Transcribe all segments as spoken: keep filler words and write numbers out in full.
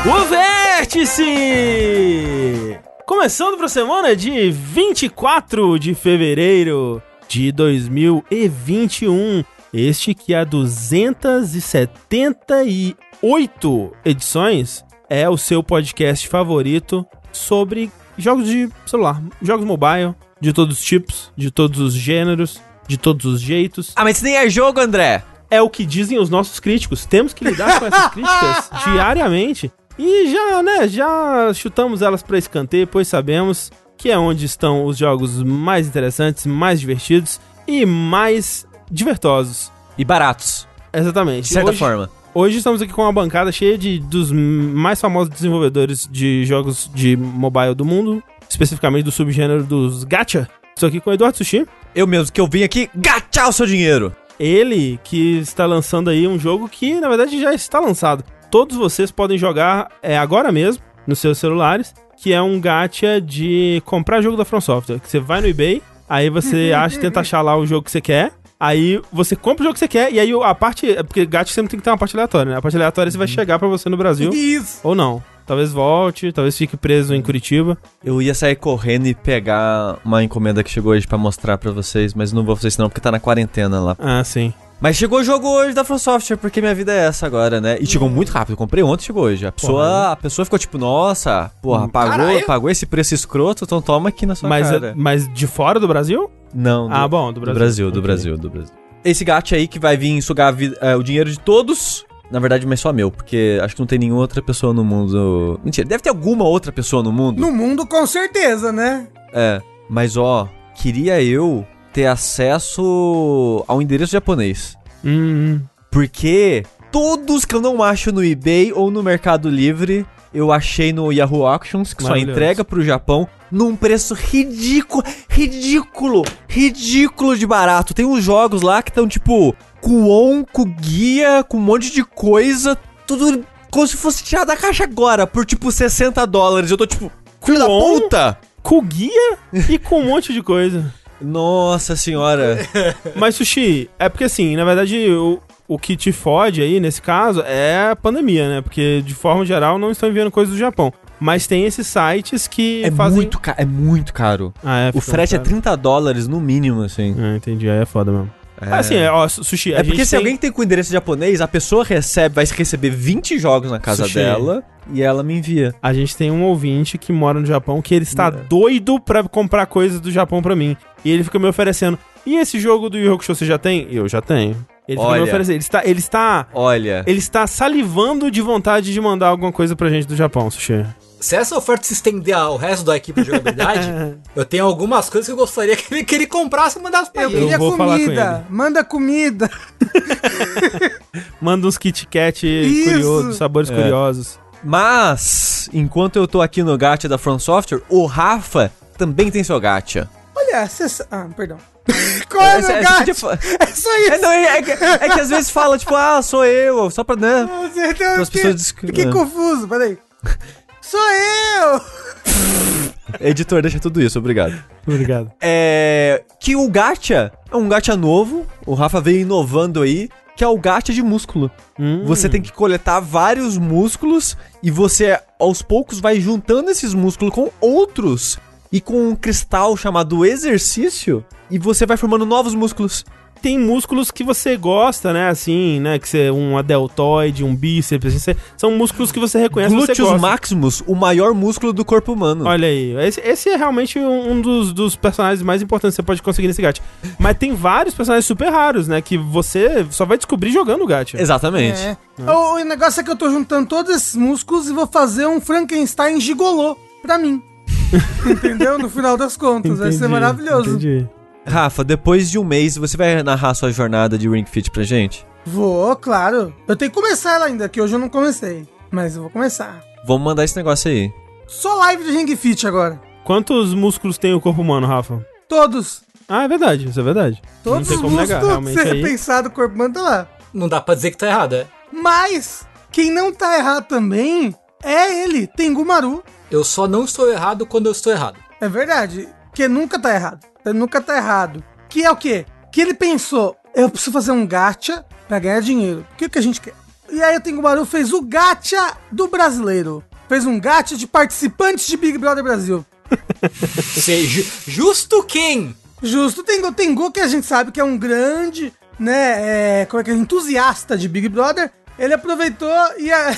O Vértice! Começando para a semana de vinte e quatro de fevereiro de dois mil e vinte e um. Este que há duzentas e setenta e oito edições é o seu podcast favorito sobre jogos de celular, jogos mobile, de todos os tipos, de todos os gêneros, de todos os jeitos. Ah, mas isso nem é jogo, André! É o que dizem os nossos críticos. Temos que lidar com essas críticas diariamente. E já, né, já chutamos elas para escanteio, pois sabemos que é onde estão os jogos mais interessantes, mais divertidos e mais divertosos. E baratos. Exatamente. De certa hoje, forma. Hoje estamos aqui com uma bancada cheia de, dos mais famosos desenvolvedores de jogos de mobile do mundo, especificamente do subgênero dos gacha. Estou aqui com o Eduardo Sushi. Eu mesmo, que eu vim aqui gachar o seu dinheiro. Ele que está lançando aí um jogo que, na verdade, já está lançado. Todos vocês podem jogar é, agora mesmo, nos seus celulares, que é um gacha de comprar jogo da From Software. Que você vai no eBay, aí você acha, tenta achar lá o jogo que você quer, aí você compra o jogo que você quer, e aí a parte... Porque gacha sempre tem que ter uma parte aleatória, né? A parte aleatória você vai chegar pra você no Brasil. Isso. Ou não. Talvez volte, talvez fique preso em Curitiba. Eu ia sair correndo e pegar uma encomenda que chegou hoje pra mostrar pra vocês, mas não vou fazer isso não, porque tá na quarentena lá. Ah, sim. Mas chegou o jogo hoje da From Software, porque minha vida é essa agora, né? E chegou muito rápido. Eu comprei ontem e chegou hoje. A pessoa, Porra. a pessoa ficou tipo, nossa, porra, pagou, Caralho. pagou esse preço escroto, então toma aqui na sua Mas, cara. mas de fora do Brasil? Não, do, Ah, bom, do do Brasil. Brasil, do Ok. Brasil, do Brasil. Esse gacha aí que vai vir sugar a vi- é, o dinheiro de todos, na verdade, mas só meu, porque acho que não tem nenhuma outra pessoa no mundo... Mentira, deve ter alguma outra pessoa no mundo. No mundo, com certeza, né? É, mas ó, queria eu ter acesso ao endereço japonês. Hum, Porque todos que eu não acho no eBay ou no Mercado Livre, eu achei no Yahoo Auctions, que só Maravilhoso. entrega pro Japão, num preço ridículo, ridículo, ridículo de barato. Tem uns jogos lá que estão tipo, com on, com guia, com um monte de coisa, tudo como se fosse tirado da caixa agora, por tipo sessenta dólares. Eu tô tipo, filho da on? puta! com guia e com um monte de coisa. Nossa senhora. Mas, Sushi, é porque assim, na verdade, o, o que te fode aí, nesse caso, é a pandemia, né? Porque, de forma geral, não estão enviando coisas do Japão. Mas tem esses sites que É fazem... muito caro, é muito caro. Ah, é, O fica frete é caro. trinta dólares no mínimo, assim. Ah, entendi, aí é foda mesmo. É. Assim, é, ó, Sushi, a É porque gente se tem... alguém tem com endereço japonês, a pessoa recebe, vai receber vinte jogos na casa Sushi. dela e ela me envia. A gente tem um ouvinte que mora no Japão que ele está É. doido pra comprar coisas do Japão pra mim. E ele fica me oferecendo, e esse jogo do Yu Yu Hakusho você já tem? Eu já tenho. Ele fica Olha. me oferecendo, ele está... Ele está... Olha, Ele está salivando de vontade de mandar alguma coisa pra gente do Japão, Sushi. Se essa oferta se estender ao resto da equipe de jogabilidade, eu tenho algumas coisas que eu gostaria que ele, que ele comprasse e mandasse pra Eu ele. queria vou falar com comida. Manda comida. Manda uns Kit Kat Isso. curiosos, sabores É. curiosos. mas enquanto eu tô aqui no gacha da From Software, o Rafa também tem seu gacha. Olha, você... Ah, perdão. Qual é o meu você gato? podia fa- É só isso. É, não, é, é que- é que às vezes fala, tipo, ah, sou eu, só pra, né? Você- então, As eu pessoas fiquei, dis- fiquei é. confuso, peraí. Sou eu! Editor, deixa tudo isso, obrigado. Obrigado. É. Que o gacha é um gacha novo, o Rafa veio inovando aí, que é o gacha de músculo. Hum. Você tem que coletar vários músculos e você, aos poucos, vai juntando esses músculos com outros e com um cristal chamado exercício e você vai formando novos músculos. Tem músculos que você gosta, né? Assim, né? Que você um deltoide, um bíceps, assim, você- são músculos que você reconhece. Você Gluteus gosta. maximus, o maior músculo do corpo humano. Olha aí, esse, esse é realmente um, um dos, dos personagens mais importantes que você pode conseguir nesse gacha. Mas tem vários personagens super raros, né? Que você só vai descobrir jogando o gacha. Exatamente. É. O, o negócio é que eu tô juntando todos esses músculos e vou fazer um Frankenstein gigolô pra mim. Entendeu? No final das contas. Vai ser Entendi, maravilhoso. Entendi. Rafa, depois de um mês, você vai narrar sua jornada de Ring Fit pra gente? Vou, claro. Eu tenho que começar ela ainda, que hoje eu não comecei. Mas eu vou começar. Vamos mandar esse negócio aí. Só live de Ring Fit agora. Quantos músculos tem o corpo humano, Rafa? Todos. Ah, é verdade, isso é verdade. Todos Não tem os como negar, músculos realmente que você aí. pensar do corpo humano tá lá. Não dá pra dizer que tá errado, é? Mas, quem não tá errado também é ele, Tengumaru. Eu só não estou errado quando eu estou errado. É verdade, que nunca tá errado. Ele nunca tá errado. Que é o quê? Que ele pensou, eu preciso fazer um gacha pra ganhar dinheiro. O que, que a gente quer? E aí o Tengumaru fez o gacha do brasileiro. Fez um gacha de participantes de Big Brother Brasil. Sei, ju- justo quem? Justo, o Tengu, Tengu, que a gente sabe que é um grande, né, é, como é que é, entusiasta de Big Brother, ele aproveitou e, a,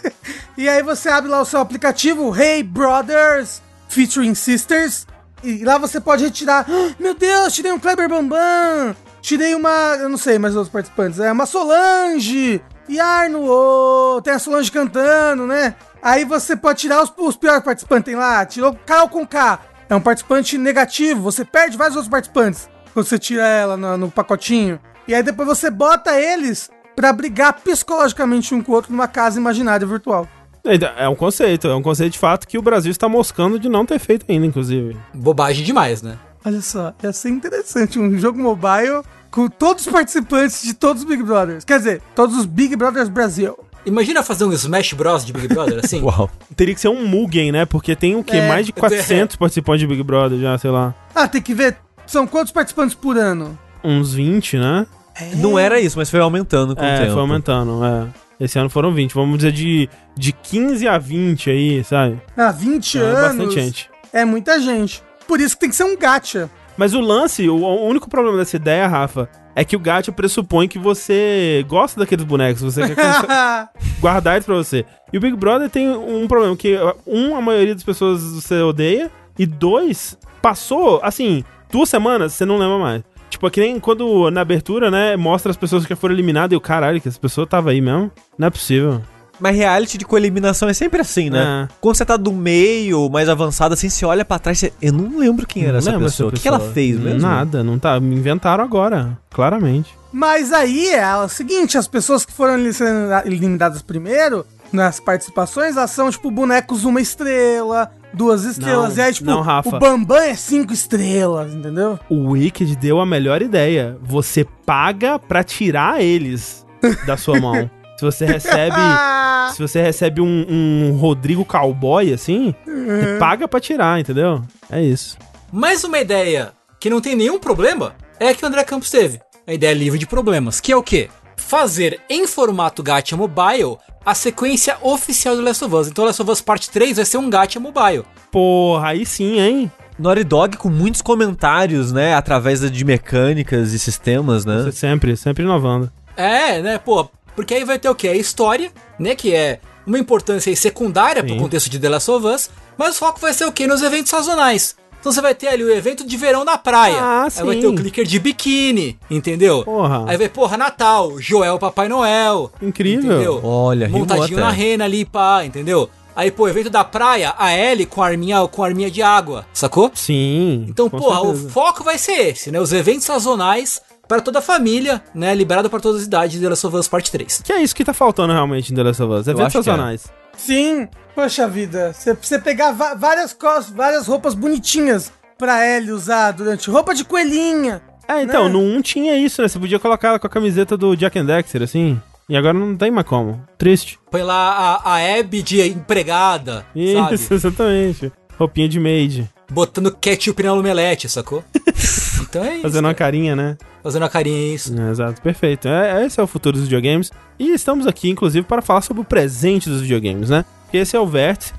e aí você abre lá o seu aplicativo, Hey Brothers, featuring Sisters, e lá você pode retirar, oh, meu Deus, tirei um Kleber Bambam, tirei uma, eu não sei mais os outros participantes, é uma Solange, e Arno, oh, tem a Solange cantando, né? Aí você pode tirar os, os piores participantes, tem lá, tirou Carol Conká, é um participante negativo, você perde vários outros participantes quando você tira ela no, no pacotinho. E aí depois você bota eles pra brigar psicologicamente um com o outro numa casa imaginária virtual. É um conceito, é um conceito de fato que o Brasil está moscando de não ter feito ainda, inclusive. Bobagem demais, né? Olha só, ia ser interessante um jogo mobile com todos os participantes de todos os Big Brothers. Quer dizer, todos os Big Brothers Brasil. Imagina fazer um Smash Bros de Big Brother, assim? Uau. Teria que ser um Mugen, né? Porque tem o quê? É, Mais de quatrocentos participantes de Big Brother já, sei lá. Ah, tem que ver, são quantos participantes por ano? Uns vinte, né? É. Não era isso, mas foi aumentando com o É, tempo. foi aumentando, é. Esse ano foram vinte, vamos dizer de, de quinze a vinte aí, sabe? Ah, vinte É anos. bastante gente. É muita gente. Por isso que tem que ser um gacha. Mas o lance, o, o único problema dessa ideia, Rafa, é que o gacha pressupõe que você gosta daqueles bonecos, você quer começar- guardar eles pra você. E o Big Brother tem um problema, que um, a maioria das pessoas você odeia, e dois, passou, assim, duas semanas, você não lembra mais. Tipo, é que nem quando na abertura, né, mostra as pessoas que já foram eliminadas e o caralho, que essa pessoa tava aí mesmo. Não é possível. Mas reality de coeliminação é sempre assim, né? É. Quando você tá do meio, mais avançado, assim, você olha pra trás, você... eu não lembro quem era Não essa lembro pessoa. O essa que, que ela pessoa. fez mesmo? Nada, não tá. Me inventaram agora, claramente. Mas aí é o seguinte, as pessoas que foram eliminadas primeiro, nas participações, elas são, tipo, bonecos uma estrela, duas estrelas, Não, e aí, tipo, não, Rafa. o Bambam é cinco estrelas, entendeu? O Wicked deu a melhor ideia. Você paga pra tirar eles da sua mão. Se você recebe... Se você recebe um, um Rodrigo Cowboy, assim, você paga pra tirar, entendeu? É isso. Mais uma ideia que não tem nenhum problema é a que o André Campos teve. A ideia livre de problemas, que é o quê? Fazer em formato gacha mobile a sequência oficial do Last of Us. Então Last of Us Parte três vai ser um gacha mobile. Porra, aí sim, hein? Naughty Dog com muitos comentários, né? Através de mecânicas e sistemas, né? Você sempre, sempre inovando. É, né, pô, porque aí vai ter o quê? A história, né, que é uma importância aí secundária pro Sim. contexto de The Last of Us, mas o foco vai ser o quê? Nos eventos sazonais. Então você vai ter ali o evento de verão na praia. Ah, aí sim. vai ter o clicker de biquíni, entendeu? Porra. Aí vai, porra, Natal, Joel Papai Noel. Incrível. Entendeu? Olha, rimou Montadinho até. na rena ali, pá, entendeu? Aí, pô, evento da praia, a Ellie com a arminha, com a arminha de água, sacou? Sim. Então, com porra, certeza. o foco vai ser esse, né? Os eventos sazonais para toda a família, né? Liberado para todas as idades de The Last of Us Parte três. Que é isso que tá faltando realmente em The Last of Us. Eventos acho que é. sazonais. Sim, poxa vida, você você pegar va- várias, cos- várias roupas bonitinhas pra Ellie usar durante... Roupa de coelhinha. É, então, Né? no um tinha isso, né? Você podia colocar ela com a camiseta do Jack and Dexter, assim. E agora não tem mais como. Triste. Põe lá a, a Abby de empregada, Isso, sabe? exatamente. Roupinha de maid. Botando ketchup na omelete, sacou? Então é isso. Fazendo uma cara. carinha, né? Fazendo a carinha, é isso. É, exato, perfeito. É, esse é o futuro dos videogames. E estamos aqui, inclusive, para falar sobre o presente dos videogames, né? Porque esse é o Vértice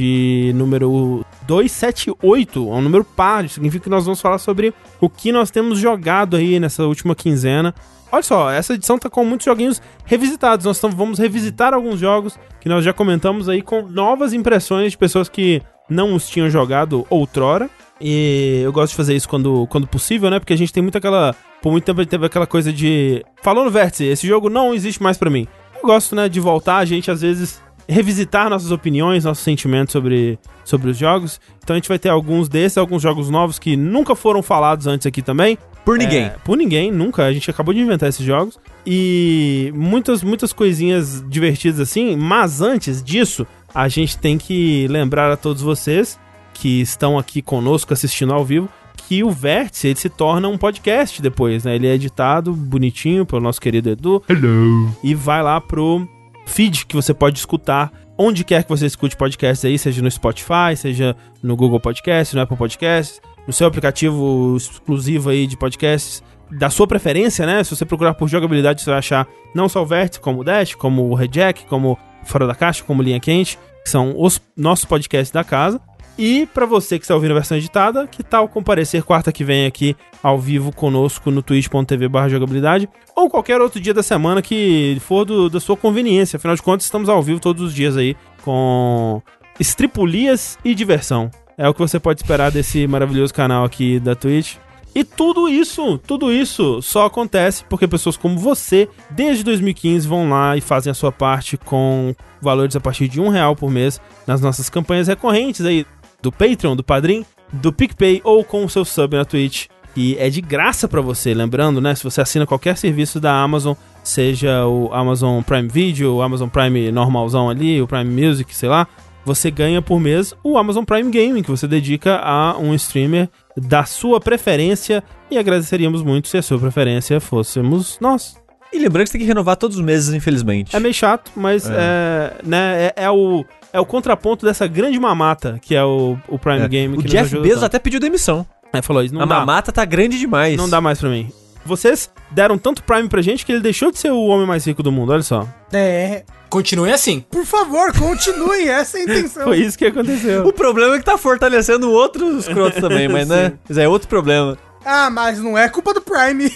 de número duzentos e setenta e oito. É um número par, significa que nós vamos falar sobre o que nós temos jogado aí nessa última quinzena. Olha só, essa edição tá com muitos joguinhos revisitados. Nós tamo, vamos revisitar alguns jogos que nós já comentamos aí com novas impressões de pessoas que não os tinham jogado outrora. E eu gosto de fazer isso quando, quando possível, né? Porque a gente tem muito aquela... Por muito tempo teve aquela coisa de... Falou no Vértice, esse jogo não existe mais pra mim. Eu gosto, né, de voltar, a gente às vezes revisitar nossas opiniões, nossos sentimentos sobre, sobre os jogos. Então a gente vai ter alguns desses, alguns jogos novos que nunca foram falados antes aqui também. Por ninguém. É, por ninguém, nunca. A gente acabou de inventar esses jogos. E muitas, muitas coisinhas divertidas assim. Mas antes disso, a gente tem que lembrar a todos vocês que estão aqui conosco assistindo ao vivo que o Vértice, ele se torna um podcast depois, né? Ele é editado bonitinho pelo nosso querido Edu. Hello! E vai lá pro feed que você pode escutar onde quer que você escute podcast aí, seja no Spotify, seja no Google Podcast, no Apple Podcasts, no seu aplicativo exclusivo aí de podcasts da sua preferência, né? Se você procurar por jogabilidade, você vai achar não só o Vértice, como o Dash, como o Rejack, como Fora da Caixa, como Linha Quente, que são os nossos podcasts da casa. E pra você que está ouvindo a versão editada, que tal comparecer quarta que vem aqui ao vivo conosco no twitch ponto tv barra jogabilidade ou qualquer outro dia da semana que for do, da sua conveniência. Afinal de contas, estamos ao vivo todos os dias aí com estripulias e diversão. É o que você pode esperar desse maravilhoso canal aqui da Twitch. E tudo isso, tudo isso só acontece porque pessoas como você, desde dois mil e quinze, vão lá e fazem a sua parte com valores a partir de um real por mês nas nossas campanhas recorrentes aí do Patreon, do Padrim, do PicPay ou com o seu sub na Twitch. E é de graça pra você, lembrando, né? Se você assina qualquer serviço da Amazon, seja o Amazon Prime Video, o Amazon Prime normalzão ali, o Prime Music, sei lá, você ganha por mês o Amazon Prime Gaming, que você dedica a um streamer da sua preferência, e agradeceríamos muito se a sua preferência fôssemos nós. E lembrando que você tem que renovar todos os meses, infelizmente. É meio chato, mas é, é né, é, é, o, é o contraponto dessa grande mamata que é o, o Prime é. Gaming. O que Jeff Bezos até pediu demissão. É, falou isso, não a dá. mamata tá grande demais. Não dá mais pra mim. Vocês deram tanto Prime pra gente que ele deixou de ser o homem mais rico do mundo, olha só. É. Continue assim. Por favor, continue, essa é a intenção. Foi isso que aconteceu. O problema é que tá fortalecendo outros escrotos também, mas né? Mas é outro problema. Ah, mas não é culpa do Prime.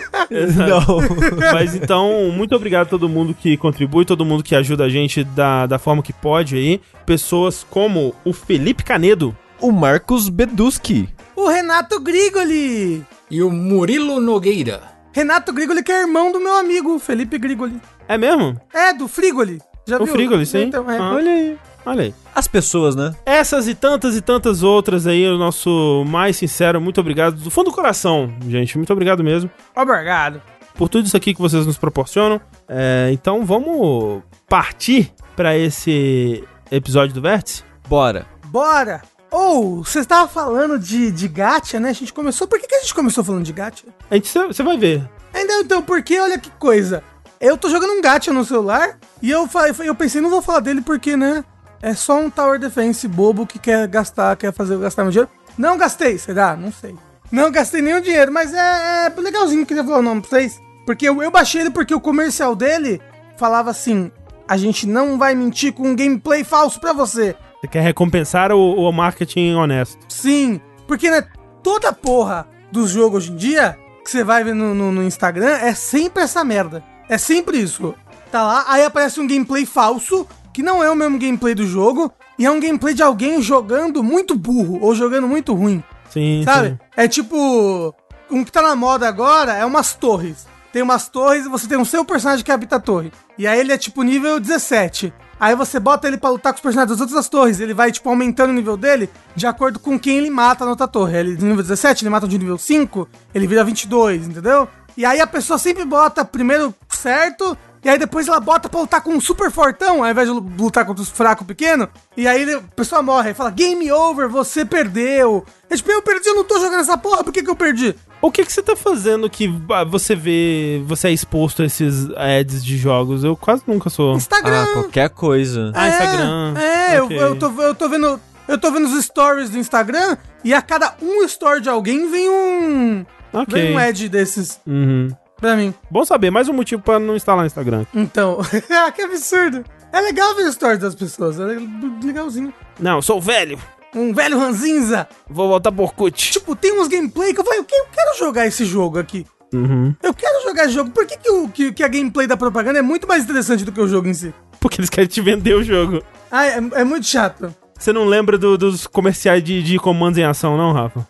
Não. Mas então, muito obrigado a todo mundo que contribui, todo mundo que ajuda a gente da, da forma que pode aí. Pessoas como o Felipe Canedo, o Marcos Beduski, o Renato Grigoli e o Murilo Nogueira. Renato Grigoli, que é irmão do meu amigo, Felipe Grigoli. É mesmo? É, do Frigoli. Já o viu? Frigoli, sim. Então, é. Ah, olha aí, olha aí. As pessoas, né? Essas e tantas e tantas outras aí, o nosso mais sincero, muito obrigado do fundo do coração, gente. Muito obrigado mesmo. Obrigado. Por tudo isso aqui que vocês nos proporcionam. É, então vamos partir pra esse episódio do Vértice? Bora. Bora. Ou, oh, você estava falando de, de gacha, né? A gente começou... Por que, que a gente começou falando de gacha? A gente, você vai ver. Ainda então, porque olha que coisa. Eu tô jogando um gacha no celular e eu, eu pensei, não vou falar dele porque, né? É só um Tower Defense bobo que quer gastar, quer fazer eu gastar meu dinheiro. Não gastei, será? Não sei. Não gastei nenhum dinheiro, mas é, é legalzinho, queria falar o nome pra vocês. Porque eu, eu baixei ele porque o comercial dele falava assim, a gente não vai mentir com um gameplay falso pra você. Você quer recompensar o, o marketing honesto. Sim, porque, né, toda porra dos jogos hoje em dia, que você vai ver no, no, no Instagram, é sempre essa merda. É sempre isso. Tá lá, aí aparece um gameplay falso, que não é o mesmo gameplay do jogo, e é um gameplay de alguém jogando muito burro, ou jogando muito ruim. Sim, sabe? sim. É tipo, um que tá na moda agora é umas torres. Tem umas torres e você tem o seu personagem que habita a torre. E aí ele é tipo nível dezessete. Aí você bota ele pra lutar com os personagens das outras torres. Ele vai, tipo, aumentando o nível dele de acordo com quem ele mata na outra torre. Ele de nível dezessete, ele mata de nível cinco, ele vira vinte e dois, entendeu? E aí a pessoa sempre bota primeiro certo, e aí depois ela bota pra lutar com um super fortão, ao invés de lutar contra os fracos pequenos. E aí ele, a pessoa morre, aí fala, game over, você perdeu. É tipo, eu perdi, eu não tô jogando essa porra, por que que eu perdi? O que que você tá fazendo que você vê, você é exposto a esses ads de jogos? Eu quase nunca sou. Instagram. Ah, qualquer coisa. Ah, Instagram. É, okay. eu, eu, tô, eu tô vendo... Eu tô vendo os stories do Instagram, e a cada um story de alguém vem um... Okay. Vem um ad desses. Uhum. Pra mim. Bom saber, mais um motivo pra não instalar no Instagram. Então, que absurdo. É legal ver as stories das pessoas, é legalzinho. Não, sou velho. Um velho ranzinza. Vou voltar por Orkut. Tipo, tem uns gameplay que eu falei, eu quero jogar esse jogo aqui. Uhum. Eu quero jogar esse jogo. Por que, que, o, que, que a gameplay da propaganda é muito mais interessante do que o jogo em si? Porque eles querem te vender o jogo. Ah, é, é muito chato. Você não lembra do, dos comerciais de, de comandos em ação, não, Rafa?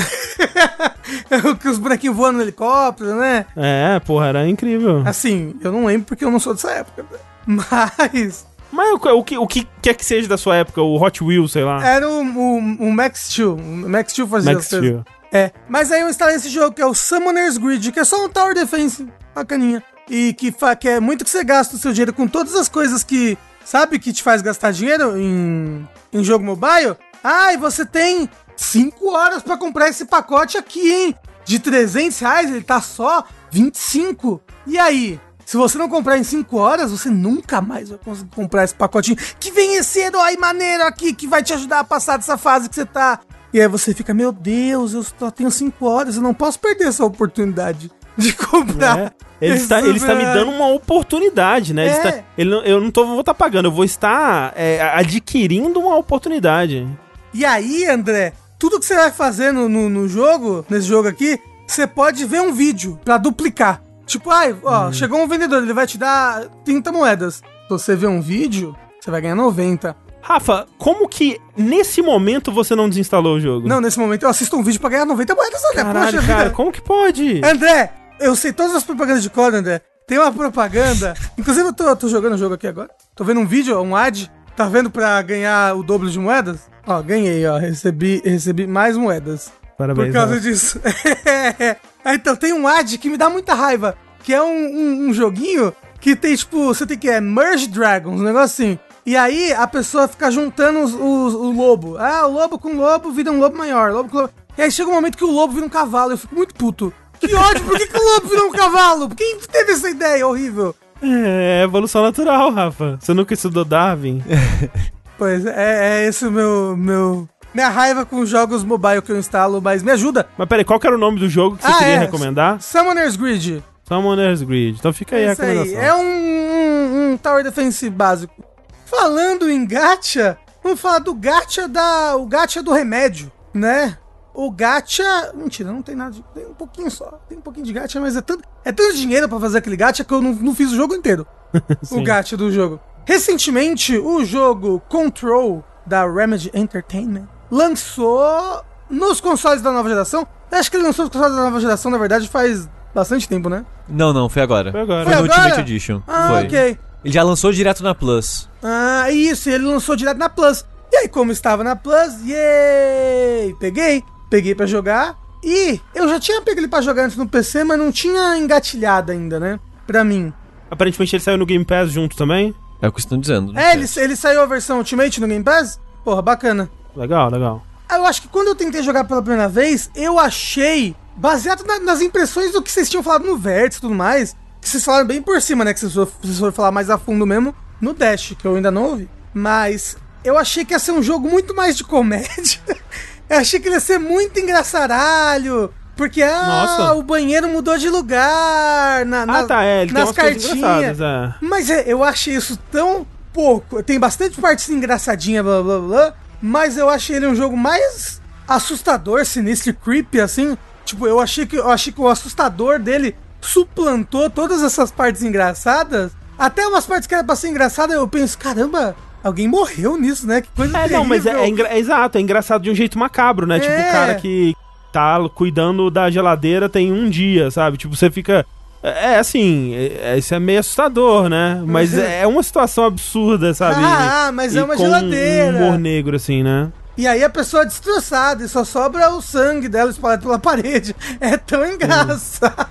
Que os bonequinhos voando no helicóptero, né? É, porra, era incrível. Assim, eu não lembro porque eu não sou dessa época. Mas... Mas o, o, que, o que quer que seja da sua época? O Hot Wheels, sei lá. Era o, o, o Max Steel. O Max Steel fazia Max Steel. É, mas aí eu instalei esse jogo que é o Summoner's Grid, que é só um Tower Defense bacaninha. E que, fa que é muito que você gasta o seu dinheiro com todas as coisas que, sabe, que te faz gastar dinheiro em, em jogo mobile. Ah, e você tem cinco horas pra comprar esse pacote aqui, hein? De trezentos reais, ele tá só vinte e cinco. E aí? Se você não comprar em cinco horas, você nunca mais vai conseguir comprar esse pacotinho que vem esse herói maneiro aqui, que vai te ajudar a passar dessa fase que você tá. E aí você fica, meu Deus, eu só tenho cinco horas, eu não posso perder essa oportunidade de comprar. É. Ele está, ele está me dando uma oportunidade, né? Ele É. está, ele não, eu não tô, vou estar pagando, eu vou estar é, adquirindo uma oportunidade. E aí, André, tudo que você vai fazer no, no, no jogo, nesse jogo aqui, você pode ver um vídeo pra duplicar. Tipo, ai, ó, Hum. chegou um vendedor, ele vai te dar trinta moedas. Se você ver um vídeo, você vai ganhar noventa. Rafa, como que nesse momento você não desinstalou o jogo? Não, nesse momento eu assisto um vídeo pra ganhar noventa moedas, André. Caralho, Poxa cara, vida. como que pode? André, eu sei todas as propagandas de cor, André. Tem uma propaganda. Inclusive, eu tô, eu tô jogando o jogo aqui agora. Tô vendo um vídeo, um ad. Tá vendo pra ganhar o dobro de moedas? Ó, ganhei, ó. Recebi, recebi mais moedas. Parabéns. Por causa Rafa. disso. Ah, então, tem um ad que me dá muita raiva. Que é um, um, um joguinho que tem, tipo, você tem que é Merge Dragons, um negócio assim. E aí a pessoa fica juntando os, os, o lobo. Ah, o lobo com lobo vira um lobo maior. Lobo com lobo. E aí chega um momento que o lobo vira um cavalo. Eu fico muito puto. Que ódio, por que, que o lobo virou um cavalo? Quem teve essa ideia horrível? É evolução natural, Rafa. Você nunca estudou Darwin? Pois é, é esse o meu, meu... Minha raiva com jogos mobile que eu instalo, mas me ajuda. Mas peraí, qual que era o nome do jogo que você Ah, queria é. recomendar? Summoner's Grid. Summoner's Grid. Então fica aí a Esse aí. recomendação. É um, um, um Tower Defense básico. Falando em gacha, vamos falar do gacha da... O gacha do remédio, né? O gacha... Mentira, não tem nada de... Tem um pouquinho só. Tem um pouquinho de gacha, mas é tanto, é tanto dinheiro pra fazer aquele gacha que eu não, não fiz o jogo inteiro. O gacha do jogo. Recentemente, o jogo Control, da Remedy Entertainment, lançou nos consoles da nova geração. Eu acho que ele lançou nos consoles da nova geração, na verdade, faz bastante tempo, né? Não, não, foi agora. Foi agora. Foi Foi no agora? Ultimate Edition. Ah, foi. ok. Ele já lançou direto na Plus. Ah, isso, ele lançou direto na Plus. E aí, como estava na Plus, yay! Peguei, peguei pra jogar. E eu já tinha pego ele pra jogar antes no P C, mas não tinha engatilhado ainda, né? Pra mim. Aparentemente ele saiu no Game Pass junto também. É o que estão dizendo. não É, sei. ele, ele saiu a versão Ultimate no Game Pass? Porra, bacana. Legal, legal. Eu acho que quando eu tentei jogar pela primeira vez, eu achei, baseado na- nas impressões do que vocês tinham falado no Vértice e tudo mais, que vocês falaram bem por cima, né? Que vocês, for- vocês foram falar mais a fundo mesmo no Dash, que eu ainda não ouvi. Mas eu achei que ia ser um jogo muito mais de comédia. Eu achei que ele ia ser muito engraçaralho. Porque, ah, Nossa. o banheiro mudou de lugar. Na, na- Ah, tá, é. Ele nas tem umas coisas cartinhas. engraçadas, é. Mas é, eu achei isso tão pouco. Tem bastante partes engraçadinha, blá blá blá. Mas eu achei ele um jogo mais assustador, sinistro e creepy, assim. Tipo, eu achei que, eu achei que o assustador dele suplantou todas essas partes engraçadas. Até umas partes que eram pra ser engraçadas, eu penso, caramba, alguém morreu nisso, né? Que coisa É, não, mas é, é, terrível. engra- é exato, é engraçado de um jeito macabro, né? Tipo, É. o cara que tá cuidando da geladeira tem um dia, sabe? Tipo, você fica... É, é assim, é, isso é meio assustador, né? Mas é, é uma situação absurda, sabe? Ah, mas E é uma com geladeira. um humor negro, assim, né? E aí a pessoa é destroçada e só sobra o sangue dela espalhado pela parede. É tão engraçado.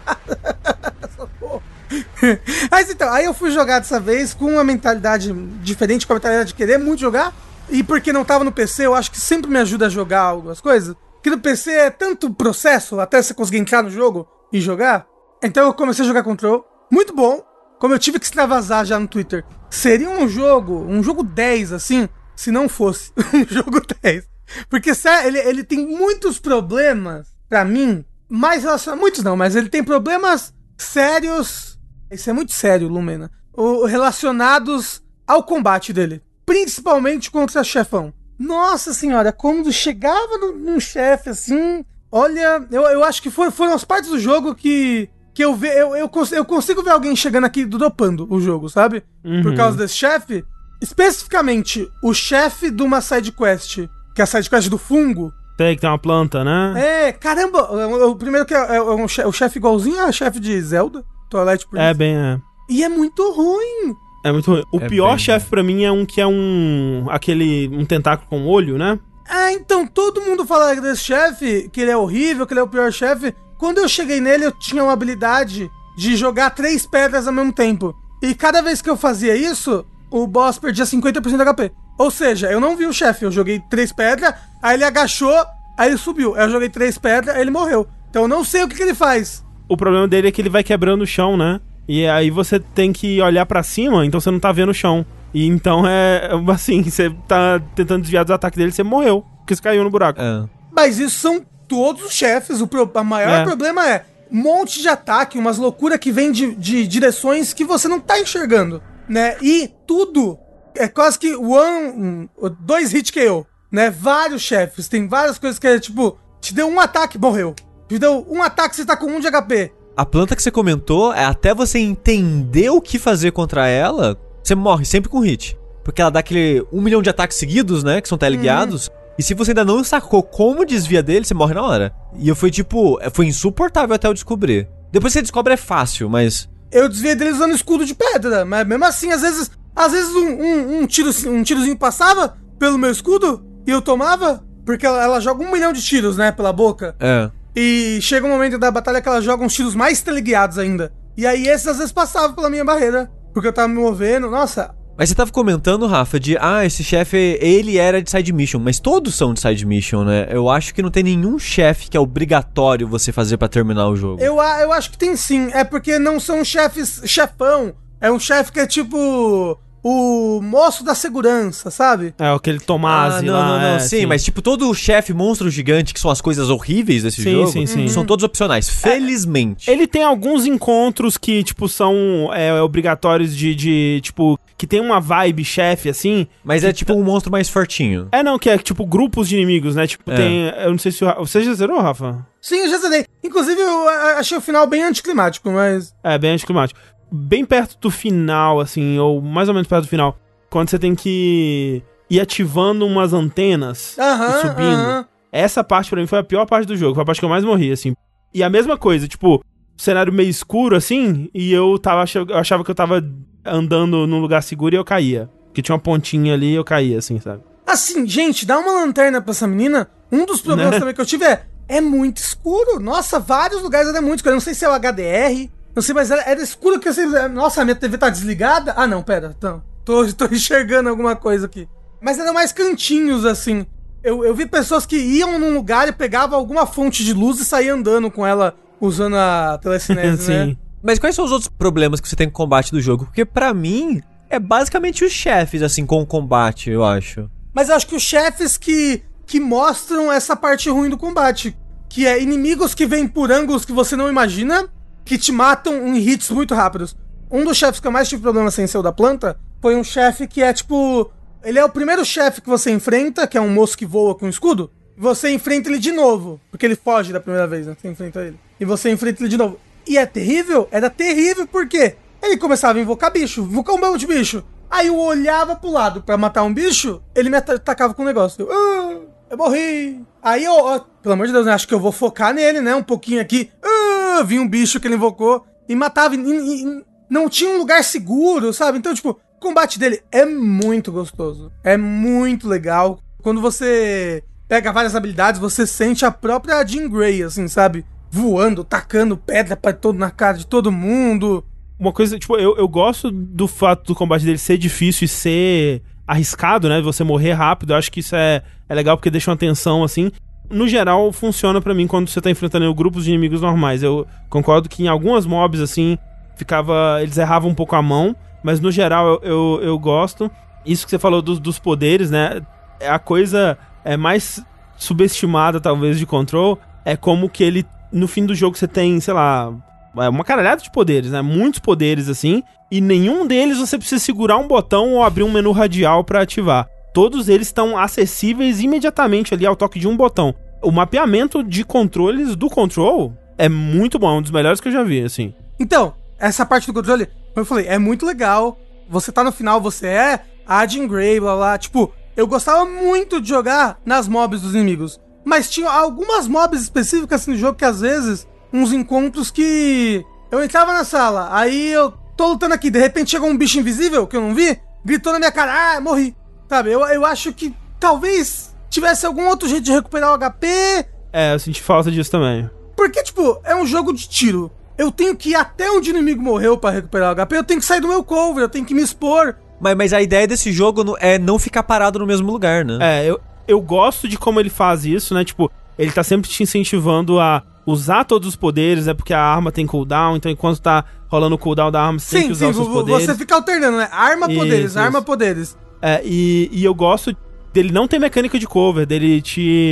Socorro. Mas então, aí eu fui jogar dessa vez com uma mentalidade diferente, com a mentalidade de querer muito jogar. E porque não tava no P C, eu acho que sempre me ajuda a jogar algumas coisas. Que no P C é tanto processo até você conseguir entrar no jogo e jogar. Então eu comecei a jogar Control. Muito bom. Como eu tive que extravasar já no Twitter. Seria um jogo, um jogo dez, assim, se não fosse um jogo dez. Porque sério, ele, ele tem muitos problemas, pra mim, mais relacionados... Muitos não, mas ele tem problemas sérios... Isso é muito sério, Lumena. O, relacionados ao combate dele. Principalmente contra chefão. Nossa senhora, quando chegava no- num chefe assim... Olha, eu, eu acho que foi, foram as partes do jogo que... Que eu, ve, eu, eu, cons- eu consigo ver alguém chegando aqui dropando o jogo, sabe? Uhum. Por causa desse chefe. Especificamente, o chefe de uma side quest, que é a side quest do fungo. Tem que ter uma planta, né? É, caramba, o, o primeiro que é, é um che- o chefe igualzinho a chefe de Zelda, Twilight Princess. É, bem, é. E é muito ruim. É muito ruim. O É pior bem, chefe pra mim é um que é um... Aquele... Um tentáculo com olho, né? Ah, então todo mundo fala desse chefe, que ele é horrível, que ele é o pior chefe. Quando eu cheguei nele, eu tinha uma habilidade de jogar três pedras ao mesmo tempo. E cada vez que eu fazia isso, o boss perdia cinquenta por cento do H P. Ou seja, eu não vi o chefe, eu joguei três pedras, aí ele agachou, aí ele subiu. Aí eu joguei três pedras, aí ele morreu. Então eu não sei o que, que ele faz. O problema dele é que ele vai quebrando o chão, né? E aí você tem que olhar pra cima, então você não tá vendo o chão. E então é assim, você tá tentando desviar dos ataques dele, você morreu, porque você caiu no buraco. É. Mas isso são todos os chefes. O pro... a maior É. problema é um monte de ataque, umas loucuras que vem de, de direções que você não tá enxergando, né? E tudo é quase que one, um, dois hit K O, né? Vários chefes, tem várias coisas que é tipo, te deu um ataque, morreu. Te deu um ataque, você tá com um de H P. A planta que você comentou, é até você entender o que fazer contra ela, você morre sempre com hit. Porque ela dá aquele um milhão de ataques seguidos, né? Que são teleguiados. Uhum. E se você ainda não sacou como desvia dele, você morre na hora. E eu fui tipo, foi insuportável até eu descobrir. Depois que você descobre é fácil, mas... Eu desviei dele usando escudo de pedra, mas mesmo assim, às vezes, às vezes um, um, um, tiro, um tirozinho passava pelo meu escudo e eu tomava, porque ela, ela joga um milhão de tiros, né, pela boca. É. E chega um momento da batalha que ela joga uns tiros mais teleguiados ainda. E aí esses às vezes passavam pela minha barreira, porque eu tava me movendo, nossa... Mas você tava comentando, Rafa, de, ah, esse chefe, ele era de side mission, mas todos são de side mission, né? Eu acho que não tem nenhum chefe que é obrigatório você fazer pra terminar o jogo. Eu, eu acho que tem sim, é porque não são chefes chefão, é um chefe que é tipo... o moço da segurança, sabe? É, aquele Tomasi ah, não, lá. não, não, é, sim, sim, mas tipo, todo chefe monstro gigante, que são as coisas horríveis desse sim, jogo, sim, sim. são todos opcionais, felizmente. Ele tem alguns encontros que, tipo, são é, obrigatórios de, de, tipo, que tem uma vibe chefe, assim. Mas é tipo um monstro mais fortinho. É, não, que é, tipo, grupos de inimigos, né? Tipo, É. tem... Eu não sei se... o- Você já zerou, Rafa? Sim, eu já zerei. Inclusive, eu a- achei o final bem anticlimático, mas... É, bem anticlimático. Bem perto do final, assim, ou mais ou menos perto do final, quando você tem que ir ativando umas antenas Aham, e subindo. aham. Essa parte pra mim foi a pior parte do jogo, foi a parte que eu mais morri, assim. E a mesma coisa, tipo, cenário meio escuro, assim, e eu tava ach- eu achava que eu tava andando num lugar seguro e eu caía. Que tinha uma pontinha ali e eu caía, assim, sabe? Assim, gente, dá uma lanterna pra essa menina. Um dos problemas Né? também que eu tive é... É muito escuro. Nossa, vários lugares era muito escuro. Eu não sei se é o H D R. Não sei, mas era, era escuro que eu sei... Nossa, a minha T V tá desligada? Ah, não, pera. Então, tô, tô enxergando alguma coisa aqui. Mas eram mais cantinhos, assim. Eu, eu vi pessoas que iam num lugar e pegavam alguma fonte de luz e saíam andando com ela usando a telecinese, né? Sim. Mas quais são os outros problemas que você tem com o combate do jogo? Porque pra mim, é basicamente os chefes, assim, com o combate, eu acho. Mas eu acho que os chefes que, que mostram essa parte ruim do combate, que é inimigos que vêm por ângulos que você não imagina, que te matam em hits muito rápidos. Um dos chefes que eu mais tive problema sem ser o da planta, foi um chefe que é tipo... Ele é o primeiro chefe que você enfrenta, que é um moço que voa com escudo, e você enfrenta ele de novo, porque ele foge da primeira vez, né? Você enfrenta ele. E você enfrenta ele de novo. E é terrível? Era terrível porque ele começava a invocar bicho, invocar um monte de bicho. Aí eu olhava pro lado pra matar um bicho, ele me atacava com um negócio. Eu, ah, eu morri. Aí eu, ó, pelo amor de Deus, né? Acho que eu vou focar nele, né? Um pouquinho aqui. Ah, vi um bicho que ele invocou e matava. E, e, e não tinha um lugar seguro, sabe? Então, tipo, o combate dele é muito gostoso. É muito legal. Quando você pega várias habilidades, você sente a própria Jean Grey, assim, sabe? Voando, tacando pedra pra todo, na cara de todo mundo. Uma coisa, tipo, eu, eu gosto do fato do combate dele ser difícil e ser arriscado, né? Você morrer rápido. Eu acho que isso é, é legal porque deixa uma tensão, assim. No geral, funciona pra mim quando você tá enfrentando grupos de inimigos normais. Eu concordo que em algumas mobs, assim, ficava... Eles erravam um pouco a mão, mas no geral eu, eu, eu gosto. Isso que você falou dos, dos poderes, né? É a coisa é mais subestimada, talvez, de Control. É como que ele, no fim do jogo, você tem, sei lá... uma caralhada de poderes, né? Muitos poderes, assim. E nenhum deles você precisa segurar um botão ou abrir um menu radial pra ativar. Todos eles estão acessíveis imediatamente ali ao toque de um botão. O mapeamento de controles do Control é muito bom. É um dos melhores que eu já vi, assim. Então, essa parte do controle, como eu falei, é muito legal. Você tá no final, você é a Jean Grey, blá blá. Tipo, eu gostava muito de jogar nas mobs dos inimigos. Mas tinha algumas mobs específicas assim, no jogo que às vezes... uns encontros que... Eu entrava na sala, aí eu tô lutando aqui, de repente chegou um bicho invisível, que eu não vi, gritou na minha cara, ah, morri. Sabe, eu, eu acho que talvez tivesse algum outro jeito de recuperar o H P. É, eu senti falta disso também. Porque, tipo, é um jogo de tiro. Eu tenho que ir até onde o inimigo morreu pra recuperar o H P, eu tenho que sair do meu cover, eu tenho que me expor. Mas, mas a ideia desse jogo no- é não ficar parado no mesmo lugar, né? É, eu, eu gosto de como ele faz isso, né? Tipo, ele tá sempre te incentivando a usar todos os poderes, é porque a arma tem cooldown, então enquanto tá rolando o cooldown da arma, você tem que usar os seus vo- poderes. você fica alternando, né? Arma, Isso, poderes, isso. arma, poderes. É, e, e eu gosto dele não ter mecânica de cover, dele te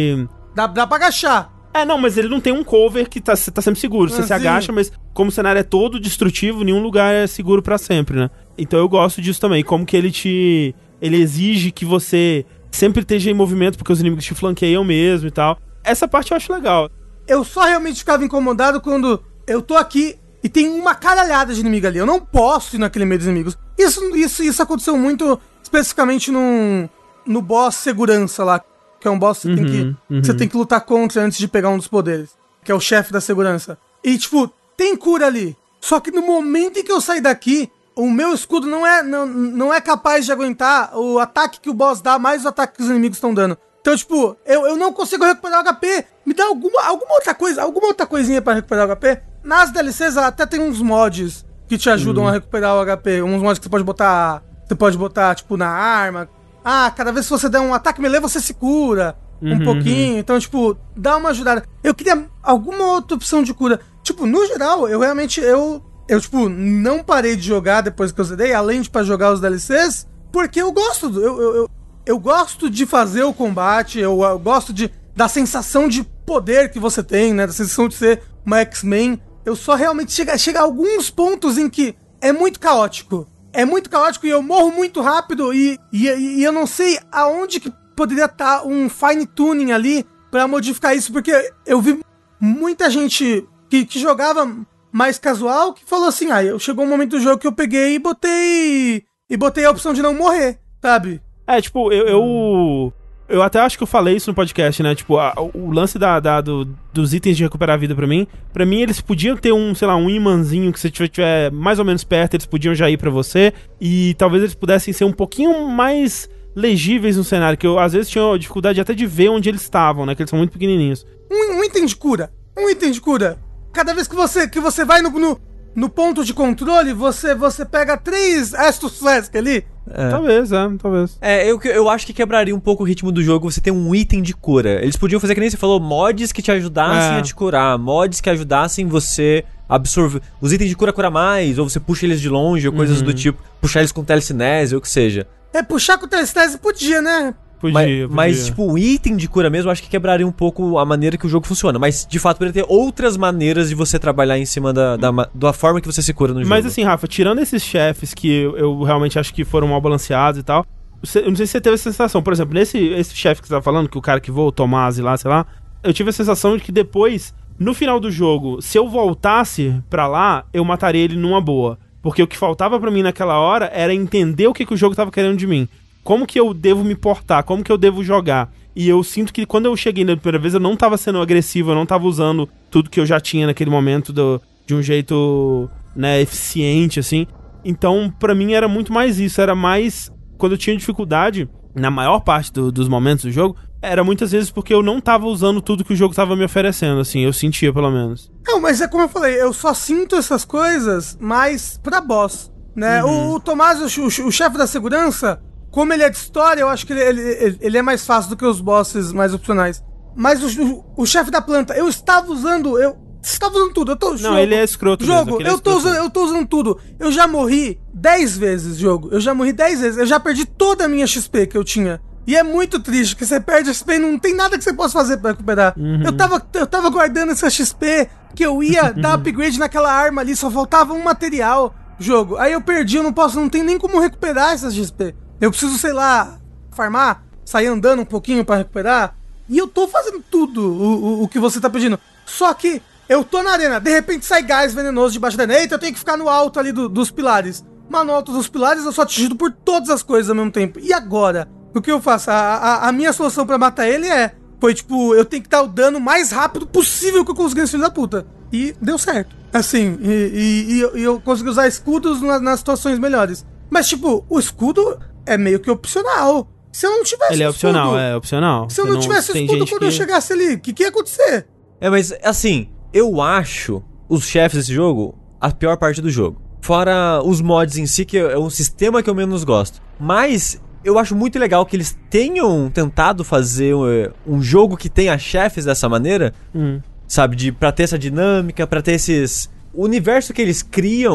Dá, dá pra agachar. É, não, mas ele não tem um cover que tá, tá sempre seguro. Você Ah, se sim. agacha, mas como o cenário é todo destrutivo, nenhum lugar é seguro pra sempre, né? Então eu gosto disso também. Como que ele te... Ele exige que você sempre esteja em movimento, porque os inimigos te flanqueiam mesmo e tal. Essa parte eu acho legal. Eu só realmente ficava incomodado quando eu tô aqui e tem uma caralhada de inimigo ali. Eu não posso ir naquele meio dos inimigos. Isso, isso, isso aconteceu muito especificamente num, no boss segurança lá. Que é um boss que, Uhum, você, tem que, uhum. que você tem que lutar contra antes de pegar um dos poderes. Que é o chefe da segurança. E, tipo, tem cura ali. Só que no momento em que eu sair daqui, o meu escudo não é, não, não é capaz de aguentar o ataque que o boss dá, mais o ataque que os inimigos estão dando. Então, tipo, eu, eu não consigo recuperar o H P. Me dá alguma, alguma outra coisa, alguma outra coisinha pra recuperar o H P. Nas D L Cs até tem uns mods que te ajudam Uhum. a recuperar o H P. Uns mods que você pode botar, você pode botar, tipo, na arma. Ah, cada vez que você der um ataque melee, você se cura um Uhum, pouquinho. Então, tipo, dá uma ajudada. Eu queria alguma outra opção de cura. Tipo, no geral, eu realmente, eu, eu tipo, não parei de jogar depois que eu zerei, além de pra jogar os D L Cs, porque eu gosto, do- eu, eu, eu, eu gosto de fazer o combate, eu, eu gosto de, da sensação de poder que você tem, né, da sensação de ser uma X-Men. Eu só realmente chega, chega a alguns pontos em que é muito caótico. É muito caótico e eu morro muito rápido e, e, e eu não sei aonde que poderia estar um fine tuning ali pra modificar isso, porque eu vi muita gente que, que jogava mais casual que falou assim, ah, eu chegou um momento do jogo que eu peguei e botei e botei a opção de não morrer, sabe? É, tipo, eu... eu... Eu até acho que eu falei isso no podcast, né? Tipo, a- o lance da, da- do- dos itens de recuperar a vida pra mim, pra mim eles podiam ter um, sei lá, um imãzinho que se tiver, tiver mais ou menos perto, eles podiam já ir pra você, e talvez eles pudessem ser um pouquinho mais legíveis no cenário, que eu às vezes tinha dificuldade até de ver onde eles estavam, né? Que eles são muito pequenininhos. Um, um item de cura, um item de cura. Cada vez que você, que você vai no, no, no ponto de controle, você, você pega três Estus Flask ali. É. Talvez, é, talvez. É, eu, eu acho que quebraria um pouco o ritmo do jogo você ter um item de cura. Eles podiam fazer, que nem você falou, mods que te ajudassem É. a te curar, mods que ajudassem você absorver. Os itens de cura cura mais, ou você puxa eles de longe, ou coisas Uhum. do tipo, puxar eles com telecinese, ou o que seja. É, puxar com o telestase podia, né? Podia, mas, podia. mas, tipo, o item de cura mesmo, eu acho que quebraria um pouco a maneira que o jogo funciona. Mas, de fato, poderia ter outras maneiras de você trabalhar em cima da, da, ma- da forma que você se cura no jogo. Mas assim, Rafa, tirando esses chefes que eu, eu realmente acho que foram mal balanceados e tal, você- eu não sei se você teve essa sensação. Por exemplo, nesse esse chefe que você tá falando, que o cara que voa, o Tomasi lá, sei lá, eu tive a sensação de que depois, no final do jogo, se eu voltasse pra lá, eu mataria ele numa boa. Porque o que faltava pra mim naquela hora era entender o que, que o jogo tava querendo de mim. Como que eu devo me portar, como que eu devo jogar. E eu sinto que quando eu cheguei na primeira vez, eu não tava sendo agressivo, eu não tava usando tudo que eu já tinha naquele momento do, de um jeito, né, eficiente, assim. Então, pra mim, era muito mais isso. Era mais, quando eu tinha dificuldade, na maior parte do- dos momentos do jogo, era muitas vezes porque eu não tava usando tudo que o jogo tava me oferecendo, assim. Eu sentia, pelo menos. Não, mas é como eu falei, eu só sinto essas coisas mais pra boss, né? O, o Tomás, o, o, o chefe da segurança, como ele é de história, eu acho que ele, ele, ele é mais fácil do que os bosses mais opcionais. Mas o, o, o chefe da planta, eu estava usando, eu estava usando tudo. Eu tô, Não, jogo, ele é escroto mesmo, Jogo, aquele é eu, tô escroto usando, mesmo. eu tô usando tudo. Eu já morri dez vezes, jogo. Eu já morri dez vezes. Eu já perdi toda a minha X P que eu tinha. E é muito triste, que você perde a X P e não tem nada que você possa fazer pra recuperar. Uhum. Eu, tava, eu tava guardando essa X P, que eu ia dar upgrade naquela arma ali, só faltava um material, jogo. Aí eu perdi, eu não posso, não tem nem como recuperar essa X P. Eu preciso, sei lá, farmar, sair andando um pouquinho pra recuperar. E eu tô fazendo tudo o, o, o que você tá pedindo. Só que eu tô na arena, de repente sai gás venenoso debaixo da arena. Eita, eu tenho que ficar no alto ali do, dos pilares. Mas no alto dos pilares eu sou atingido por todas as coisas ao mesmo tempo. E agora? O que eu faço? A, a, a minha solução pra matar ele é... Foi tipo, eu tenho que dar o dano mais rápido possível que eu consegui nesse filho da puta. E deu certo. Assim, e, e, e eu, e eu consegui usar escudos na, nas situações melhores. Mas tipo, o escudo é meio que opcional. Se eu não tivesse Ele é escudo, opcional, é opcional. Se eu Você não tivesse tem escudo gente quando eu que- chegasse ali, o que, que ia acontecer? É, mas assim, eu acho os chefes desse jogo a pior parte do jogo. Fora os mods em si, que é um sistema que eu menos gosto. Mas eu acho muito legal que eles tenham tentado fazer uh, um jogo que tenha chefes dessa maneira, Hum. sabe? De, pra ter essa dinâmica, pra ter esses... O universo que eles criam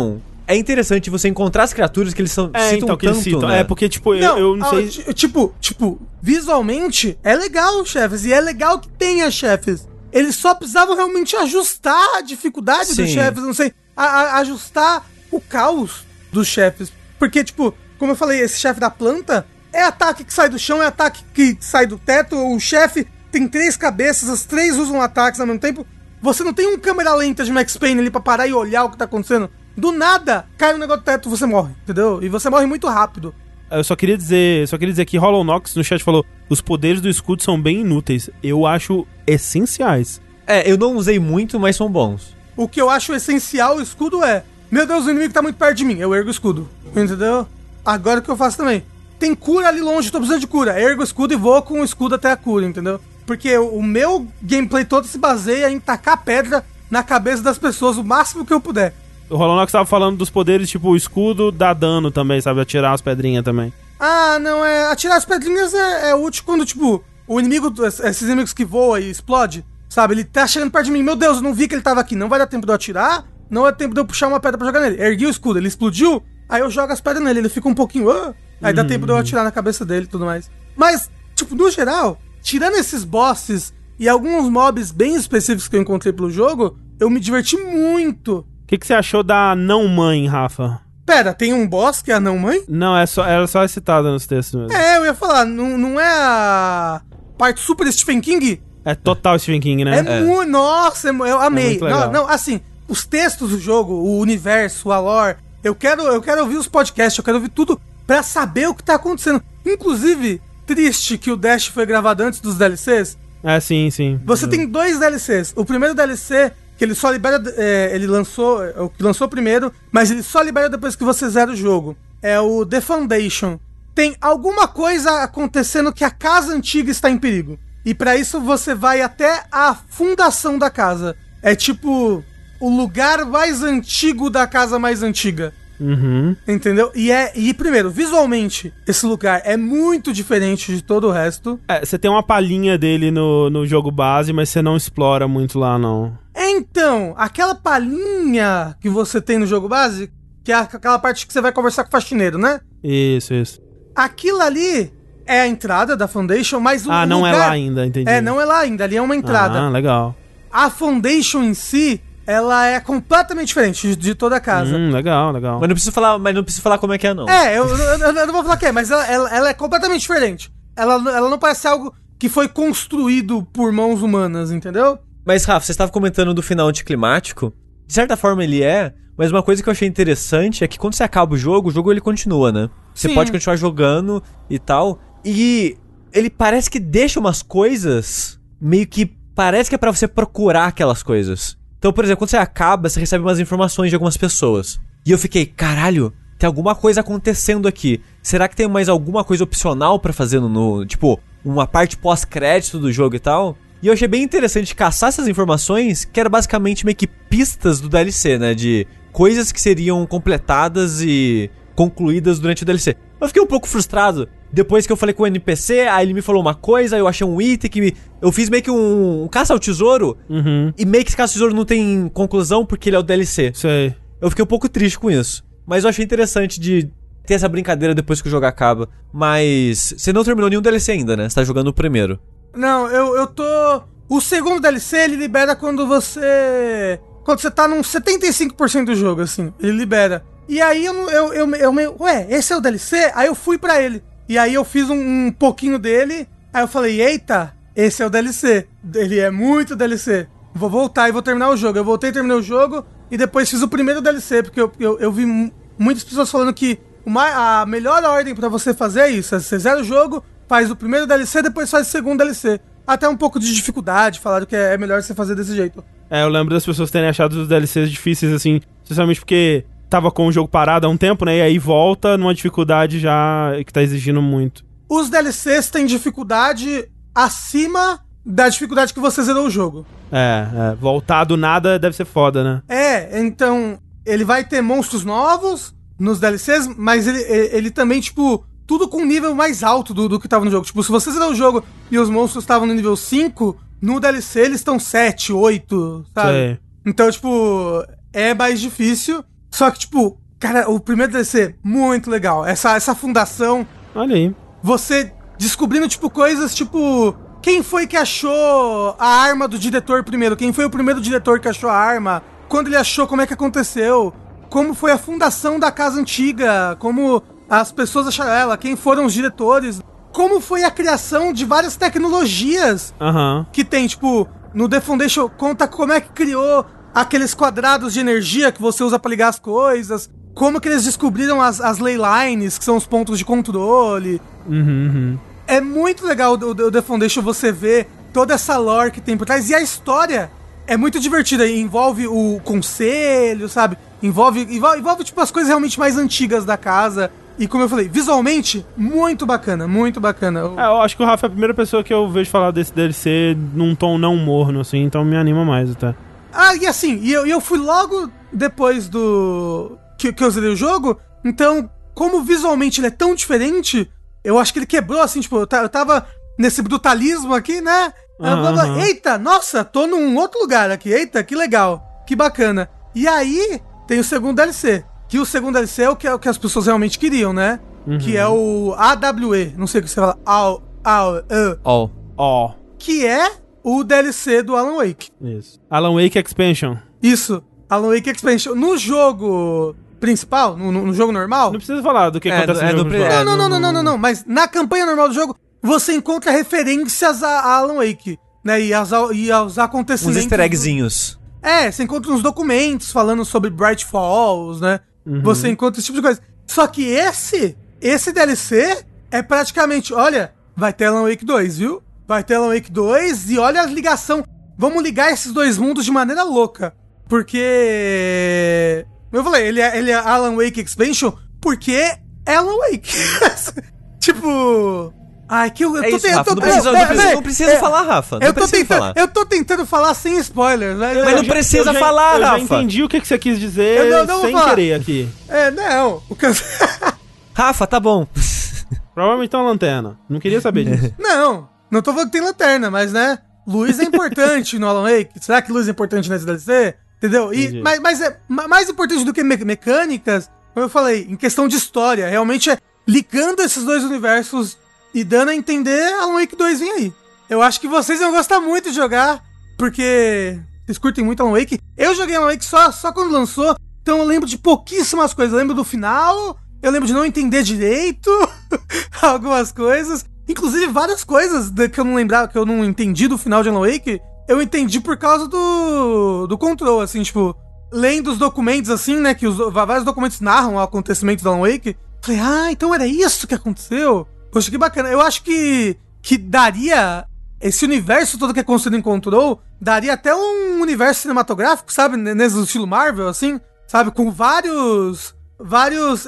é interessante você encontrar as criaturas que eles são, É, citam então, que eles tanto, citam. né? É, porque, tipo, eu, eu não ah, sei... ti- Tipo, tipo, visualmente é legal os chefes, e é legal que tenha chefes. Eles só precisavam realmente ajustar a dificuldade Sim. dos chefes, não sei, a- a- ajustar o caos dos chefes. Porque, tipo, como eu falei, esse chefe da planta é ataque que sai do chão, é ataque que sai do teto, o chefe tem três cabeças, as três usam ataques ao mesmo tempo. Você não tem um câmera lenta de Max Payne ali pra parar e olhar o que tá acontecendo. Do nada, cai um negócio do teto e você morre, entendeu? E você morre muito rápido. Eu só queria dizer, só queria dizer que Hollow Knox no chat falou: os poderes do escudo são bem inúteis. Eu acho essenciais. É, eu não usei muito, mas são bons. O que eu acho essencial, o escudo é... Meu Deus, o inimigo tá muito perto de mim, eu ergo o escudo, entendeu? Agora o que eu faço também? Tem cura ali longe, tô precisando de cura. Ergo o escudo e vou com o escudo até a cura, entendeu? Porque o, o meu gameplay todo se baseia em tacar pedra na cabeça das pessoas o máximo que eu puder. O Hollow Knox tava falando dos poderes, tipo, o escudo dá dano também, sabe? Atirar as pedrinhas também. Ah, não, é... Atirar as pedrinhas é, é útil quando, tipo, o inimigo, esses inimigos que voam e explode, sabe? Ele tá chegando perto de mim, meu Deus, eu não vi que ele tava aqui. Não vai dar tempo de eu atirar, não vai dar tempo de eu puxar uma pedra pra jogar nele. Ergui o escudo, ele explodiu, aí eu jogo as pedras nele, ele fica um pouquinho... Uh, aí dá tempo de eu atirar na cabeça dele e tudo mais. Mas, tipo, no geral, tirando esses bosses e alguns mobs bem específicos que eu encontrei pelo jogo, eu me diverti muito. O que, que você achou da não-mãe, Rafa? Pera, tem um boss que é a não-mãe? Não, é só, ela só é citada nos textos mesmo. É, eu ia falar, não, não é a parte super Stephen King? É total Stephen King, né? É, muito... Nossa, eu amei. muito legal. não, não, assim, os textos do jogo, o universo, a lore, eu quero, eu quero ouvir os podcasts, eu quero ouvir tudo pra saber o que tá acontecendo. Inclusive, triste que o Dash foi gravado antes dos D L Cs. É, sim, sim. Você tem dois D L Cs. O primeiro D L C, que ele só libera... É, ele lançou... É, o que lançou primeiro, mas ele só libera depois que você zera o jogo. É o The Foundation. Tem alguma coisa acontecendo que a casa antiga está em perigo. E pra isso você vai até a fundação da casa. É tipo... o lugar mais antigo da casa mais antiga. Uhum. Entendeu? E é... E primeiro, visualmente, esse lugar é muito diferente de todo o resto. É, você tem uma palhinha dele no, no jogo base, mas você não explora muito lá, não. Então, aquela palhinha que você tem no jogo base, que é aquela parte que você vai conversar com o faxineiro, né? Isso, isso. Aquilo ali é a entrada da Foundation, mas o Ah, não lugar... é lá ainda, entendi. É, não é lá ainda, ali é uma entrada. Ah, legal. A Foundation em si, ela é completamente diferente de, de toda a casa. Hum, legal, legal. Mas não preciso falar, mas não preciso falar como é que é, não. É, eu, eu, eu não vou falar que é, mas ela, ela, ela é completamente diferente. Ela, ela não parece algo que foi construído por mãos humanas, entendeu? Mas, Rafa, você estava comentando do final anticlimático. De certa forma ele é, mas uma coisa que eu achei interessante é que quando você acaba o jogo, o jogo ele continua, né? Você Sim. pode continuar jogando e tal. E ele parece que deixa umas coisas meio que... Parece que é pra você procurar aquelas coisas. Então, por exemplo, quando você acaba, você recebe umas informações de algumas pessoas. E eu fiquei, caralho, tem alguma coisa acontecendo aqui. Será que tem mais alguma coisa opcional pra fazer no... no tipo, uma parte pós-crédito do jogo e tal? E eu achei bem interessante caçar essas informações, que era basicamente meio que pistas do D L C, né? De coisas que seriam completadas e concluídas durante o D L C. Eu fiquei um pouco frustrado. Depois que eu falei com o N P C, aí ele me falou uma coisa, eu achei um item que me... Eu fiz meio que um, um caça ao tesouro, Uhum. e meio que esse caça ao tesouro não tem conclusão porque ele é o D L C. Sei. Eu fiquei um pouco triste com isso. Mas eu achei interessante de ter essa brincadeira depois que o jogo acaba. Mas você não terminou nenhum D L C ainda, né? Você tá jogando o primeiro. Não, eu, eu tô... O segundo D L C, ele libera quando você... Quando você tá num setenta e cinco por cento do jogo, assim. Ele libera. E aí eu, eu, eu, eu meio... Ué, esse é o D L C? Aí eu fui pra ele. E aí eu fiz um, um pouquinho dele. Aí eu falei, eita, esse é o D L C. Ele é muito D L C. Vou voltar e vou terminar o jogo. Eu voltei e terminei o jogo. E depois fiz o primeiro D L C. Porque eu, eu, eu vi m- muitas pessoas falando que uma, a melhor ordem pra você fazer é isso. Você zera o jogo, faz o primeiro D L C, depois faz o segundo D L C. Até um pouco de dificuldade, falaram que é melhor você fazer desse jeito. É, eu lembro das pessoas terem achado os D L Cs difíceis, assim, especialmente porque tava com o jogo parado há um tempo, né? E aí volta numa dificuldade já que tá exigindo muito. Os D L Cs têm dificuldade acima da dificuldade que você zerou o jogo. É, é, voltar do nada deve ser foda, né? É, então, ele vai ter monstros novos nos D L Cs, mas ele, ele também, tipo, tudo com um nível mais alto do, do que tava no jogo. Tipo, se você zerar o jogo e os monstros estavam no nível cinco, no D L C eles estão sete, oito, sabe? Sei. Então, tipo, é mais difícil. Só que, tipo, Cara, o primeiro D L C, muito legal. Essa, essa fundação... Olha aí. Você descobrindo, tipo, coisas, tipo... Quem foi que achou a arma do diretor primeiro? Quem foi o primeiro diretor que achou a arma? Quando ele achou, como é que aconteceu? Como foi a fundação da casa antiga? Como as pessoas acharam ela? Quem foram os diretores? Como foi a criação de várias tecnologias Aham. que tem, tipo... No The Foundation conta como é que criou aqueles quadrados de energia que você usa pra ligar as coisas. Como que eles descobriram as, as ley lines, que são os pontos de controle. Uhum, uhum. É muito legal o, o The Foundation você ver toda essa lore que tem por trás. E a história é muito divertida. Envolve o conselho, sabe? Envolve, envolve, envolve tipo, as coisas realmente mais antigas da casa. E como eu falei, visualmente, muito bacana, muito bacana. É, eu acho que o Rafa é a primeira pessoa que eu vejo falar desse D L C num tom não morno, assim, então me anima mais até. Ah, e assim, e eu, e eu fui logo depois do... Que, que eu zerei o jogo, então, como visualmente ele é tão diferente, eu acho que ele quebrou, assim, tipo, eu, eu tava nesse brutalismo aqui, né? Uhum, eu falava, uhum. Eita, nossa, tô num outro lugar aqui, eita, que legal, que bacana. E aí, tem o segundo D L C. Que o segundo D L C é o que, é o que as pessoas realmente queriam, né? Uhum. Que é o A W E. Não sei o que você fala. All. All. Uh, all. All. Que é o D L C do Alan Wake. Isso. Alan Wake Expansion. Isso. Alan Wake Expansion. No jogo principal, no, no jogo normal... Não precisa falar do que é, acontece é no jogo pre... principal. Não, não, não, não, não, não. Mas na campanha normal do jogo, você encontra referências a Alan Wake. Né? E aos, e aos acontecimentos... Uns easter eggzinhos. Do... É, você encontra uns documentos falando sobre Bright Falls, né? Uhum. Você encontra esse tipo de coisa. Só que esse, esse D L C é praticamente, olha, vai ter Alan Wake dois, viu? Vai ter Alan Wake dois e olha a ligação. Vamos ligar esses dois mundos de maneira louca. Porque... Eu falei, ele é, ele é Alan Wake Expansion porque é Alan Wake. Tipo... Ai, que eu, eu é tô isso, Rafa, eu tô, não precisa, é, não precisa, é, não precisa é, falar, Rafa. Não eu, tô precisa tentando, falar. eu tô tentando falar sem spoilers, né? Mas eu, não já, precisa já, falar, eu Rafa. Eu já entendi o que, que você quis dizer eu não, não sem querer aqui. É, não. O que eu... Rafa, tá bom. Provavelmente tem uma lanterna. Não queria saber disso. Não, não tô falando que tem lanterna, mas, né? Luz é importante no Alan Wake. Será que luz é importante nesse D L C? Entendeu? E, mas, mas é mais importante do que me- mecânicas, como eu falei, em questão de história. Realmente é ligando esses dois universos e dando a entender Alan Wake dois vem aí. Eu acho que vocês vão gostar muito de jogar, porque vocês curtem muito Alan Wake. Eu joguei Alan Wake só, só quando lançou, então eu lembro de pouquíssimas coisas. Eu lembro do final, eu lembro de não entender direito algumas coisas. Inclusive várias coisas que eu não lembrava, que eu não entendi do final de Alan Wake, eu entendi por causa do, do control, assim, tipo, lendo os documentos, assim, né, que os, vários documentos narram acontecimentos do Alan Wake. Falei, ah, então era isso que aconteceu? Poxa, que bacana. Eu acho que, que daria... Esse universo todo que é construído em Control, daria até um universo cinematográfico, sabe? Nesse estilo Marvel, assim, sabe? Com vários... Vários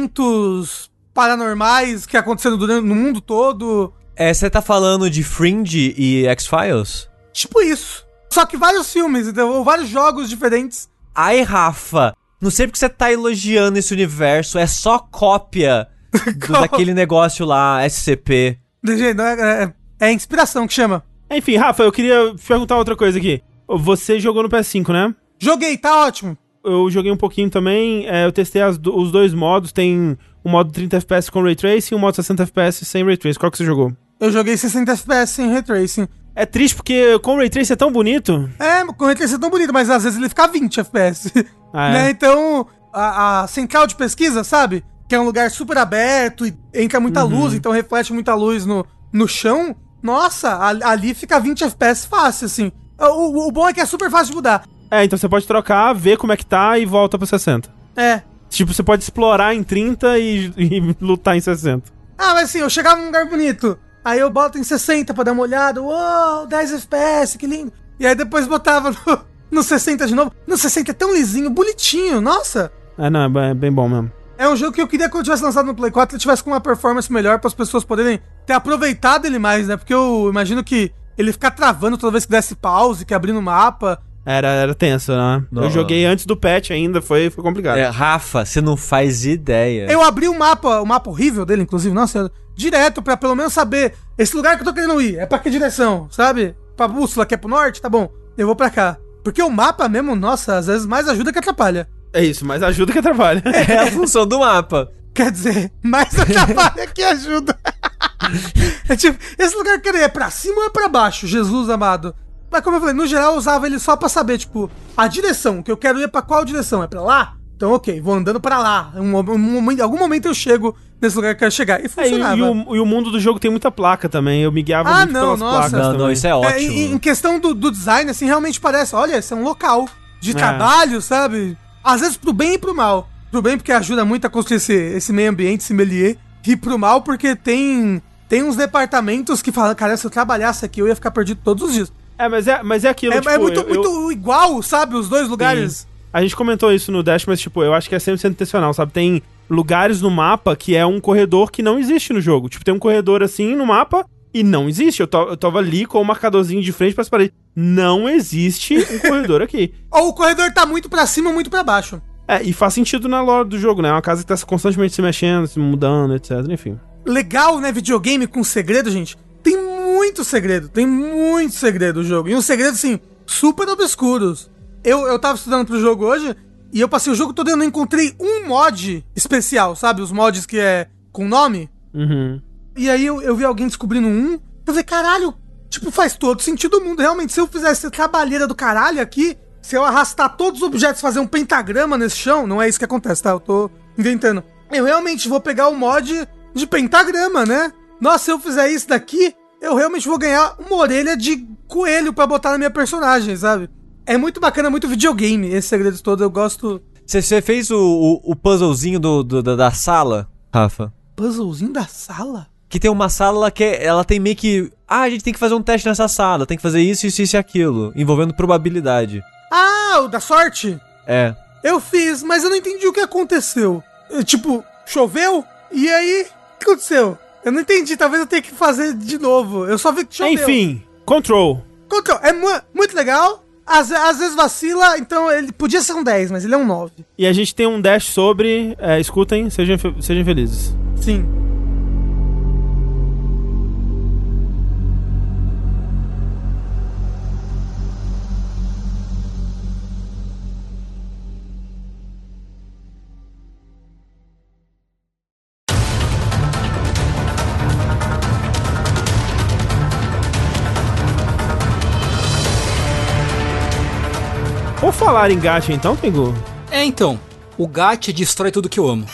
eventos paranormais que aconteceram durante, no mundo todo. É, você tá falando de Fringe e X-Files? Tipo isso. Só que vários filmes, então, ou vários jogos diferentes. Ai, Rafa, não sei porque você tá elogiando esse universo, é só cópia do, daquele negócio lá, S C P. É, é, é inspiração que chama. Enfim, Rafa, eu queria perguntar outra coisa aqui. Você jogou no P S cinco, né? Joguei, tá ótimo. Eu joguei um pouquinho também, é, eu testei as, os dois modos, tem o modo trinta F P S com Ray Tracing e o modo sessenta F P S sem Ray Tracing. Qual que você jogou? Eu joguei sessenta F P S sem Ray Tracing. É triste porque com o Ray Tracing é tão bonito. É, com o Ray Tracing é tão bonito, mas às vezes ele fica vinte F P S. Ah, é? Né? Então, a, a central de pesquisa, sabe? Que é um lugar super aberto e entra muita uhum. luz, então reflete muita luz no, no chão. Nossa, a, ali fica vinte F P S fácil, assim. O, o, o bom é que é super fácil de mudar. É, então você pode trocar, ver como é que tá e volta pra sessenta. É. Tipo, você pode explorar em trinta e, e lutar em sessenta. Ah, mas assim, eu chegava num lugar bonito, aí eu boto em sessenta pra dar uma olhada, uou, dez F P S, que lindo. E aí depois botava no, no sessenta de novo. No sessenta é tão lisinho, bonitinho, nossa. É, não, é bem bom mesmo. É um jogo que eu queria que eu tivesse lançado no Play quatro, ele tivesse com uma performance melhor para as pessoas poderem ter aproveitado ele mais, né? Porque eu imagino que ele ficar travando toda vez que desse pause, que abrindo o mapa. Era, era tenso, né? Não. Eu joguei antes do patch ainda, foi, foi complicado. É, Rafa, você não faz ideia. Eu abri o mapa, o mapa horrível dele, inclusive, nossa, direto pra pelo menos saber, esse lugar que eu tô querendo ir, é pra que direção, sabe? Pra bússola, que é pro norte, tá bom, eu vou pra cá. Porque o mapa mesmo, nossa, às vezes mais ajuda que atrapalha. É isso, mais ajuda que atrapalha. É a função do mapa. Quer dizer, mais atrapalha que ajuda. É tipo, esse lugar que é pra cima ou é pra baixo, Jesus amado? Mas como eu falei, no geral eu usava ele só pra saber, tipo, a direção, que eu quero ir pra qual direção? É pra lá? Então ok, vou andando pra lá. Em um, um, em algum momento eu chego nesse lugar que eu quero chegar. E funcionava. É, e, e, o, e o mundo do jogo tem muita placa também, eu me guiava Ah, muito não, pelas nossa. placas Não, também. não, isso é ótimo. É, em, em questão do, do design, assim, realmente parece, olha, esse é um local de É. trabalho, sabe? Às vezes pro bem e pro mal. Pro bem porque ajuda muito a construir esse, esse meio ambiente, esse mélier. E pro mal porque tem, tem uns departamentos que falam, cara, se eu trabalhasse aqui eu ia ficar perdido todos os dias. É, mas é, mas é aquilo, É, tipo, é muito, eu- muito eu- igual, sabe? Os dois lugares. Sim. A gente comentou isso no Dash, mas, tipo, eu acho que é cem por cento intencional, sabe? Tem lugares no mapa que é um corredor que não existe no jogo. Tipo, tem um corredor assim no mapa e não existe. Eu, to- eu tava ali com o marcadorzinho de frente pra paredes. Não existe um corredor aqui. Ou o corredor tá muito pra cima ou muito pra baixo. É, e faz sentido na lore do jogo, né? É uma casa que tá constantemente se mexendo, se mudando, etcétera. Enfim. Legal, né? Videogame com segredo, gente. Tem muito segredo. Tem muito segredo o jogo. E uns segredos, assim, super obscuros. Eu, eu tava estudando pro jogo hoje e eu passei o jogo todo e eu não encontrei um mod especial, sabe? Os mods que é com nome. Uhum. E aí eu, eu vi alguém descobrindo um. Eu falei, caralho, tipo, faz todo sentido do mundo. Realmente, se eu fizesse essa trabalheira do caralho aqui, se eu arrastar todos os objetos e fazer um pentagrama nesse chão, não é isso que acontece, tá? Eu tô inventando. Eu realmente vou pegar o mod de pentagrama, né? Nossa, se eu fizer isso daqui, eu realmente vou ganhar uma orelha de coelho pra botar na minha personagem, sabe? É muito bacana, muito videogame, esses segredos todos, eu gosto... Você fez o, o, o puzzlezinho do, do- da, da sala, Rafa? Puzzlezinho da sala? Que tem uma sala que é- ela tem meio que... Ah, a gente tem que fazer um teste nessa sala, tem que fazer isso, isso, isso e aquilo, envolvendo probabilidade. Ah, o da sorte? É. Eu fiz, mas eu não entendi o que aconteceu. Eu, tipo, choveu? E aí, o que aconteceu? Eu não entendi, talvez eu tenha que fazer de novo. Eu só vi que choveu. Enfim, Control. Control, é mu- muito legal. Às, às vezes vacila, então ele podia ser um dez, mas ele é um nove. E a gente tem um Dash sobre... É, escutem, sejam, fe- sejam felizes. Sim. Por falar em gacha então, Tengu? É, então, o gacha destrói tudo que eu amo.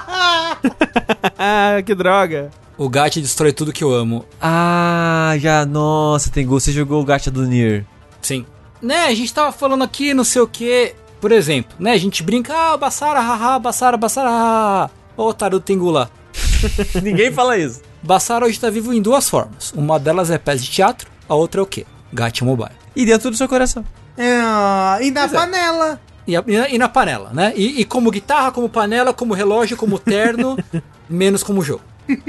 Ah, que droga. O gacha destrói tudo que eu amo. Ah, já, nossa, tem gol. Você jogou o gacha do Nier. Sim. Né, a gente tava falando aqui, não sei o que. Por exemplo, né, a gente brinca, ah, Bassara, haha, Bassara, Bassara, haha. Ó, o otário do Tengu lá. Ninguém fala isso. Bassara hoje tá vivo em duas formas. Uma delas é peça de teatro, a outra é o quê? Gacha mobile. E dentro do seu coração. É, e na Pois é. panela. E, a- e na, e na panela, né? E, e como guitarra, como panela, como relógio, como terno, menos como jogo.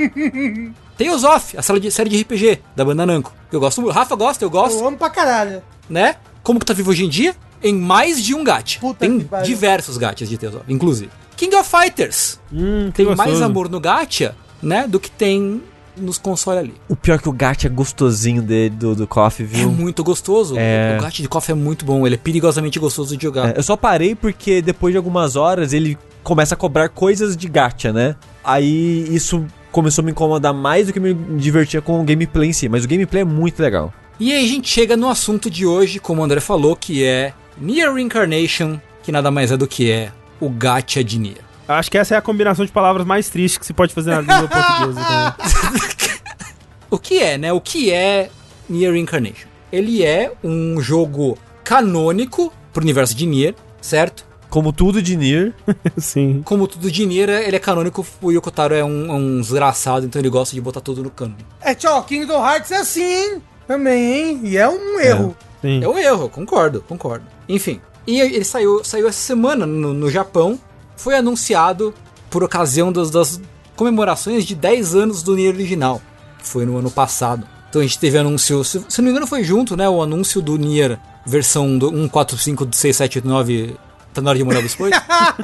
Tem o Zoff, a série de, série de R P G da banda Namco. Eu gosto muito. Rafa gosta, eu gosto, Eu amo pra caralho. né? Como que tá vivo hoje em dia? Em mais de um gacha. Puta Tem que pariu. diversos gachas de Teozoff, inclusive. King of Fighters. Hum, que Tem gostoso. mais amor no gacha, né? Do que tem nos consoles ali. O pior é que o gacha é gostosinho dele, do, do Coffee, É viu? muito gostoso. É. O gacha de coffee é muito bom. Ele é perigosamente gostoso de jogar. É, eu só parei porque depois de algumas horas ele começa a cobrar coisas de gacha, né? Aí isso começou a me incomodar mais do que me divertia com o gameplay em si. Mas o gameplay é muito legal. E aí a gente chega no assunto de hoje, como o André falou, que é Nier Reincarnation, que nada mais é do que é o gacha de Nier. Acho que essa é a combinação de palavras mais tristes que se pode fazer na língua portuguesa. Então. O que é, né? O que é Nier Reincarnation? Ele é um jogo canônico pro universo de Nier, certo? Como tudo de Nier. Sim. Como tudo de Nier, ele é canônico, o Yoko Taro é um, um desgraçado, então ele gosta de botar tudo no cano. É, tchau, Kingdom Hearts é assim, hein? Também, hein? E é um erro. Sim. É um erro, concordo, concordo. Enfim, e ele saiu, saiu essa semana no, no Japão, foi anunciado por ocasião das, das comemorações de dez anos do Nier original. Foi no ano passado. Então a gente teve anúncio, se, se não me engano foi junto, né, o anúncio do Nier versão do um quatro cinco seis sete oito nove, tá na hora de molhar o biscoito?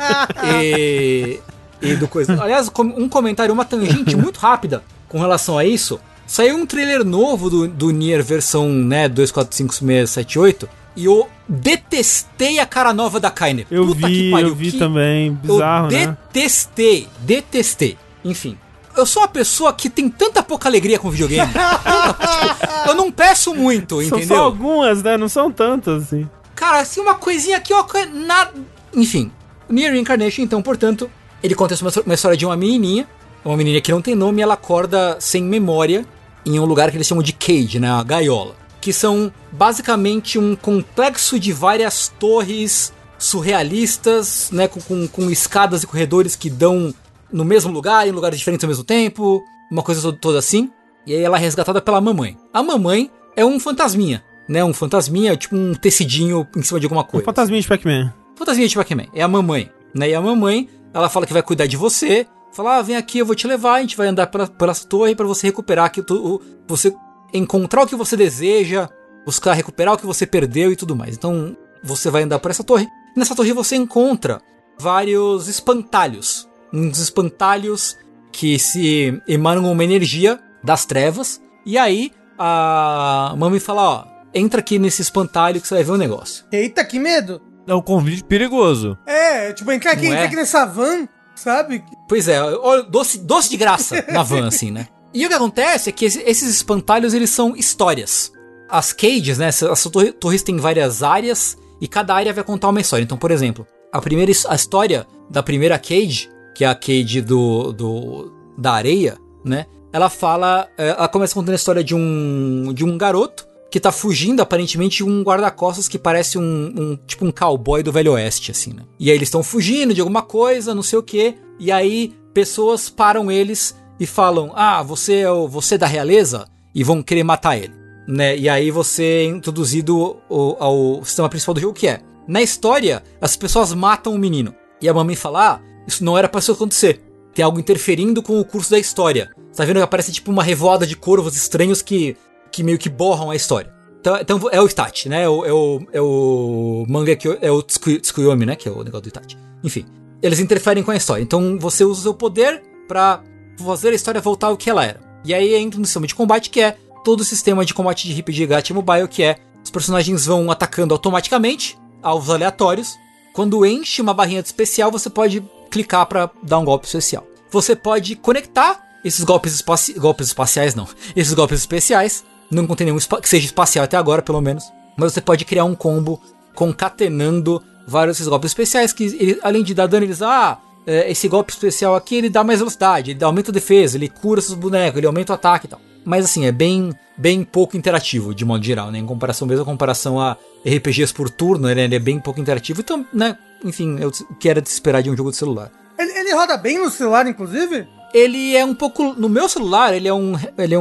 e, e do coisa. Aliás, um comentário, uma tangente muito rápida com relação a isso. Saiu um trailer novo do, do Nier versão, né, dois quatro cinco seis sete oito e o detestei a cara nova da Kainer. Eu Puta vi, que pariu, eu vi que também. Bizarro, eu né? detestei, detestei. Enfim. Eu sou uma pessoa que tem tanta pouca alegria com videogame. tanta, tipo, eu não peço muito, São entendeu? só algumas, né? Não são tantas, assim. Cara, assim, uma coisinha aqui, ó, nada... Enfim, Nier Reincarnation, então, portanto, ele conta uma, uma história de uma menininha, uma menininha que não tem nome, e ela acorda sem memória em um lugar que eles chamam de cage, né, a gaiola, que são basicamente um complexo de várias torres surrealistas, né, com, com, com escadas e corredores que dão no mesmo lugar, em lugares diferentes ao mesmo tempo, uma coisa toda, toda assim, e aí ela é resgatada pela mamãe. A mamãe é um fantasminha, né, um fantasminha, tipo um tecidinho em cima de alguma coisa. Um fantasminha de Pac-Man. Fantasminha de Pac-Man, é a mamãe, né? E a mamãe, ela fala que vai cuidar de você, fala, ah, vem aqui, eu vou te levar, a gente vai andar pela, pela torre pra você recuperar, que tu, você encontrar o que você deseja, buscar recuperar o que você perdeu e tudo mais. Então, você vai andar por essa torre, e nessa torre você encontra vários espantalhos, uns espantalhos que se emanam uma energia das trevas, e aí a mamãe fala, ó, entra aqui nesse espantalho que você vai ver um negócio. Eita, que medo! É um convite perigoso. É, tipo, entrar aqui, Não entrar é? aqui nessa van, sabe? Pois é, ó, doce, doce de graça na van, assim, né? E o que acontece é que esse- esses espantalhos, eles são histórias. As cages, né, essas torre- torres têm várias áreas, e cada área vai contar uma história. Então, por exemplo, a primeira his- a história da primeira cage, que é a cage do, do, da areia, né? Ela fala, é, ela começa contando a história de um, de um garoto que tá fugindo, aparentemente, de um guarda-costas que parece um, um, tipo um cowboy do Velho Oeste, assim, né? E aí eles estão fugindo de alguma coisa, não sei o quê, e aí pessoas param eles e falam, ah, você é, o, você é da realeza? E vão querer matar ele, né? E aí você é introduzido ao, ao sistema principal do jogo, que é, na história, as pessoas matam o menino. E a mamãe fala, ah, isso não era pra isso acontecer. Tem algo interferindo com o curso da história. Você tá vendo que aparece tipo uma revoada de corvos estranhos que... que meio que borram a história. Então, então é o Itachi, né? É o, é o, é o manga que é o Tsukuyomi, Tsukuyomi, né? Que é o negócio do Itachi. Enfim, eles interferem com a história. Então você usa o seu poder pra fazer a história voltar ao que ela era. E aí entra no sistema de combate, que é todo o sistema de combate de R P G Gacha Mobile, que é os personagens vão atacando automaticamente, alvos aleatórios. Quando enche uma barrinha de especial, você pode clicar pra dar um golpe especial. Você pode conectar esses golpes, espaci... golpes espaciais, não. Esses golpes especiais. Não encontrei nenhum que seja espacial até agora, pelo menos. Mas você pode criar um combo concatenando vários desses golpes especiais que, ele, além de dar dano, eles... Ah, é, esse golpe especial aqui, ele dá mais velocidade, ele aumenta a defesa, ele cura seus bonecos, ele aumenta o ataque e tal. Mas assim, é bem, bem pouco interativo, de modo geral, né? Em comparação, mesmo em comparação a R P Gs por turno, ele, ele é bem pouco interativo. Então, né? Enfim, é o que era de se esperar de um jogo de celular. Ele, ele roda bem no celular, inclusive? Ele é um pouco... No meu celular, ele é um ele é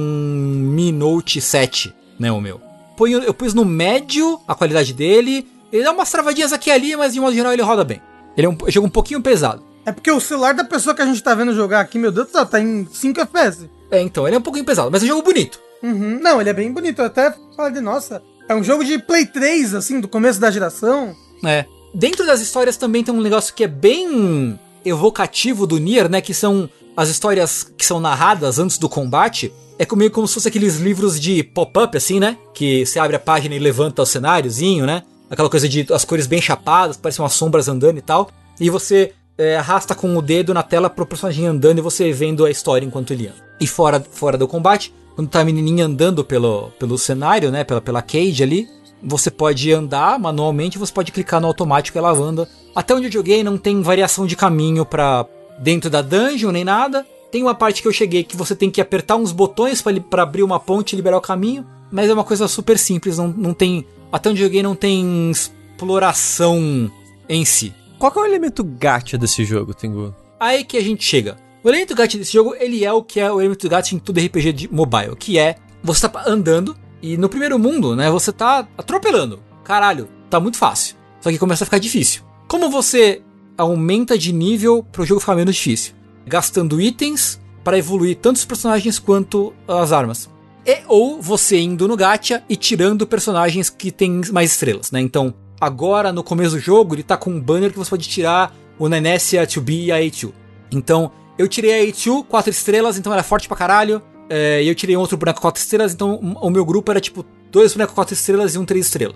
um Mi Note sete, né, o meu. Ponho, eu pus no médio a qualidade dele. Ele dá umas travadinhas aqui e ali, mas de modo geral ele roda bem. Ele é um jogo um pouquinho pesado. É porque o celular da pessoa que a gente tá vendo jogar aqui, meu Deus do céu, tá em cinco F P S. É, então, ele é um pouquinho pesado, mas é um jogo bonito. Uhum. Não, ele é bem bonito. Eu até falo de, nossa, é um jogo de Play três, assim, do começo da geração. É. Dentro das histórias também tem um negócio que é bem evocativo do Nier, né, que são... As histórias que são narradas antes do combate é meio como se fosse aqueles livros de pop-up, assim, né? Que você abre a página e levanta o cenáriozinho, né? Aquela coisa de as cores bem chapadas, parecem umas sombras andando e tal. E você é, arrasta com o dedo na tela pro personagem andando e você vendo a história enquanto ele anda. E fora, fora do combate, quando tá a menininha andando pelo, pelo cenário, né? Pela, pela cage ali, você pode andar manualmente, você pode clicar no automático e ela anda. Até onde eu joguei não tem variação de caminho pra... dentro da dungeon, nem nada. Tem uma parte que eu cheguei que você tem que apertar uns botões pra, pra abrir uma ponte e liberar o caminho. Mas é uma coisa super simples, não, não tem... Até onde eu joguei não tem exploração em si. Qual que é o elemento gacha desse jogo, Tengu? Aí que a gente chega. O elemento gacha desse jogo, ele é o que é o elemento gacha em todo R P G de mobile. Que é, você tá andando e no primeiro mundo, né, você tá atropelando. Caralho, tá muito fácil. Só que começa a ficar difícil. Como você... aumenta de nível para o jogo ficar menos difícil, gastando itens para evoluir tanto os personagens quanto as armas. E ou você indo no gacha e tirando personagens que tem mais estrelas, né? Então, agora no começo do jogo, ele tá com um banner que você pode tirar o Nenessia, a dois B e a A dois. Então, eu tirei a A dois, quatro estrelas, então ela é forte pra caralho. É, e eu tirei outro boneco quatro estrelas, então o meu grupo era tipo dois bonecos quatro estrelas e um três estrelas.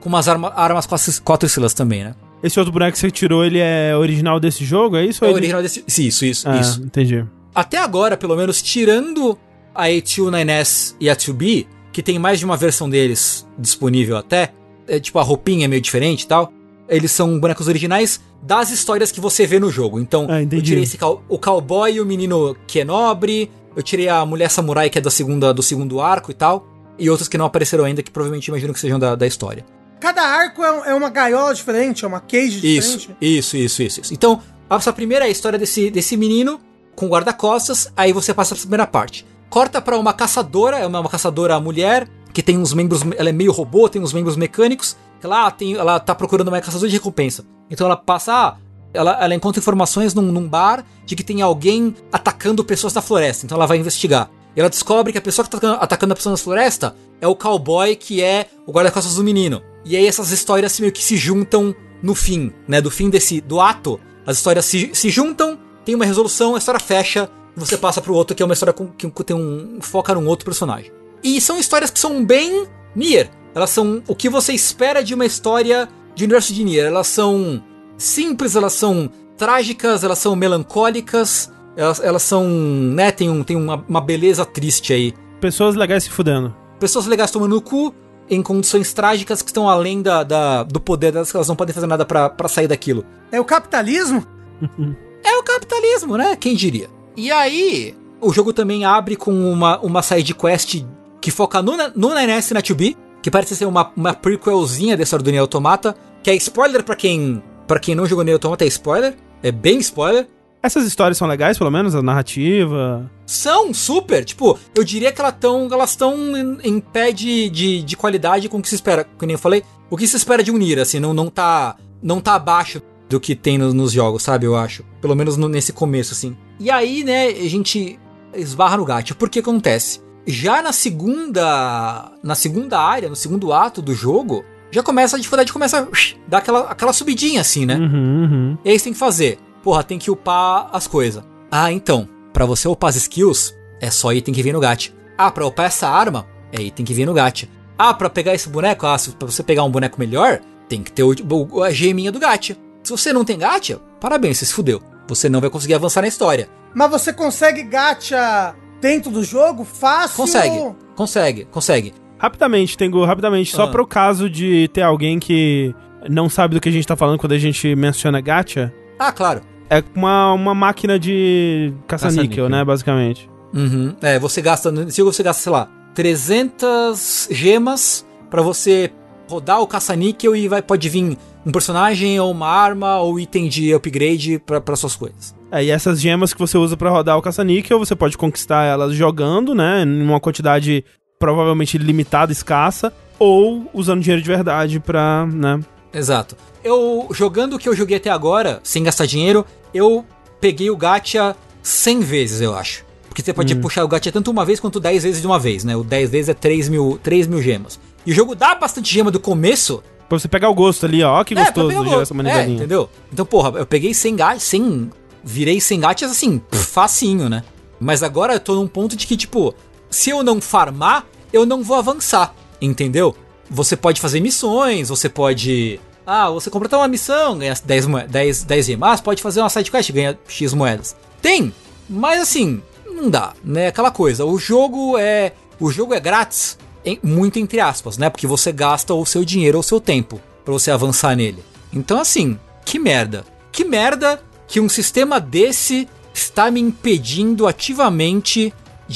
com umas arma, armas quatro, quatro estrelas também, né? Esse outro boneco que você tirou, ele é original desse jogo, é isso? É ou ele... original desse... Isso, isso, ah, isso. entendi. Até agora, pelo menos, tirando a A dois nine S e a dois B, que tem mais de uma versão deles disponível até, é, tipo, a roupinha é meio diferente e tal, eles são bonecos originais das histórias que você vê no jogo. Então, ah, eu tirei esse cow- o cowboy e o menino que é nobre, eu tirei a mulher samurai que é da segunda, do segundo arco e tal, e outros que não apareceram ainda, que provavelmente imagino que sejam da, da história. Cada arco é, é uma gaiola diferente, é uma cage diferente. Isso, isso, isso, isso, isso. Então, essa primeira é a história desse, desse menino com guarda-costas, aí você passa pra primeira parte. Corta pra uma caçadora, é uma, uma caçadora mulher, que tem uns membros, ela é meio robô, tem uns membros mecânicos, ela, tem, ela tá procurando uma caçadora de recompensa. Então ela passa, ah, ela, ela encontra informações num, num bar de que tem alguém atacando pessoas na floresta, então ela vai investigar. E ela descobre que a pessoa que tá atacando, atacando a pessoa na floresta é o cowboy que é o guarda-costas do menino. E aí essas histórias meio que se juntam no fim, né, do fim desse, do ato, as histórias se, se juntam, tem uma resolução, a história fecha, e você passa pro outro, que é uma história com, que tem um, foca num outro personagem. E são histórias que são bem Nier. Elas são o que você espera de uma história de universo de Nier. Elas são simples, elas são trágicas, elas são melancólicas, elas, elas são, né, tem, um, tem uma, uma beleza triste aí. Pessoas legais se fudendo. Pessoas legais tomando no cu, em condições trágicas que estão além da, da, do poder delas, que elas não podem fazer nada pra, pra sair daquilo. É o capitalismo? É o capitalismo, né? Quem diria? E aí, o jogo também abre com uma, uma side quest que foca no, no nine S e na dois B, que parece ser uma, uma prequelzinha da história do Nier Automata, que é spoiler pra quem, pra quem não jogou Nier Automata, é spoiler, é bem spoiler. Essas histórias são legais, pelo menos, a narrativa... São, super, tipo, eu diria que elas estão elas estão em, em pé de, de, de qualidade com o que se espera, como eu falei, o que se espera de um Nier, assim, não, não, tá, não tá abaixo do que tem nos, nos jogos, sabe, eu acho, pelo menos no, nesse começo, assim. E aí, né, a gente esbarra no gacha, porque acontece, já na segunda, na segunda área, no segundo ato do jogo, já começa a dificuldade, começa a dar aquela, aquela subidinha, assim, né, Uhum, uhum. e aí você tem que fazer, porra, tem que upar as coisas. Ah, então, pra você upar as skills, é só item que vem no gacha. Ah, pra upar essa arma, é item que vem no gacha. Ah, pra pegar esse boneco, ah, pra você pegar um boneco melhor, tem que ter o, o, a geminha do gacha. Se você não tem gacha, parabéns, você se fudeu. Você não vai conseguir avançar na história. Mas você consegue gacha dentro do jogo? Fácil? Consegue, consegue, consegue. Rapidamente, Tengu, rapidamente, só Ah. para o caso de ter alguém que não sabe do que a gente tá falando quando a gente menciona gacha, Ah, claro. é uma, uma máquina de caça-níquel, Caça-níquel. né, basicamente. Uhum. É, você gasta, nesse jogo você gasta, sei lá, trezentas gemas pra você rodar o caça-níquel e vai, pode vir um personagem ou uma arma ou item de upgrade pra, pra suas coisas. É, e essas gemas que você usa pra rodar o caça-níquel, você pode conquistar elas jogando, né, em uma quantidade provavelmente limitada, escassa, ou usando dinheiro de verdade pra, né... Exato. Eu, jogando o que eu joguei até agora, sem gastar dinheiro, eu peguei o gacha cem vezes, eu acho. Porque você pode Hum. puxar o gacha tanto uma vez quanto dez vezes de uma vez, né? O dez vezes é três mil, três mil gemas. E o jogo dá bastante gema do começo. Pra você pegar o gosto ali, ó, ó que É, pra gostoso pegar o de gosto. essa É, manivadinha. entendeu? Então, porra, eu peguei cem gachas, cem... Virei cem gachas, assim, pff, facinho, né? Mas agora eu tô num ponto de que, tipo, se eu não farmar, eu não vou avançar, entendeu? Você pode fazer missões, você pode... Ah, você completar uma missão, ganha dez, dez, dez gemas, pode fazer uma sidequest, ganha X moedas. Tem, mas assim, não dá, né? Aquela coisa, o jogo é... O jogo é grátis, em, muito entre aspas, né? Porque você gasta o seu dinheiro ou o seu tempo pra você avançar nele. Então assim, que merda. Que merda que um sistema desse está me impedindo ativamente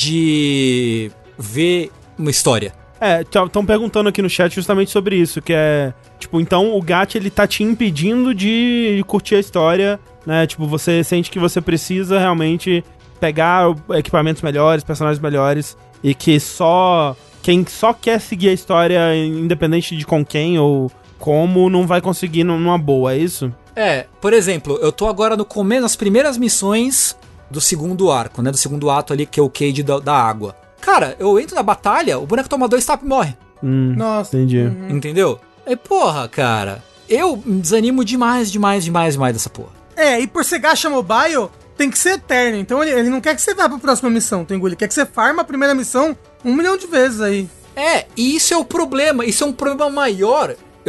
de ver uma história. É, estão perguntando aqui no chat justamente sobre isso, que é, tipo, então o gacha, ele tá te impedindo de curtir a história, né, tipo, você sente que você precisa realmente pegar equipamentos melhores, personagens melhores, e que só, quem só quer seguir a história, independente de com quem ou como, não vai conseguir numa boa, é isso? É, por exemplo, eu tô agora no começo, nas primeiras missões do segundo arco, né, do segundo ato ali, que é o Cade da, da água. Cara, eu entro na batalha, o boneco toma dois tapas e morre. Hum, Nossa. entendi. Uhum. Entendeu? E porra, cara, eu me desanimo demais, demais, demais, demais dessa porra. É, e por ser gacha mobile, tem que ser eterno. Então ele, ele não quer que você vá pra próxima missão, Tengu. Ele quer que você farma a primeira missão um milhão de vezes aí. É, e isso é o problema, isso é um problema maior. Eu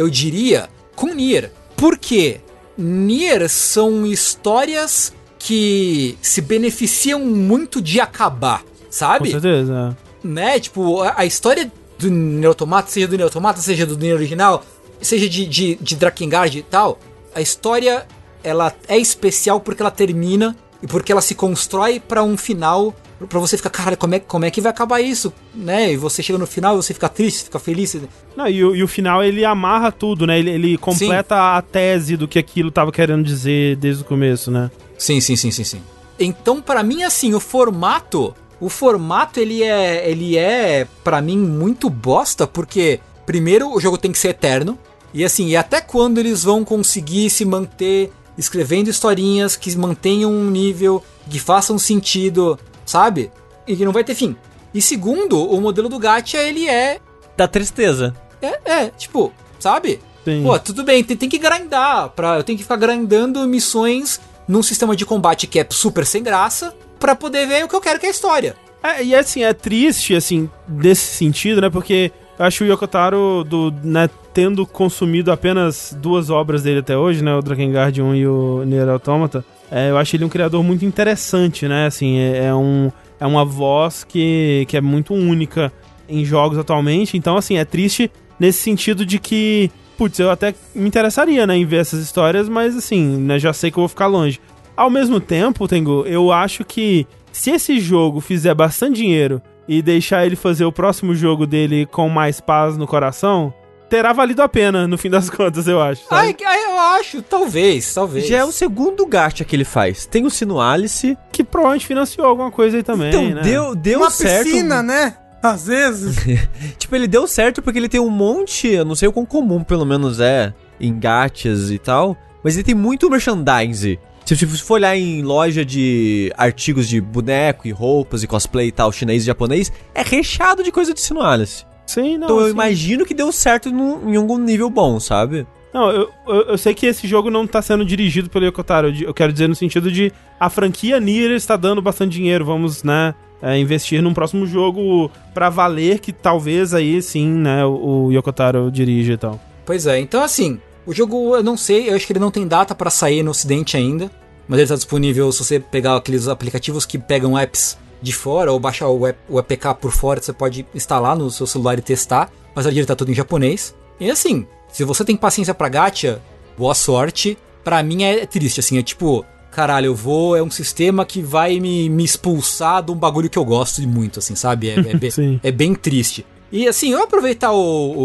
eu diria, com Nier. Por quê? Nier são histórias que se beneficiam muito de acabar, sabe? Com certeza. Né? Tipo, a, a história do Nier Automata, seja do Nier Automata, seja do Nier original, seja de, de, de Drakengard e tal, a história, ela é especial porque ela termina e porque ela se constrói pra um final, pra você ficar, cara, como é, como é que vai acabar isso, né? E você chega no final, você fica triste, fica feliz. Não, e, o, e o final, ele amarra tudo, né? Ele, ele completa Sim. a tese do que aquilo tava querendo dizer desde o começo, né? Sim, sim, sim, sim, sim. Então, pra mim, assim, o formato, o formato, ele é, ele é, pra mim, muito bosta, porque, primeiro, o jogo tem que ser eterno, e assim, e até quando eles vão conseguir se manter escrevendo historinhas que mantenham um nível, que façam sentido, sabe? E que não vai ter fim. E segundo, o modelo do gacha, ele é... Da tristeza. É, é, tipo, sabe? Sim. Pô, tudo bem, tem, tem que grindar, pra, eu tenho que ficar grindando missões num sistema de combate que é super sem graça, pra poder ver o que eu quero que é a história. É, e assim, é triste, assim, desse sentido, né? Porque eu acho o Yoko Taro, do, né, tendo consumido apenas duas obras dele até hoje, né? O Drakengard um e o Nier Automata, é, eu acho ele um criador muito interessante, né? Assim, é, é, um, é uma voz que, que é muito única em jogos atualmente. Então, assim, é triste nesse sentido de que, putz, eu até me interessaria, né, em ver essas histórias, mas assim, né, já sei que eu vou ficar longe. Ao mesmo tempo, Tengu, eu acho que se esse jogo fizer bastante dinheiro e deixar ele fazer o próximo jogo dele com mais paz no coração, terá valido a pena, no fim das contas, eu acho. Ai, eu acho, talvez, talvez. Já é o segundo gacha que ele faz. Tem o Sino Alice, que provavelmente financiou alguma coisa aí também, então, né? deu, deu Uma certo. piscina, né? Às vezes. Tipo, ele deu certo porque ele tem um monte, eu não sei o quão comum pelo menos é, em gachas e tal, mas ele tem muito merchandise. Se você for olhar em loja de artigos de boneco e roupas e cosplay e tal, chinês e japonês, é recheado de coisa de Sino Alice. Sim, não. Então eu sim. imagino que deu certo num, em algum nível bom, sabe? Não, eu, eu, eu sei que esse jogo não tá sendo dirigido pelo Yoko Taro. Eu, eu quero dizer no sentido de a franquia Nier está dando bastante dinheiro. Vamos, né, é, investir num próximo jogo pra valer, que talvez aí sim, né, o, o Yoko Taro dirija e tal. Pois é, então assim, o jogo eu não sei, eu acho que ele não tem data pra sair no ocidente ainda, mas ele tá disponível se você pegar aqueles aplicativos que pegam apps de fora ou baixar o, app, o A P K por fora, você pode instalar no seu celular e testar, mas ele tá tudo em japonês. E assim, se você tem paciência pra gacha, boa sorte. Pra mim é triste, assim, é tipo, caralho, eu vou, é um sistema que vai me, me expulsar de um bagulho que eu gosto muito, assim, sabe? É, é, bem, é bem triste. E assim, eu vou aproveitar o,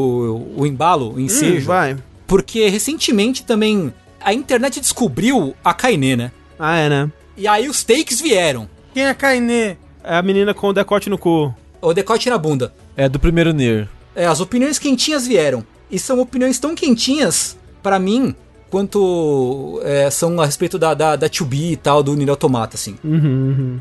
o, o embalo, o ensejo, hum, vai. porque recentemente também a internet descobriu a Kaine, né? Ah, é, né? E aí os takes vieram. Quem é Kaine? É a menina com o decote no cu. O decote na bunda. É do primeiro Nier. É, as opiniões quentinhas vieram. E são opiniões tão quentinhas, pra mim, quanto é, são a respeito da, da, da dois B e tal, do Nier Automata, assim. Uhum, uhum.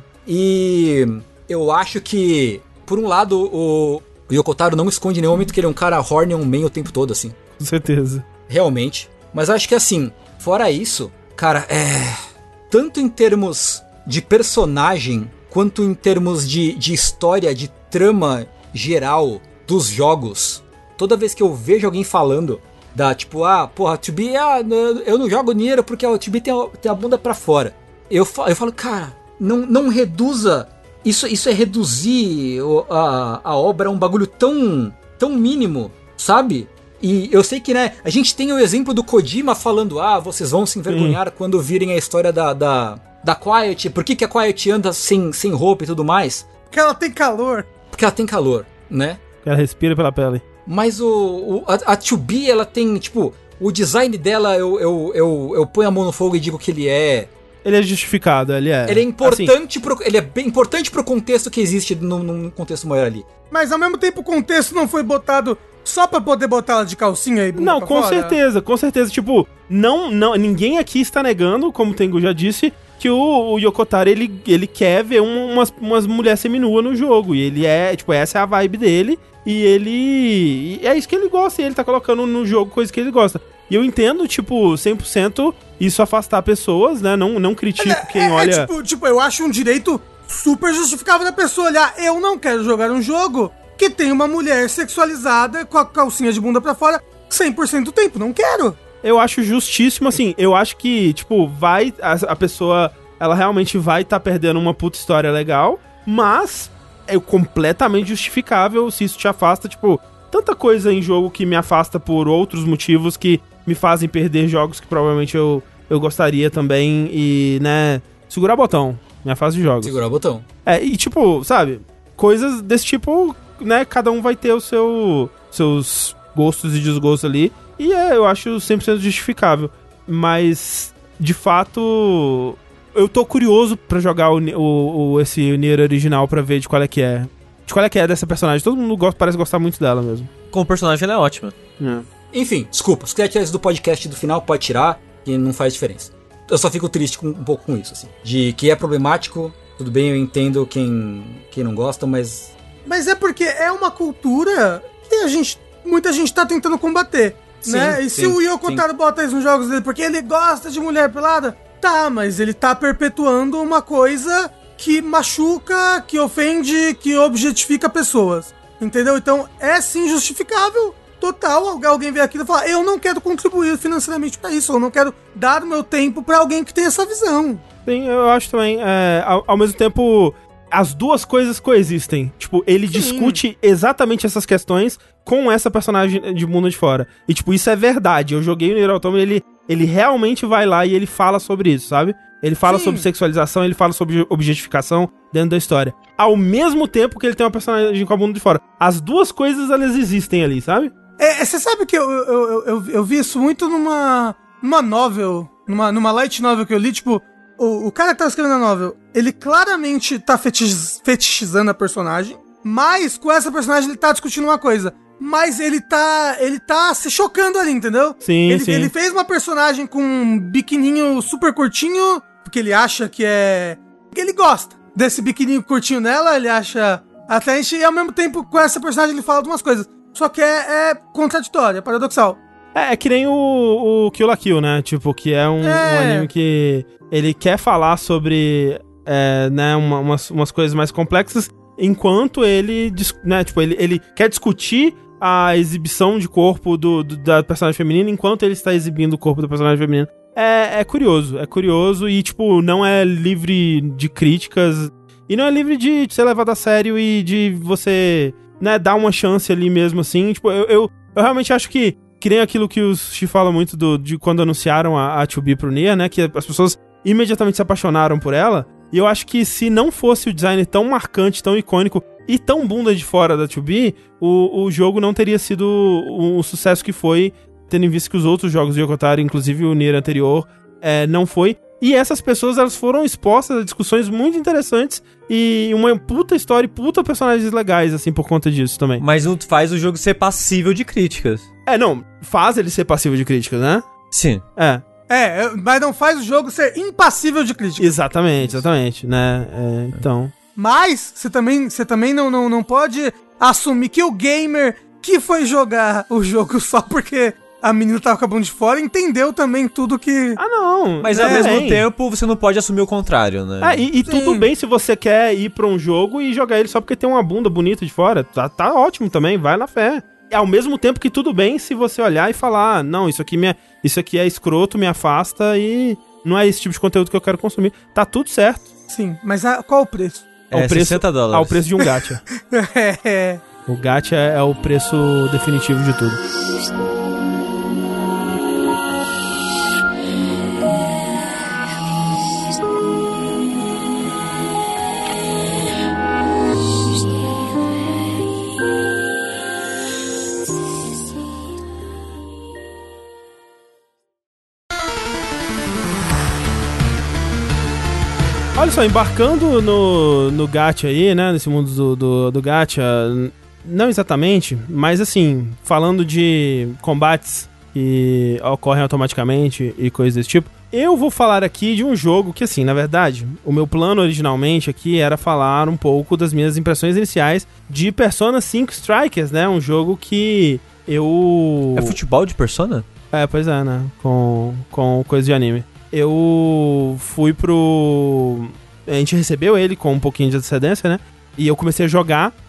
E eu acho que, por um lado, o, o Yoko Taro não esconde em nenhum momento que ele é um cara horny on man o tempo todo, assim. Com certeza. Realmente. Mas acho que, assim, fora isso, cara, é... tanto em termos de personagem, quanto em termos de, de história, de trama geral dos jogos, toda vez que eu vejo alguém falando da, tipo, ah, porra, dois B, ah, eu não jogo Nier porque o dois B tem a, tem a bunda pra fora. Eu falo, eu falo cara, não, não reduza, isso, isso é reduzir a, a obra a um bagulho tão, tão mínimo, sabe? E eu sei que, né, a gente tem o exemplo do Kojima falando, ah, vocês vão se envergonhar hum. quando virem a história da, da, da Quiet, por que, que a Quiet anda sem, sem roupa e tudo mais? Porque ela tem calor. Porque ela tem calor, né? Ela respira pela pele. Mas o, o, a, a dois B, ela tem, tipo, o design dela, eu, eu, eu, eu ponho a mão no fogo e digo que ele é... Ele é justificado, ele é... Ele é importante, assim, pro, ele é bem importante pro contexto que existe num, num contexto maior ali. Mas ao mesmo tempo o contexto não foi botado só pra poder botar ela de calcinha e bunda Não, pra com fora? certeza, com certeza. Tipo, não, não, ninguém aqui está negando, como o Tengu já disse, que o, o Yoko Taro, ele, ele quer ver um, umas, umas mulheres seminuas no jogo. E ele é, tipo, essa é a vibe dele. E ele... E é isso que ele gosta. E ele tá colocando no jogo coisa que ele gosta. E eu entendo, tipo, cem por cento isso afastar pessoas, né? Não, não critico é, quem é, olha... É, tipo, tipo, eu acho um direito super justificável da pessoa olhar. Eu não quero jogar um jogo que tem uma mulher sexualizada com a calcinha de bunda pra fora cem por cento do tempo, não quero. Eu acho justíssimo, assim, eu acho que, tipo, vai, a, a pessoa, ela realmente vai estar tá perdendo uma puta história legal, mas é completamente justificável se isso te afasta, tipo, tanta coisa em jogo que me afasta por outros motivos que me fazem perder jogos que provavelmente eu, eu gostaria também e, né, segurar o botão, minha fase de jogos. Segurar o botão. É, e tipo, sabe, coisas desse tipo, né, cada um vai ter o seu, seus gostos e desgostos ali, e é, eu acho cem por cento justificável, mas, de fato, eu tô curioso pra jogar o, o, o, esse Nier original pra ver de qual é que é, de qual é que é dessa personagem, todo mundo gosta, parece gostar muito dela mesmo. Como personagem ela é ótima. É. Enfim, desculpa, se quiser tirar isso do podcast do final, pode tirar, que não faz diferença. Eu só fico triste com, um pouco com isso, assim, de que é problemático, tudo bem, eu entendo quem, quem não gosta, mas... Mas é porque é uma cultura que a gente, muita gente tá tentando combater, Sim, né? E sim, se o Yoko sim. Taro bota isso nos jogos dele porque ele gosta de mulher pelada, tá, mas ele tá perpetuando uma coisa que machuca, que ofende, que objetifica pessoas, entendeu? Então é sim justificável, total, alguém vem aqui e fala, eu não quero contribuir financeiramente pra isso, eu não quero dar o meu tempo pra alguém que tem essa visão. Sim, eu acho também, é, ao, ao mesmo tempo, as duas coisas coexistem. Tipo, ele Sim. discute exatamente essas questões com essa personagem de mundo de fora. E, tipo, isso é verdade. Eu joguei o Nier Automata e ele, ele realmente vai lá e ele fala sobre isso, sabe? Ele fala Sim. sobre sexualização, ele fala sobre objetificação dentro da história. Ao mesmo tempo que ele tem uma personagem com a mundo de fora. As duas coisas, elas existem ali, sabe? É, você sabe que eu, eu, eu, eu, eu vi isso muito numa, numa novel, numa, numa light novel que eu li, tipo, o, o cara que tá escrevendo a novel, ele claramente tá fetichiz, fetichizando a personagem, mas com essa personagem ele tá discutindo uma coisa, mas ele tá, ele tá se chocando ali, entendeu? Sim, ele, sim. ele fez uma personagem com um biquininho super curtinho, porque ele acha que é... que ele gosta desse biquininho curtinho nela, ele acha atraente, e ao mesmo tempo com essa personagem ele fala de umas coisas. Só que é, é contraditório, é paradoxal. É, é que nem o, o Kill la Kill, né? Tipo, que é um, É. um anime que ele quer falar sobre, é, né, uma, umas, umas coisas mais complexas, enquanto ele, dis- né, tipo, ele, ele quer discutir a exibição de corpo do, do- da personagem feminina enquanto ele está exibindo o corpo da personagem feminina. É, é curioso, é curioso e, tipo, não é livre de críticas e não é livre de ser levado a sério e de você... né, dar uma chance ali mesmo, assim, tipo, eu, eu, eu realmente acho que, que nem aquilo que os Xi fala muito do, de quando anunciaram a, a dois B pro Nier, né, que as pessoas imediatamente se apaixonaram por ela, e eu acho que se não fosse o design tão marcante, tão icônico e tão bunda de fora da dois B, o, o jogo não teria sido o, o sucesso que foi, tendo em vista que os outros jogos de Yoko Taro, inclusive o Nier anterior, é, não foi. E essas pessoas, elas foram expostas a discussões muito interessantes e uma puta história e puta personagens legais, assim, por conta disso também. Mas não faz o jogo ser passível de críticas. É, não, faz ele ser passivo de críticas, né? Sim. É, É, mas não faz o jogo ser impassível de crítica. exatamente, exatamente, né? É, então... Mas você também, você também não, não, não pode assumir que o gamer que foi jogar o jogo só porque a menina tava com a bunda de fora entendeu também tudo que... Ah, não! Mas é, ao mesmo bem. tempo, você não pode assumir o contrário, né? É, e, e tudo bem se você quer ir pra um jogo e jogar ele só porque tem uma bunda bonita de fora. Tá, tá ótimo também, vai na fé. Ao mesmo tempo que tudo bem se você olhar e falar, ah, não, isso aqui, me, isso aqui é escroto, me afasta e não é esse tipo de conteúdo que eu quero consumir. Tá tudo certo. Sim, mas a, qual o preço? É, ao preço, sessenta dólares. Ao preço de um gacha. É, O gacha é, é o preço definitivo de tudo. Olha só, embarcando no, no gacha aí, né, nesse mundo do, do, do gacha, não exatamente, mas assim, falando de combates que ocorrem automaticamente e coisas desse tipo, eu vou falar aqui de um jogo que, assim, na verdade, o meu plano originalmente aqui era falar um pouco das minhas impressões iniciais de Persona cinco Strikers, né, um jogo que eu... É futebol de Persona? É, pois é, né, com, com coisa de anime. Eu fui pro... A gente recebeu ele com um pouquinho de antecedência, né? E eu comecei a jogar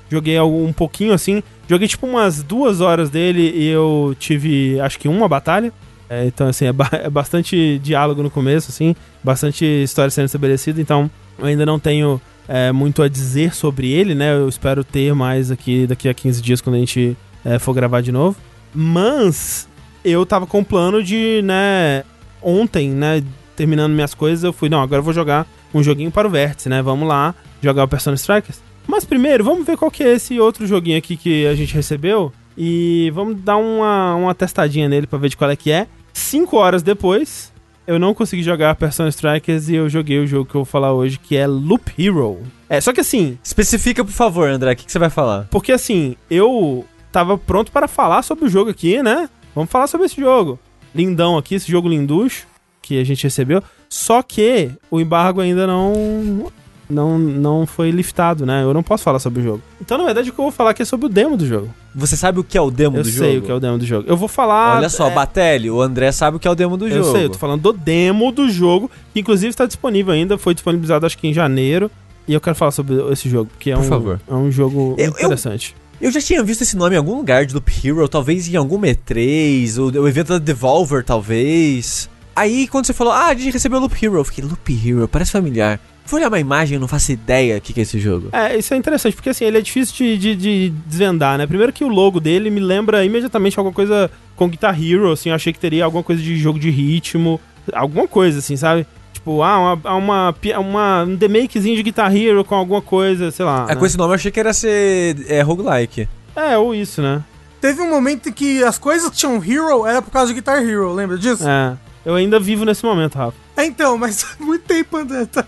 joguei um pouquinho assim, joguei tipo umas duas horas dele e eu tive, acho que uma batalha. É, então, assim, é, ba- é bastante diálogo no começo, assim, bastante história sendo estabelecida, então eu ainda não tenho é, muito a dizer sobre ele, né? Eu espero ter mais aqui daqui a quinze dias quando a gente é, for gravar de novo. Mas eu tava com o plano de, né, ontem, né, terminando minhas coisas, eu fui, não, agora eu vou jogar um joguinho para o Vértice, né? Vamos lá jogar o Persona Strikers. Mas primeiro, vamos ver qual que é esse outro joguinho aqui que a gente recebeu e vamos dar uma, uma testadinha nele pra ver de qual é que é. Cinco horas depois, eu não consegui jogar Persona Strikers e eu joguei o jogo que eu vou falar hoje, que é Loop Hero. É, só que assim... Especifica, por favor, André, o que, que você vai falar? Porque assim, eu tava pronto para falar sobre o jogo aqui, né? Vamos falar sobre esse jogo. Lindão aqui, esse jogo linducho que a gente recebeu. Só que o embargo ainda não... Não, não foi liftado, né? Eu não posso falar sobre o jogo. Então, na verdade, o que eu vou falar aqui é sobre o demo do jogo. Você sabe o que é o demo eu do jogo? Eu sei o que é o demo do jogo. Eu vou falar... Olha só, é... Batelli, o André sabe o que é o demo do eu jogo. Eu sei, eu tô falando do demo do jogo, que inclusive está disponível ainda, foi disponibilizado acho que em janeiro, e eu quero falar sobre esse jogo, porque é, Por um, favor. é um jogo eu, interessante. Eu, eu já tinha visto esse nome em algum lugar de Loop Hero, talvez em algum E três, ou o evento da Devolver, talvez. Aí, quando você falou, ah, a gente recebeu Loop Hero, eu fiquei, Loop Hero, parece familiar. Vou olhar uma imagem, eu não faço ideia o que, que é esse jogo. É, isso é interessante, porque assim, ele é difícil de, de, de desvendar, né? Primeiro que o logo dele me lembra imediatamente alguma coisa com Guitar Hero, assim, eu achei que teria alguma coisa de jogo de ritmo, alguma coisa, assim, sabe? Tipo, ah, uma, uma, uma, um demakezinho de Guitar Hero com alguma coisa, sei lá. É, né? Com esse nome eu achei que era ser é, roguelike. É, ou isso, né? Teve um momento em que as coisas que tinham Hero era por causa do Guitar Hero, lembra disso? É, eu ainda vivo nesse momento, Rafa. É, então, mas muito tempo, André, tá...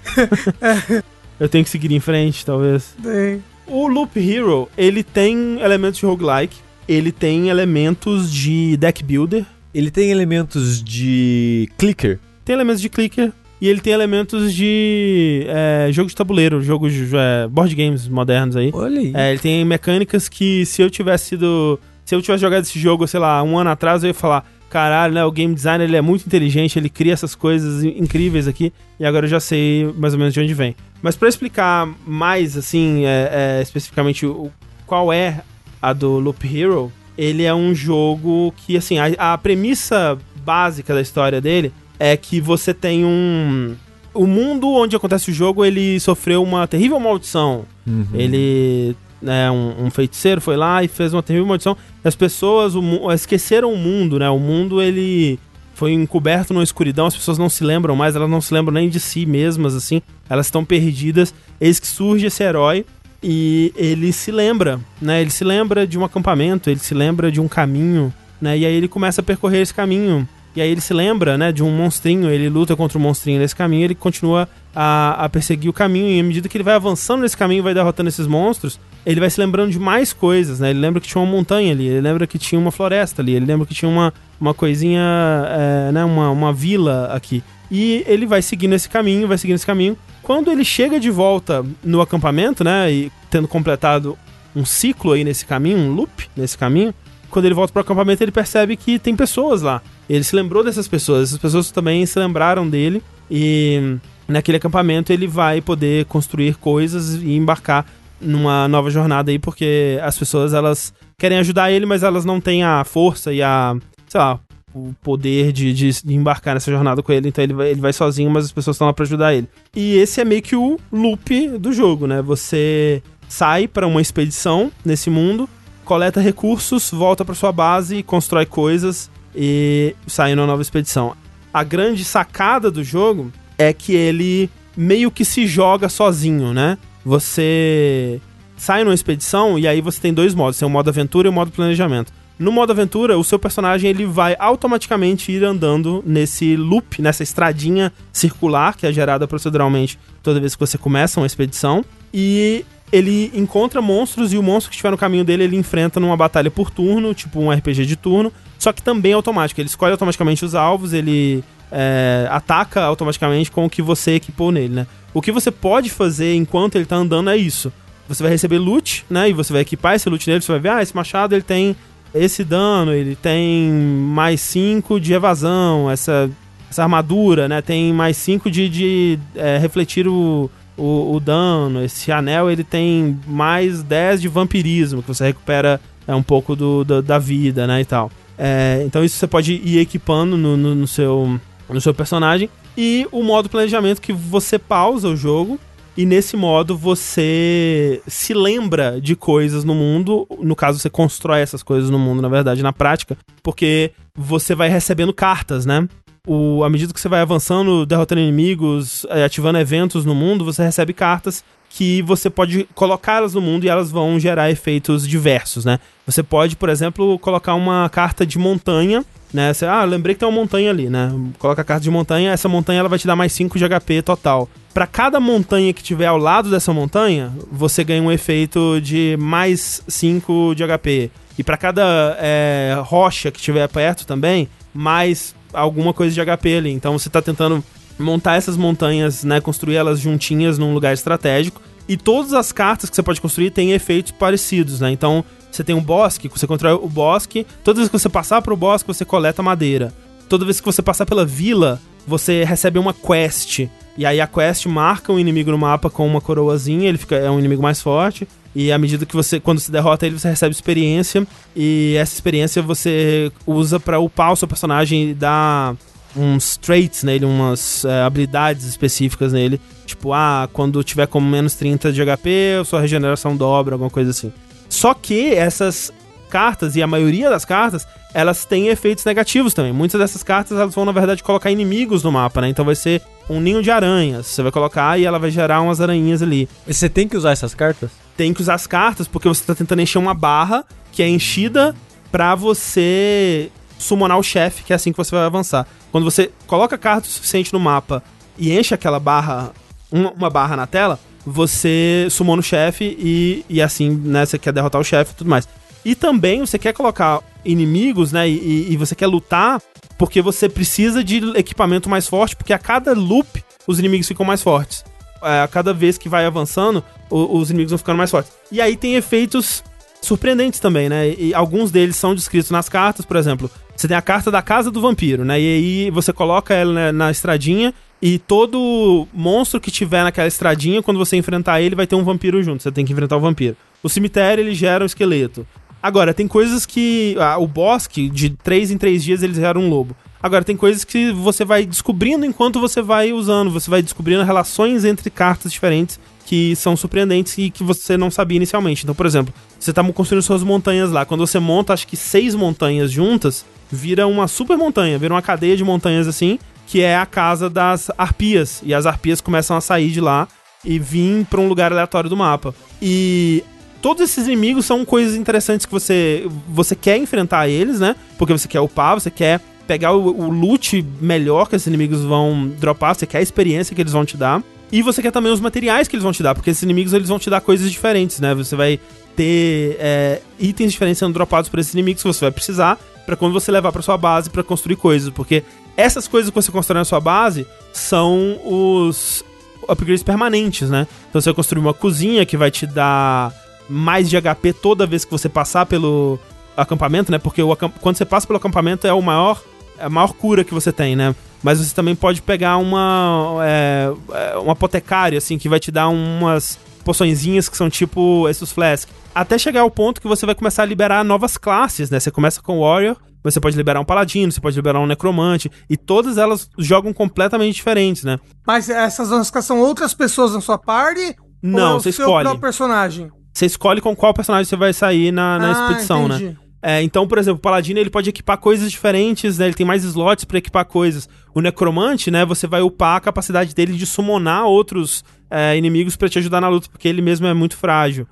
é. Eu tenho que seguir em frente, talvez. Tem. O Loop Hero, ele tem elementos de roguelike, ele tem elementos de deck builder, ele tem elementos de clicker, tem elementos de clicker e ele tem elementos de é, jogo de tabuleiro, jogos de é, board games modernos aí. Olha aí. É, ele tem mecânicas que se eu tivesse sido, se eu tivesse jogado esse jogo, sei lá, um ano atrás, eu ia falar, caralho, né, o game designer ele é muito inteligente, ele cria essas coisas incríveis aqui, e agora eu já sei mais ou menos de onde vem. Mas pra explicar mais, assim, é, é, especificamente o, qual é a do Loop Hero, ele é um jogo que, assim, a, a premissa básica da história dele é que você tem um... O mundo onde acontece o jogo, ele sofreu uma terrível maldição. Uhum. Ele... Né, um, um feiticeiro foi lá e fez uma terrível maldição. E as pessoas o, esqueceram o mundo, né? O mundo, ele foi encoberto numa escuridão. As pessoas não se lembram mais, elas não se lembram nem de si mesmas, assim. Elas estão perdidas. Eis que surge esse herói e ele se lembra, né? Ele se lembra de um acampamento, ele se lembra de um caminho, né? E aí ele começa a percorrer esse caminho. E aí ele se lembra, né, de um monstrinho, ele luta contra o monstrinho nesse caminho, ele continua a, a perseguir o caminho, e à medida que ele vai avançando nesse caminho e vai derrotando esses monstros, ele vai se lembrando de mais coisas, né? Ele lembra que tinha uma montanha ali, ele lembra que tinha uma floresta ali, ele lembra que tinha uma, uma coisinha, é, né, uma, uma vila aqui. E ele vai seguindo esse caminho, vai seguindo esse caminho. Quando ele chega de volta no acampamento, né, e tendo completado um ciclo aí nesse caminho, um loop nesse caminho, quando ele volta pro acampamento, ele percebe que tem pessoas lá. Ele se lembrou dessas pessoas, essas pessoas também se lembraram dele, e naquele acampamento ele vai poder construir coisas e embarcar numa nova jornada aí, porque as pessoas, elas querem ajudar ele, mas elas não têm a força e a, sei lá, o poder de, de, de embarcar nessa jornada com ele, então ele vai, ele vai sozinho, mas as pessoas estão lá pra ajudar ele. E esse é meio que o loop do jogo, né? Você sai pra uma expedição nesse mundo, coleta recursos, volta pra sua base, constrói coisas e sai numa nova expedição. A grande sacada do jogo é que ele meio que se joga sozinho, né? Você sai numa expedição e aí você tem dois modos, tem o modo aventura e o modo planejamento. No modo aventura, o seu personagem ele vai automaticamente ir andando nesse loop, nessa estradinha circular que é gerada proceduralmente toda vez que você começa uma expedição, e ele encontra monstros e o monstro que estiver no caminho dele ele enfrenta numa batalha por turno, tipo um R P G de turno, só que também é automático. Ele escolhe automaticamente os alvos, ele é, ataca automaticamente com o que você equipou nele, né? O que você pode fazer enquanto ele tá andando é isso. Você vai receber loot, né? E você vai equipar esse loot nele, você vai ver, ah, esse machado ele tem esse dano, ele tem mais cinco de evasão, essa, essa armadura, né? Tem mais cinco de, de é, refletir o... o, o dano. Esse anel, ele tem mais dez de vampirismo, que você recupera é, um pouco do, do, da vida, né, e tal. É, então isso você pode ir equipando no, no, no, seu, no seu personagem. E o modo planejamento, que você pausa o jogo, e nesse modo você se lembra de coisas no mundo. No caso, você constrói essas coisas no mundo, na verdade, na prática, porque você vai recebendo cartas, né? O, à medida que você vai avançando, derrotando inimigos, ativando eventos no mundo, você recebe cartas que você pode colocá-las no mundo e elas vão gerar efeitos diversos, né? Você pode, por exemplo, colocar uma carta de montanha, né? Você, ah, lembrei que tem uma montanha ali, né? Coloca a carta de montanha, essa montanha ela vai te dar mais cinco de H P total. Pra cada montanha que tiver ao lado dessa montanha, você ganha um efeito de mais cinco de H P. E pra cada é, rocha que tiver perto também, mais alguma coisa de H P ali. Então você tá tentando montar essas montanhas, né, construir elas juntinhas num lugar estratégico, e todas as cartas que você pode construir têm efeitos parecidos, né? Então você tem um bosque, você controla o bosque, toda vez que você passar pro bosque você coleta madeira, toda vez que você passar pela vila você recebe uma quest, e aí a quest marca um inimigo no mapa com uma coroazinha, ele fica, é um inimigo mais forte, e à medida que você, quando se derrota ele, você recebe experiência, e essa experiência você usa pra upar o seu personagem e dar uns traits nele, umas é, habilidades específicas nele, tipo, ah, quando tiver com menos trinta de H P, a sua regeneração dobra, alguma coisa assim. Só que essas cartas, e a maioria das cartas, elas têm efeitos negativos também. Muitas dessas cartas, elas vão, na verdade, colocar inimigos no mapa, né? Então vai ser um ninho de aranhas, você vai colocar e ela vai gerar umas aranhinhas ali. E você tem que usar essas cartas? Tem que usar as cartas, porque você tá tentando encher uma barra que é enchida pra você summonar o chefe, que é assim que você vai avançar. Quando você coloca carta o suficiente no mapa e enche aquela barra, uma, uma barra na tela, você summona o chefe e, e assim, né, você quer derrotar o chefe e tudo mais. E também você quer colocar inimigos, né, e, e você quer lutar porque você precisa de equipamento mais forte, porque a cada loop os inimigos ficam mais fortes. A cada vez que vai avançando, o, os inimigos vão ficando mais fortes. E aí tem efeitos surpreendentes também, né? E alguns deles são descritos nas cartas, por exemplo, você tem a carta da Casa do Vampiro, né? E aí você coloca ela na, na estradinha e todo monstro que tiver naquela estradinha, quando você enfrentar ele, vai ter um vampiro junto, você tem que enfrentar o vampiro. O cemitério, ele gera um esqueleto. Agora, tem coisas que... Ah, o bosque, de três em três dias, eles geram um lobo. Agora, tem coisas que você vai descobrindo enquanto você vai usando, você vai descobrindo relações entre cartas diferentes que são surpreendentes e que você não sabia inicialmente. Então, por exemplo, você tá construindo suas montanhas lá. Quando você monta, acho que seis montanhas juntas, vira uma super montanha, vira uma cadeia de montanhas assim, que é a casa das arpias. E as arpias começam a sair de lá e vir pra um lugar aleatório do mapa. E todos esses inimigos são coisas interessantes que você, você quer enfrentar eles, né? Porque você quer upar, você quer pegar o, o loot melhor que esses inimigos vão dropar, você quer a experiência que eles vão te dar. E você quer também os materiais que eles vão te dar, porque esses inimigos eles vão te dar coisas diferentes, né? Você vai ter é, itens diferentes sendo dropados por esses inimigos que você vai precisar pra quando você levar pra sua base pra construir coisas, porque essas coisas que você constrói na sua base são os upgrades permanentes, né? Então você vai construir uma cozinha que vai te dar mais de H P toda vez que você passar pelo acampamento, né? Porque o acamp... quando você passa pelo acampamento é o maior, é a maior cura que você tem, né? Mas você também pode pegar uma é, uma apotecária, assim, que vai te dar umas poçõezinhas que são tipo esses flask. Até chegar ao ponto que você vai começar a liberar novas classes, né? Você começa com o Warrior, você pode liberar um Paladino, você pode liberar um Necromante, e todas elas jogam completamente diferentes, né? Mas essas vão ficar, são outras pessoas na sua party? Não, ou é você o seu escolhe. próprio personagem? Você escolhe com qual personagem você vai sair na, na Ah, expedição, entendi. né? É, então, por exemplo, o Paladino ele pode equipar coisas diferentes, né? Ele tem mais slots pra equipar coisas. O Necromante, né? Você vai upar a capacidade dele de summonar outros é, inimigos pra te ajudar na luta, porque ele mesmo é muito frágil.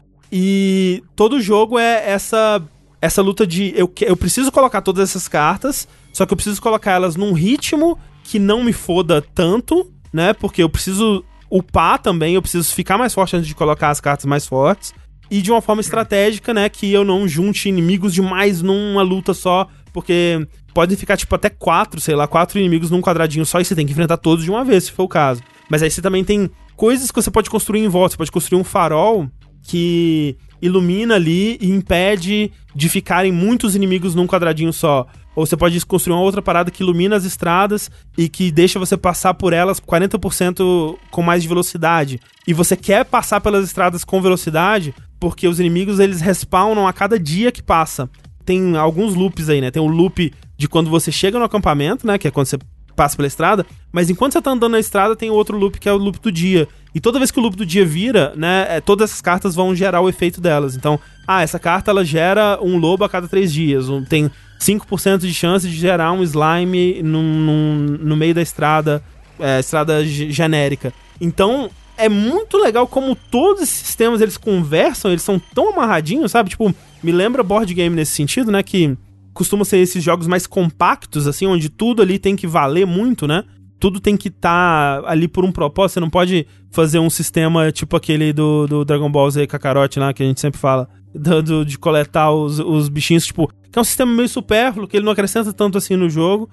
E todo jogo é essa, essa luta de... Eu, eu preciso colocar todas essas cartas, só que eu preciso colocar elas num ritmo que não me foda tanto, né? Porque eu preciso upar também, eu preciso ficar mais forte antes de colocar as cartas mais fortes. E de uma forma estratégica, né, que eu não junte inimigos demais numa luta só, porque podem ficar, tipo, até quatro, sei lá, quatro inimigos num quadradinho só, e você tem que enfrentar todos de uma vez, se for o caso. Mas aí você também tem coisas que você pode construir em volta, você pode construir um farol que ilumina ali e impede de ficarem muitos inimigos num quadradinho só. ou você pode construir uma outra parada que ilumina as estradas e que deixa você passar por elas quarenta por cento com mais de velocidade. E você quer passar pelas estradas com velocidade porque os inimigos, eles respawnam a cada dia que passa. Tem alguns loops aí, né? Tem o loop de quando você chega no acampamento, né? Que é quando você passa pela estrada, mas enquanto você tá andando na estrada, tem outro loop que é o loop do dia. E toda vez que o loop do dia vira, né, é, todas essas cartas vão gerar o efeito delas. Então, ah, essa carta, ela gera um lobo a cada três dias. Um, tem cinco por cento de chance de gerar um slime num, num, no meio da estrada, é, estrada g- genérica. Então, é muito legal como todos esses sistemas, eles conversam, eles são tão amarradinhos, sabe? Tipo, me lembra board game nesse sentido, né, que costumam ser esses jogos mais compactos, assim, onde tudo ali tem que valer muito, né? Tudo tem que estar tá ali por um propósito. Você não pode fazer um sistema tipo aquele do, do Dragon Ball Z Kakarot lá, que a gente sempre fala, do, do, de coletar os, os bichinhos, tipo, que é um sistema meio supérfluo, que ele não acrescenta tanto assim no jogo,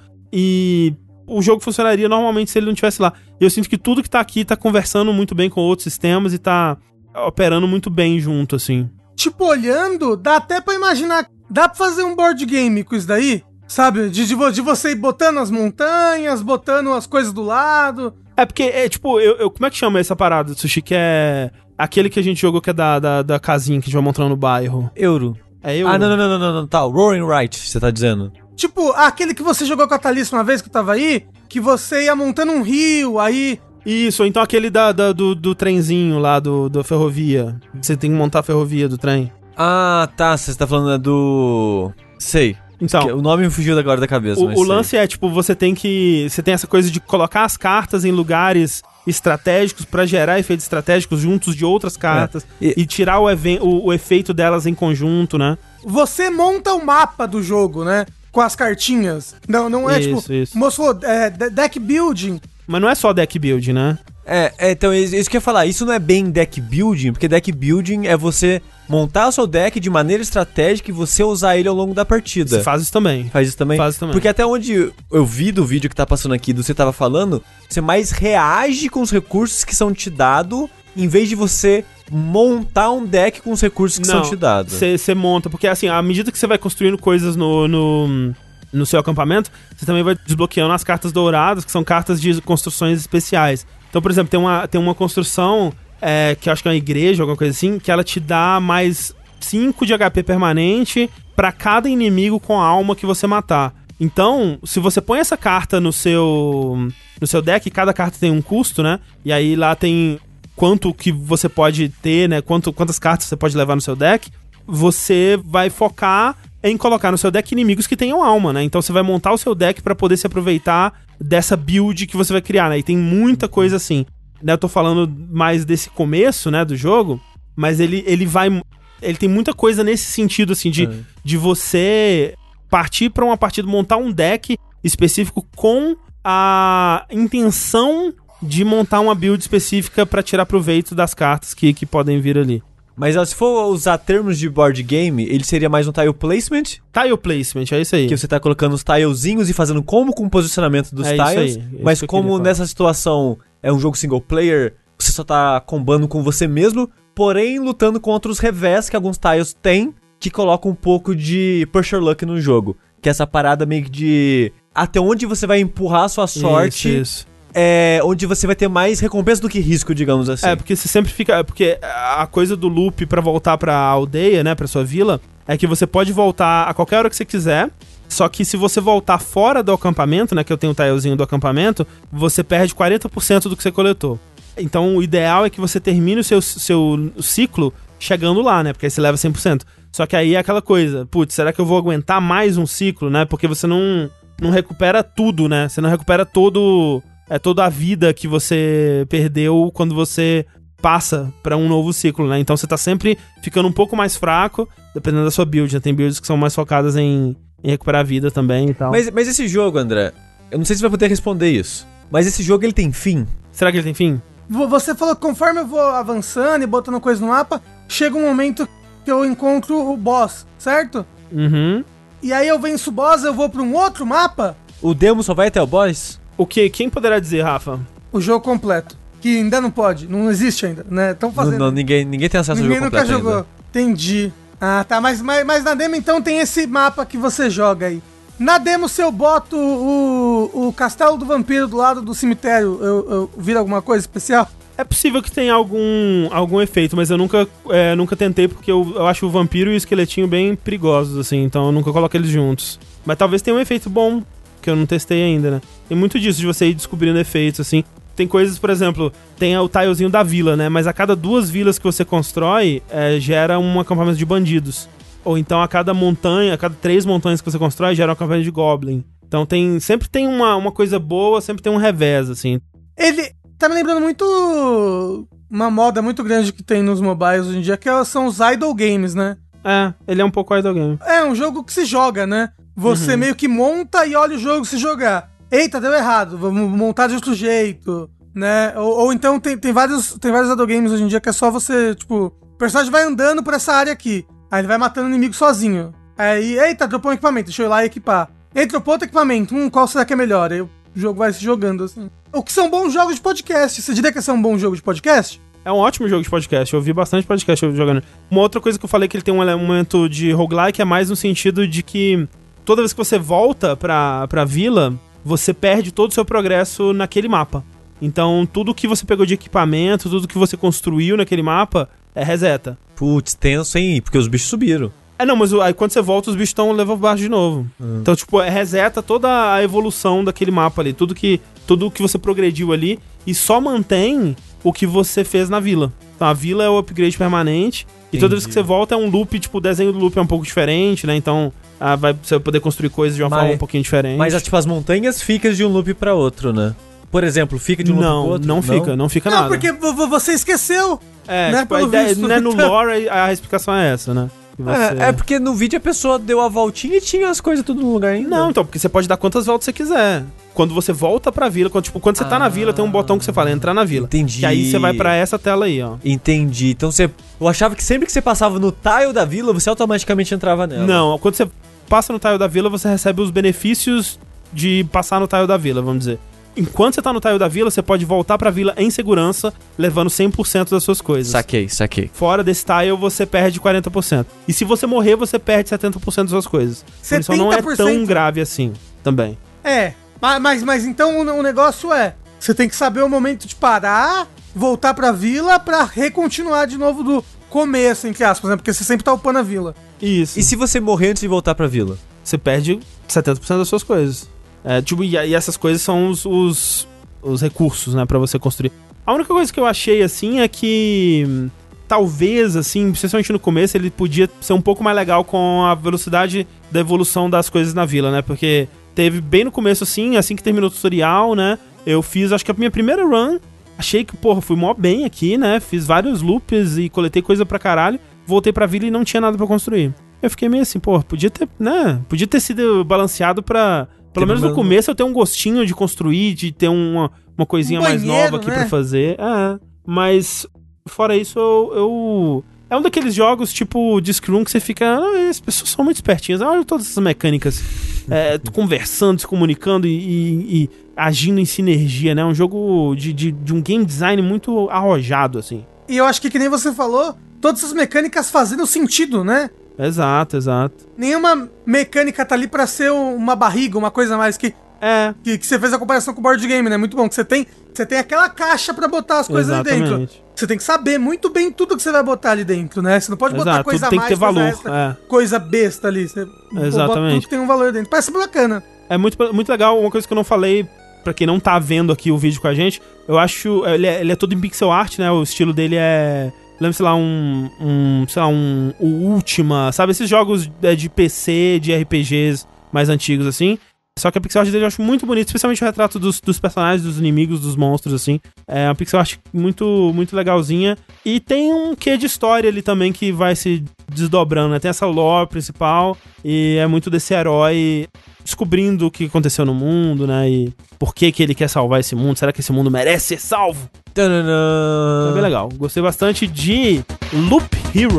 e o jogo funcionaria normalmente se ele não estivesse lá. E eu sinto que tudo que tá aqui tá conversando muito bem com outros sistemas e tá operando muito bem junto, assim. Tipo, olhando, dá até pra imaginar. Dá pra fazer um board game com isso daí? Sabe? De, de, de você ir botando as montanhas, botando as coisas do lado. É porque, é tipo, eu, eu, como é que chama essa parada, Sushi? Que é aquele que a gente jogou que é da, da, da casinha que a gente vai montando no bairro. Euro. É Euro? Ah, não, não, não, não, não, não, tá. Roaring Right, você tá dizendo. Tipo, aquele que você jogou com a Thalissa uma vez que eu tava aí, que você ia montando um rio, aí... Isso, ou então aquele da, da, do, do trenzinho lá, do, do ferrovia. Você tem que montar a ferrovia do trem. Ah, tá, você tá falando do... Sei. Então, o nome me fugiu agora da cabeça. O, mas o sei. lance é, tipo, você tem que... Você tem essa coisa de colocar as cartas em lugares estratégicos pra gerar efeitos estratégicos juntos de outras cartas é. e... e tirar o, even- o, o efeito delas em conjunto, né? Você monta o mapa do jogo, né? Com as cartinhas. Não, não é Isso, tipo... isso. O moço falou, é, de- deck building. Mas não é só deck build, né? É, é, então, isso isso que eu ia falar, isso não é bem deck building, porque deck building é você montar o seu deck de maneira estratégica e você usar ele ao longo da partida. Você faz isso também. Faz isso também? Faz isso também. Porque até onde eu vi do vídeo que tá passando aqui, do que você tava falando, você mais reage com os recursos que são te dados, em vez de você montar um deck com os recursos que Não, são te dados. Você monta, porque assim, à medida que você vai construindo coisas no... no... no seu acampamento, você também vai desbloqueando as cartas douradas, que são cartas de construções especiais. Então, por exemplo, tem uma, tem uma construção, é, que eu acho que é uma igreja, alguma coisa assim, que ela te dá mais cinco de H P permanente pra cada inimigo com a alma que você matar. Então, se você põe essa carta no seu, no seu deck, cada carta tem um custo, né? E aí lá tem quanto que você pode ter, né? Quanto, quantas cartas você pode levar no seu deck. Você vai focar em colocar no seu deck inimigos que tenham alma, né? Então você vai montar o seu deck pra poder se aproveitar dessa build que você vai criar, né? E tem muita coisa assim. Né? Eu tô falando mais desse começo, né, do jogo, mas ele, ele vai... Ele tem muita coisa nesse sentido, assim, de, é. de você partir pra uma partida, montar um deck específico com a intenção de montar uma build específica pra tirar proveito das cartas que, que podem vir ali. Mas ó, se for usar termos de board game, ele seria mais um tile placement? Tile placement, é isso aí. Que você tá colocando os tilezinhos e fazendo como com o posicionamento dos é tiles. Isso aí, é mas isso como nessa situação é um jogo single player, você só tá combando com você mesmo, porém lutando contra os revés que alguns tiles têm, que colocam um pouco de pusher luck no jogo. Que é essa parada meio que de... até onde você vai empurrar a sua sorte... Isso, isso. É, onde você vai ter mais recompensa do que risco, digamos assim. É, porque você sempre fica... Porque a coisa do loop pra voltar pra aldeia, né, pra sua vila, é que você pode voltar a qualquer hora que você quiser, só que se você voltar fora do acampamento, né, que eu tenho o tilezinho do acampamento, você perde quarenta por cento do que você coletou. Então o ideal é que você termine o seu, seu ciclo chegando lá, né, porque aí você leva cem por cento. Só que aí é aquela coisa, putz, será que eu vou aguentar mais um ciclo, né, porque você não, não recupera tudo, né, você não recupera todo... É toda a vida que você perdeu quando você passa pra um novo ciclo, né? Então você tá sempre ficando um pouco mais fraco, dependendo da sua build, né? Tem builds que são mais focadas em, em recuperar a vida também e tal. Mas, mas esse jogo, André, eu não sei se você vai poder responder isso, mas esse jogo, ele tem fim? Será que ele tem fim? Você falou que conforme eu vou avançando e botando coisa no mapa, chega um momento que eu encontro o boss, certo? Uhum. E aí eu venço o boss, eu vou pra um outro mapa? O demo só vai até o boss? O que? Quem poderá dizer, Rafa? O jogo completo. Que ainda não pode, não existe ainda, né? Estão fazendo. Não, não, ninguém, ninguém tem acesso ninguém ao jogo completo. Ninguém nunca jogou. Ainda. Entendi. Ah, tá. Mas, mas, mas na demo então tem esse mapa que você joga aí. Na demo, se eu boto o, o Castelo do Vampiro do lado do cemitério, eu, eu viro alguma coisa especial? É possível que tenha algum, algum efeito, mas eu nunca, é, nunca tentei, porque eu, eu acho o vampiro e o esqueletinho bem perigosos, assim, então eu nunca coloco eles juntos. Mas talvez tenha um efeito bom, que eu não testei ainda, né? Tem muito disso, de você ir descobrindo efeitos, assim. Tem coisas, por exemplo, tem o tilezinho da vila, né? Mas a cada duas vilas que você constrói, é, gera um acampamento de bandidos. Ou então a cada montanha, a cada três montanhas que você constrói, gera um acampamento de goblin. Então tem, sempre tem uma, uma coisa boa, sempre tem um revés, assim. Ele tá me lembrando muito uma moda muito grande que tem nos mobiles hoje em dia, que são os idle games, né? É, ele é um pouco idle game. É, um jogo que se joga, né? Você uhum. meio que monta e olha o jogo se jogar. Eita, deu errado, vamos montar de outro jeito, né? Ou, ou então tem, tem vários, tem vários idle games hoje em dia que é só você, tipo, o personagem vai andando por essa área aqui, aí ele vai matando o inimigo sozinho. Aí, eita, dropou um equipamento, deixa eu ir lá e equipar. Eita, dropou outro equipamento, hum, qual será que é melhor? Aí o jogo vai se jogando, assim. O que são bons jogos de podcast? Você diria que esse é um bom jogo de podcast? É um ótimo jogo de podcast, eu ouvi bastante podcast jogando. Uma outra coisa que eu falei que ele tem um elemento de roguelike é mais no sentido de que toda vez que você volta pra, pra vila, você perde todo o seu progresso naquele mapa. Então, tudo que você pegou de equipamento, tudo que você construiu naquele mapa, é reseta. Putz, tenso, hein? Porque os bichos subiram. É, não, mas aí quando você volta, os bichos estão levando baixo de novo. Hum. Então, tipo, é, reseta toda a evolução daquele mapa ali. Tudo que, tudo que você progrediu ali e só mantém o que você fez na vila. Então, a vila é o upgrade permanente. Entendi. E toda vez que você volta é um loop, tipo, o desenho do loop é um pouco diferente, né? Então, ah, vai, você vai poder construir coisas de uma mas, forma um pouquinho diferente. Mas, tipo, as montanhas ficam de um loop pra outro, né? Por exemplo, fica de um não, loop pro outro? Não, não fica, não fica não, nada. Não, porque você esqueceu. É, né, tipo, a ideia, né, no lore a explicação é essa, né? Você... É, é porque no vídeo a pessoa deu a voltinha e tinha as coisas tudo no lugar ainda. Não, então, porque você pode dar quantas voltas você quiser. Quando você volta pra vila, quando, tipo, quando você ah, tá na vila, tem um botão que você fala, entrar na vila. Entendi. Que aí você vai pra essa tela aí, ó. Entendi. Então você... Eu achava que sempre que você passava no tile da vila, você automaticamente entrava nela. Não, quando você passa no tile da vila, você recebe os benefícios de passar no tile da vila, vamos dizer. Enquanto você tá no tile da vila, você pode voltar pra vila em segurança, levando cem por cento das suas coisas. Saquei, saquei. Fora desse tile, você perde quarenta por cento. E se você morrer, você perde setenta por cento das suas coisas. setenta por cento? Então não é tão grave assim, também. É, mas, mas então o negócio é, você tem que saber o momento de parar, voltar pra vila pra recontinuar de novo do começo, entre aspas, né? Porque você sempre tá upando a vila. Isso. E se você morrer antes de voltar pra vila? Você perde setenta por cento das suas coisas. É, tipo, e, e essas coisas são os, os, os recursos, né, pra você construir. A única coisa que eu achei, assim, é que talvez, assim, especialmente no começo, ele podia ser um pouco mais legal com a velocidade da evolução das coisas na vila, né, porque teve bem no começo, assim, assim que terminou o tutorial, né, eu fiz, acho que a minha primeira run, achei que, porra, fui mó bem aqui, né, fiz vários loops e coletei coisa pra caralho, voltei pra vila e não tinha nada pra construir. Eu fiquei meio assim, porra, podia ter, né, podia ter sido balanceado pra... Pelo menos no começo eu tenho um gostinho de construir, de ter uma, uma coisinha um banheiro, mais nova aqui, né, pra fazer. É, mas fora isso, eu, eu... É um daqueles jogos tipo de Scrum que você fica... Ah, as pessoas são muito espertinhas. Olha todas essas mecânicas. É, conversando, se comunicando e, e, e agindo em sinergia, né? Um jogo de, de, de um game design muito arrojado, assim. E eu acho que, que nem você falou, todas essas mecânicas fazendo sentido, né? Exato, exato. Nenhuma mecânica tá ali pra ser uma barriga, uma coisa mais que... É. Que, que você fez a comparação com o board game, né? Muito bom. Que você tem, você tem aquela caixa pra botar as coisas Exatamente. ali dentro. Você tem que saber muito bem tudo que você vai botar ali dentro, né? Você não pode Exato, botar coisa tudo tem a mais, que ter valor, extra, é. coisa besta ali. Você Exatamente. bota tudo que tem um valor dentro. Parece bacana. É muito, muito legal. Uma coisa que eu não falei, pra quem não tá vendo aqui o vídeo com a gente, eu acho... Ele é, ele é todo em pixel art, né? O estilo dele é... Lembra, sei lá, um, um, sei lá, um, o Ultima, sabe? Esses jogos de P C, de R P Gs mais antigos, assim. Só que a pixel art dele eu acho muito bonito, especialmente o retrato dos, dos personagens, dos inimigos, dos monstros, assim. É uma pixel art muito, muito legalzinha. E tem um quê de história ali também que vai se desdobrando, né? Tem essa lore principal e é muito desse herói descobrindo o que aconteceu no mundo, né? E por que que ele quer salvar esse mundo. Será que esse mundo merece ser salvo? Tadadã. É bem legal. Gostei bastante de Loop Hero.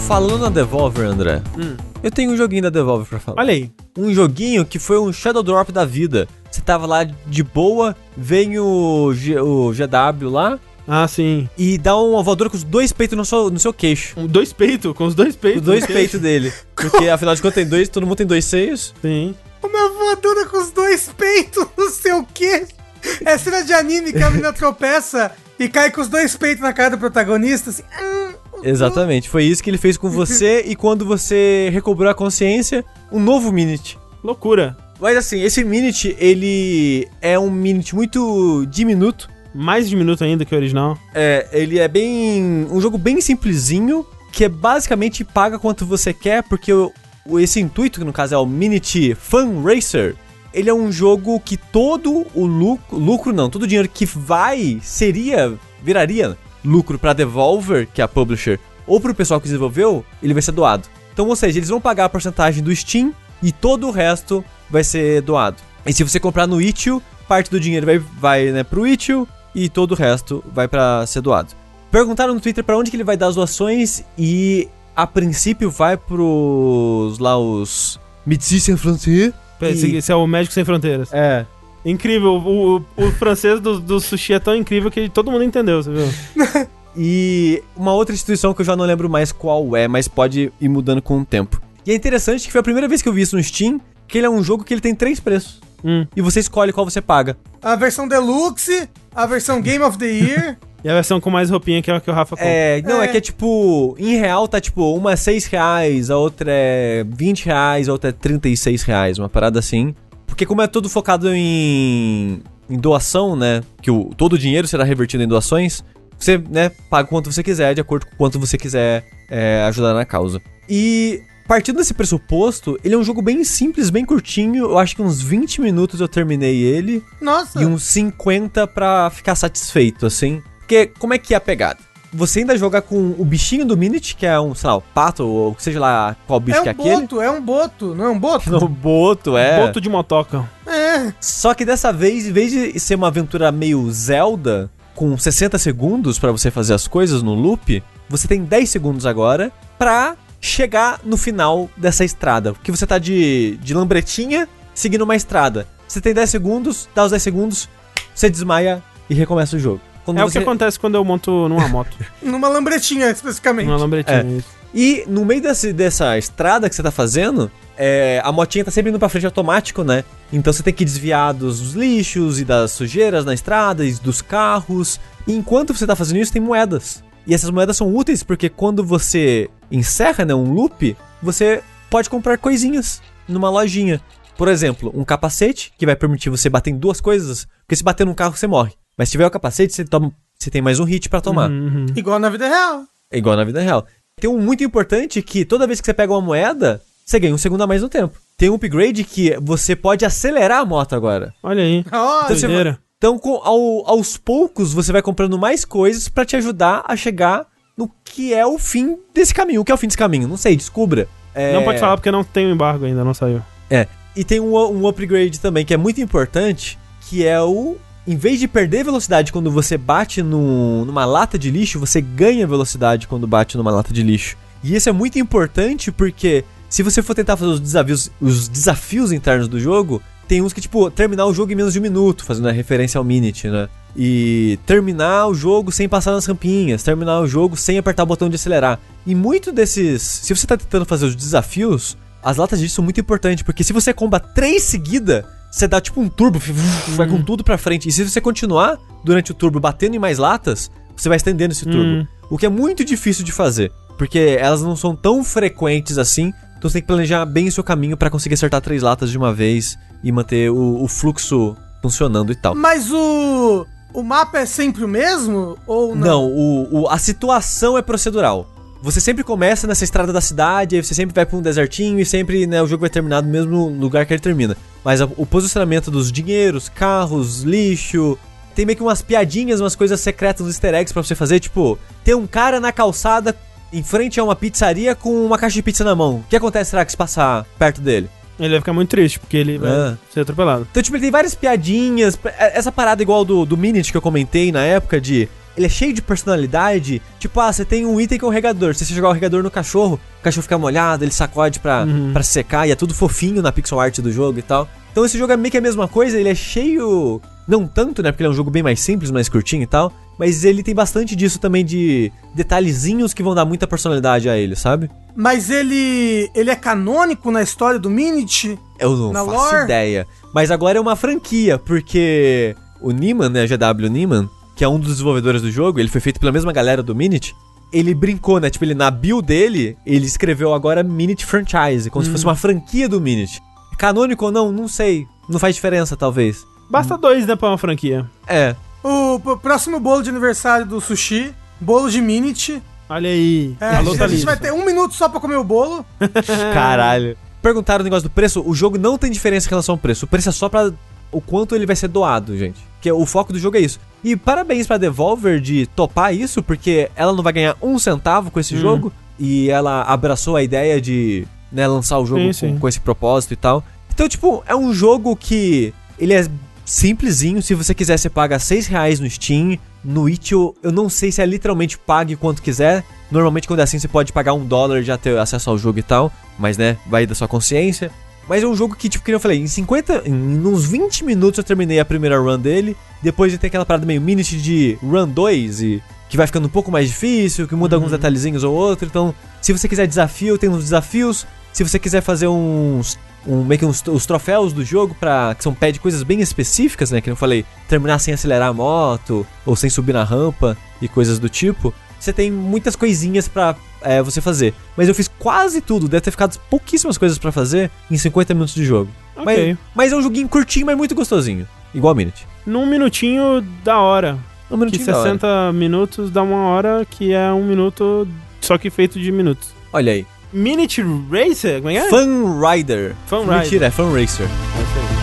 Falando na Devolver, André, Hum. eu tenho um joguinho da Devolver pra falar. Olha aí. Um joguinho que foi um Shadow Drop da vida. Você tava lá de boa, vem o, G, o G W lá Ah, sim. e dá uma voadora com os dois peitos no seu, no seu queixo. Um, dois peitos, com os dois peitos. Os dois no peitos dele. Porque afinal de contas tem dois, todo mundo tem dois seios. Sim. Uma voadora com os dois peitos no seu queixo. É cena de anime que a menina tropeça e cai com os dois peitos na cara do protagonista, assim. hum, Exatamente, foi isso que ele fez com você e quando você recobrou a consciência, um novo Minute. Loucura. Mas assim, esse Minute, ele é um Minute muito diminuto. Mais diminuto ainda que o original. É, ele é bem... um jogo bem simplesinho, que é basicamente paga quanto você quer, porque o, o- esse intuito, que no caso é o Minute Fun Racer, ele é um jogo que todo o lucro... lucro não, todo o dinheiro que vai, seria, viraria lucro pra Devolver, que é a publisher, ou pro pessoal que desenvolveu, ele vai ser doado. Então, ou seja, eles vão pagar a porcentagem do Steam e todo o resto vai ser doado. E se você comprar no itch.io, parte do dinheiro vai, vai né, pro itch.io e todo o resto vai pra ser doado. Perguntaram no Twitter pra onde que ele vai dar as doações e a princípio vai pros lá os Médecins Sans Frontières. Esse, E- esse é o Médico Sem Fronteiras. É. Incrível. O, o, o francês do, do sushi é tão incrível que todo mundo entendeu, você viu? E uma outra instituição que eu já não lembro mais qual é, mas pode ir mudando com o tempo. E é interessante que foi a primeira vez que eu vi isso no Steam, que ele é um jogo que ele tem três preços. Hum. E você escolhe qual você paga. A versão Deluxe, a versão Game of the Year. E a versão com mais roupinha que é a que o Rafa compra. É, não, é. É. que é tipo, em real tá tipo, uma é seis reais, a outra é vinte reais, a outra é trinta e seis reais, uma parada assim. Porque como é tudo focado em, em doação, né, que o, todo o dinheiro será revertido em doações, você, né, paga quanto você quiser, de acordo com quanto você quiser é, ajudar na causa. E partindo desse pressuposto, ele é um jogo bem simples, bem curtinho, eu acho que uns vinte minutos eu terminei ele, Nossa. e uns cinquenta pra ficar satisfeito, assim. Porque como é que é a pegada? Você ainda joga com o bichinho do Minute, que é um, sei lá, o pato, ou seja lá qual bicho é que é um aquele. boto, é um boto, não é um boto? No boto, é. Boto de motoca. É. Só que dessa vez, em vez de ser uma aventura meio Zelda, com sessenta segundos pra você fazer as coisas no loop, você tem dez segundos agora pra chegar no final dessa estrada. Porque você tá de, de lambretinha seguindo uma estrada. Você tem dez segundos, dá os dez segundos, você desmaia e recomeça o jogo. Quando É você... o que acontece quando eu monto numa moto. Numa lambretinha, especificamente. Numa lambretinha. É. Isso. E no meio desse, dessa estrada que você tá fazendo, é, a motinha tá sempre indo pra frente automático, né? Então você tem que desviar dos lixos e das sujeiras na estrada e dos carros. E enquanto você tá fazendo isso, tem moedas. E essas moedas são úteis porque quando você encerra, né, um loop, você pode comprar coisinhas numa lojinha. Por exemplo, um capacete, que vai permitir você bater em duas coisas, porque se bater num carro você morre. Mas se tiver o capacete, você, toma, você tem mais um hit pra tomar. Uhum, uhum. Igual na vida real. É igual na vida real. Tem um muito importante que toda vez que você pega uma moeda, você ganha um segundo a mais no tempo. Tem um upgrade que você pode acelerar a moto agora. Olha aí. Olha. Então, você vai- Doideira. então com, ao- aos poucos, você vai comprando mais coisas pra te ajudar a chegar no que é o fim desse caminho. O que é o fim desse caminho? Não sei, descubra. É, Não pode falar porque não tem o embargo ainda, não saiu. É. E tem um, um upgrade também que é muito importante, que é o... Em vez de perder velocidade quando você bate no, numa lata de lixo, você ganha velocidade quando bate numa lata de lixo. E isso é muito importante porque se você for tentar fazer os desafios, os desafios internos do jogo, tem uns que, tipo, terminar o jogo em menos de um minuto, fazendo a referência ao Minute, né? E terminar o jogo sem passar nas rampinhas, terminar o jogo sem apertar o botão de acelerar. E muito desses... Se você tá tentando fazer os desafios, as latas de lixo são muito importantes, porque se você comba três seguidas, você dá tipo um turbo, vai com tudo pra frente. E se você continuar durante o turbo batendo em mais latas, você vai estendendo esse turbo. Hum. O que é muito difícil de fazer, porque elas não são tão frequentes assim. Então você tem que planejar bem o seu caminho pra conseguir acertar três latas de uma vez e manter o, o fluxo funcionando e tal. Mas o. O mapa é sempre o mesmo? Ou não? Não, o, o- a situação é procedural. Você sempre começa nessa estrada da cidade, aí você sempre vai pra um desertinho e sempre, né, o jogo vai terminar no mesmo lugar que ele termina. Mas a- o posicionamento dos dinheiros, carros, lixo... Tem meio que umas piadinhas, umas coisas secretas, uns easter eggs pra você fazer. Tipo, tem um cara na calçada em frente a uma pizzaria com uma caixa de pizza na mão. O que acontece, será que se passar perto dele? Ele vai ficar muito triste, porque ele vai É. ser atropelado. Então, tipo, ele tem várias piadinhas. Essa parada igual do, do Minute que eu comentei na época de... ele é cheio de personalidade. Tipo, ah, você tem um item que é um regador. Se você jogar o regador no cachorro, o cachorro fica molhado, ele sacode pra, uhum. pra secar, e é tudo fofinho na pixel art do jogo e tal. Então esse jogo é meio que a mesma coisa, ele é cheio... Não tanto, né, porque ele é um jogo bem mais simples, mais curtinho e tal, mas ele tem bastante disso também, de detalhezinhos que vão dar muita personalidade a ele, sabe? Mas ele ele é canônico na história do Minit? Eu não na faço lore? ideia. Mas agora é uma franquia, porque o Niemann, né, G W Niemann, que é um dos desenvolvedores do jogo, ele foi feito pela mesma galera do Minit, ele brincou, né, tipo, ele na build dele, ele escreveu agora Minit Franchise, como hum. se fosse uma franquia do Minit. Canônico ou não, não sei, não faz diferença, talvez. Basta dois, né, pra uma franquia. É. O, o próximo bolo de aniversário do Sushi, bolo de Minit. Olha aí. É, a, gente, a gente vai ter um minuto só pra comer o bolo. Caralho. Perguntaram o negócio do preço, o jogo não tem diferença em relação ao preço. O preço é só pra o quanto ele vai ser doado, gente. Porque o foco do jogo é isso. E parabéns pra Devolver de topar isso, porque ela não vai ganhar um centavo com esse hum. jogo. E ela abraçou a ideia de, né, lançar o jogo sim, com, sim. com esse propósito e tal. Então, tipo, é um jogo que... Ele é simplesinho, se você quiser você paga seis reais no Steam. No itch eu, eu não sei se é literalmente pague quanto quiser. Normalmente quando é assim você pode pagar um dólar e já ter acesso ao jogo e tal. Mas né, vai da sua consciência. Mas é um jogo que, tipo, que eu falei, em cinquenta, em uns vinte minutos eu terminei a primeira run dele. Depois de ter aquela parada meio Minit de run dois, e que vai ficando um pouco mais difícil, que muda uhum. alguns detalhezinhos ou outro. Então, se você quiser desafio, tem uns desafios. Se você quiser fazer uns... Um, meio que uns, os troféus do jogo, pra, que são pede coisas bem específicas, né? Que eu falei, terminar sem acelerar a moto, ou sem subir na rampa, e coisas do tipo. Você tem muitas coisinhas pra é, você fazer. Mas eu fiz quase tudo, deve ter ficado pouquíssimas coisas pra fazer em cinquenta minutos de jogo. Okay. Mas, mas é um joguinho curtinho, mas muito gostosinho. Igual a Minit. Num minutinho da hora. Um minutinho que da hora. sessenta minutos dá uma hora, que é um minuto, só que feito de minutos. Olha aí. Minit Racer? Como é que é? Fun Rider. Fun Rider. Mentira, é Fun Racer. É isso aí.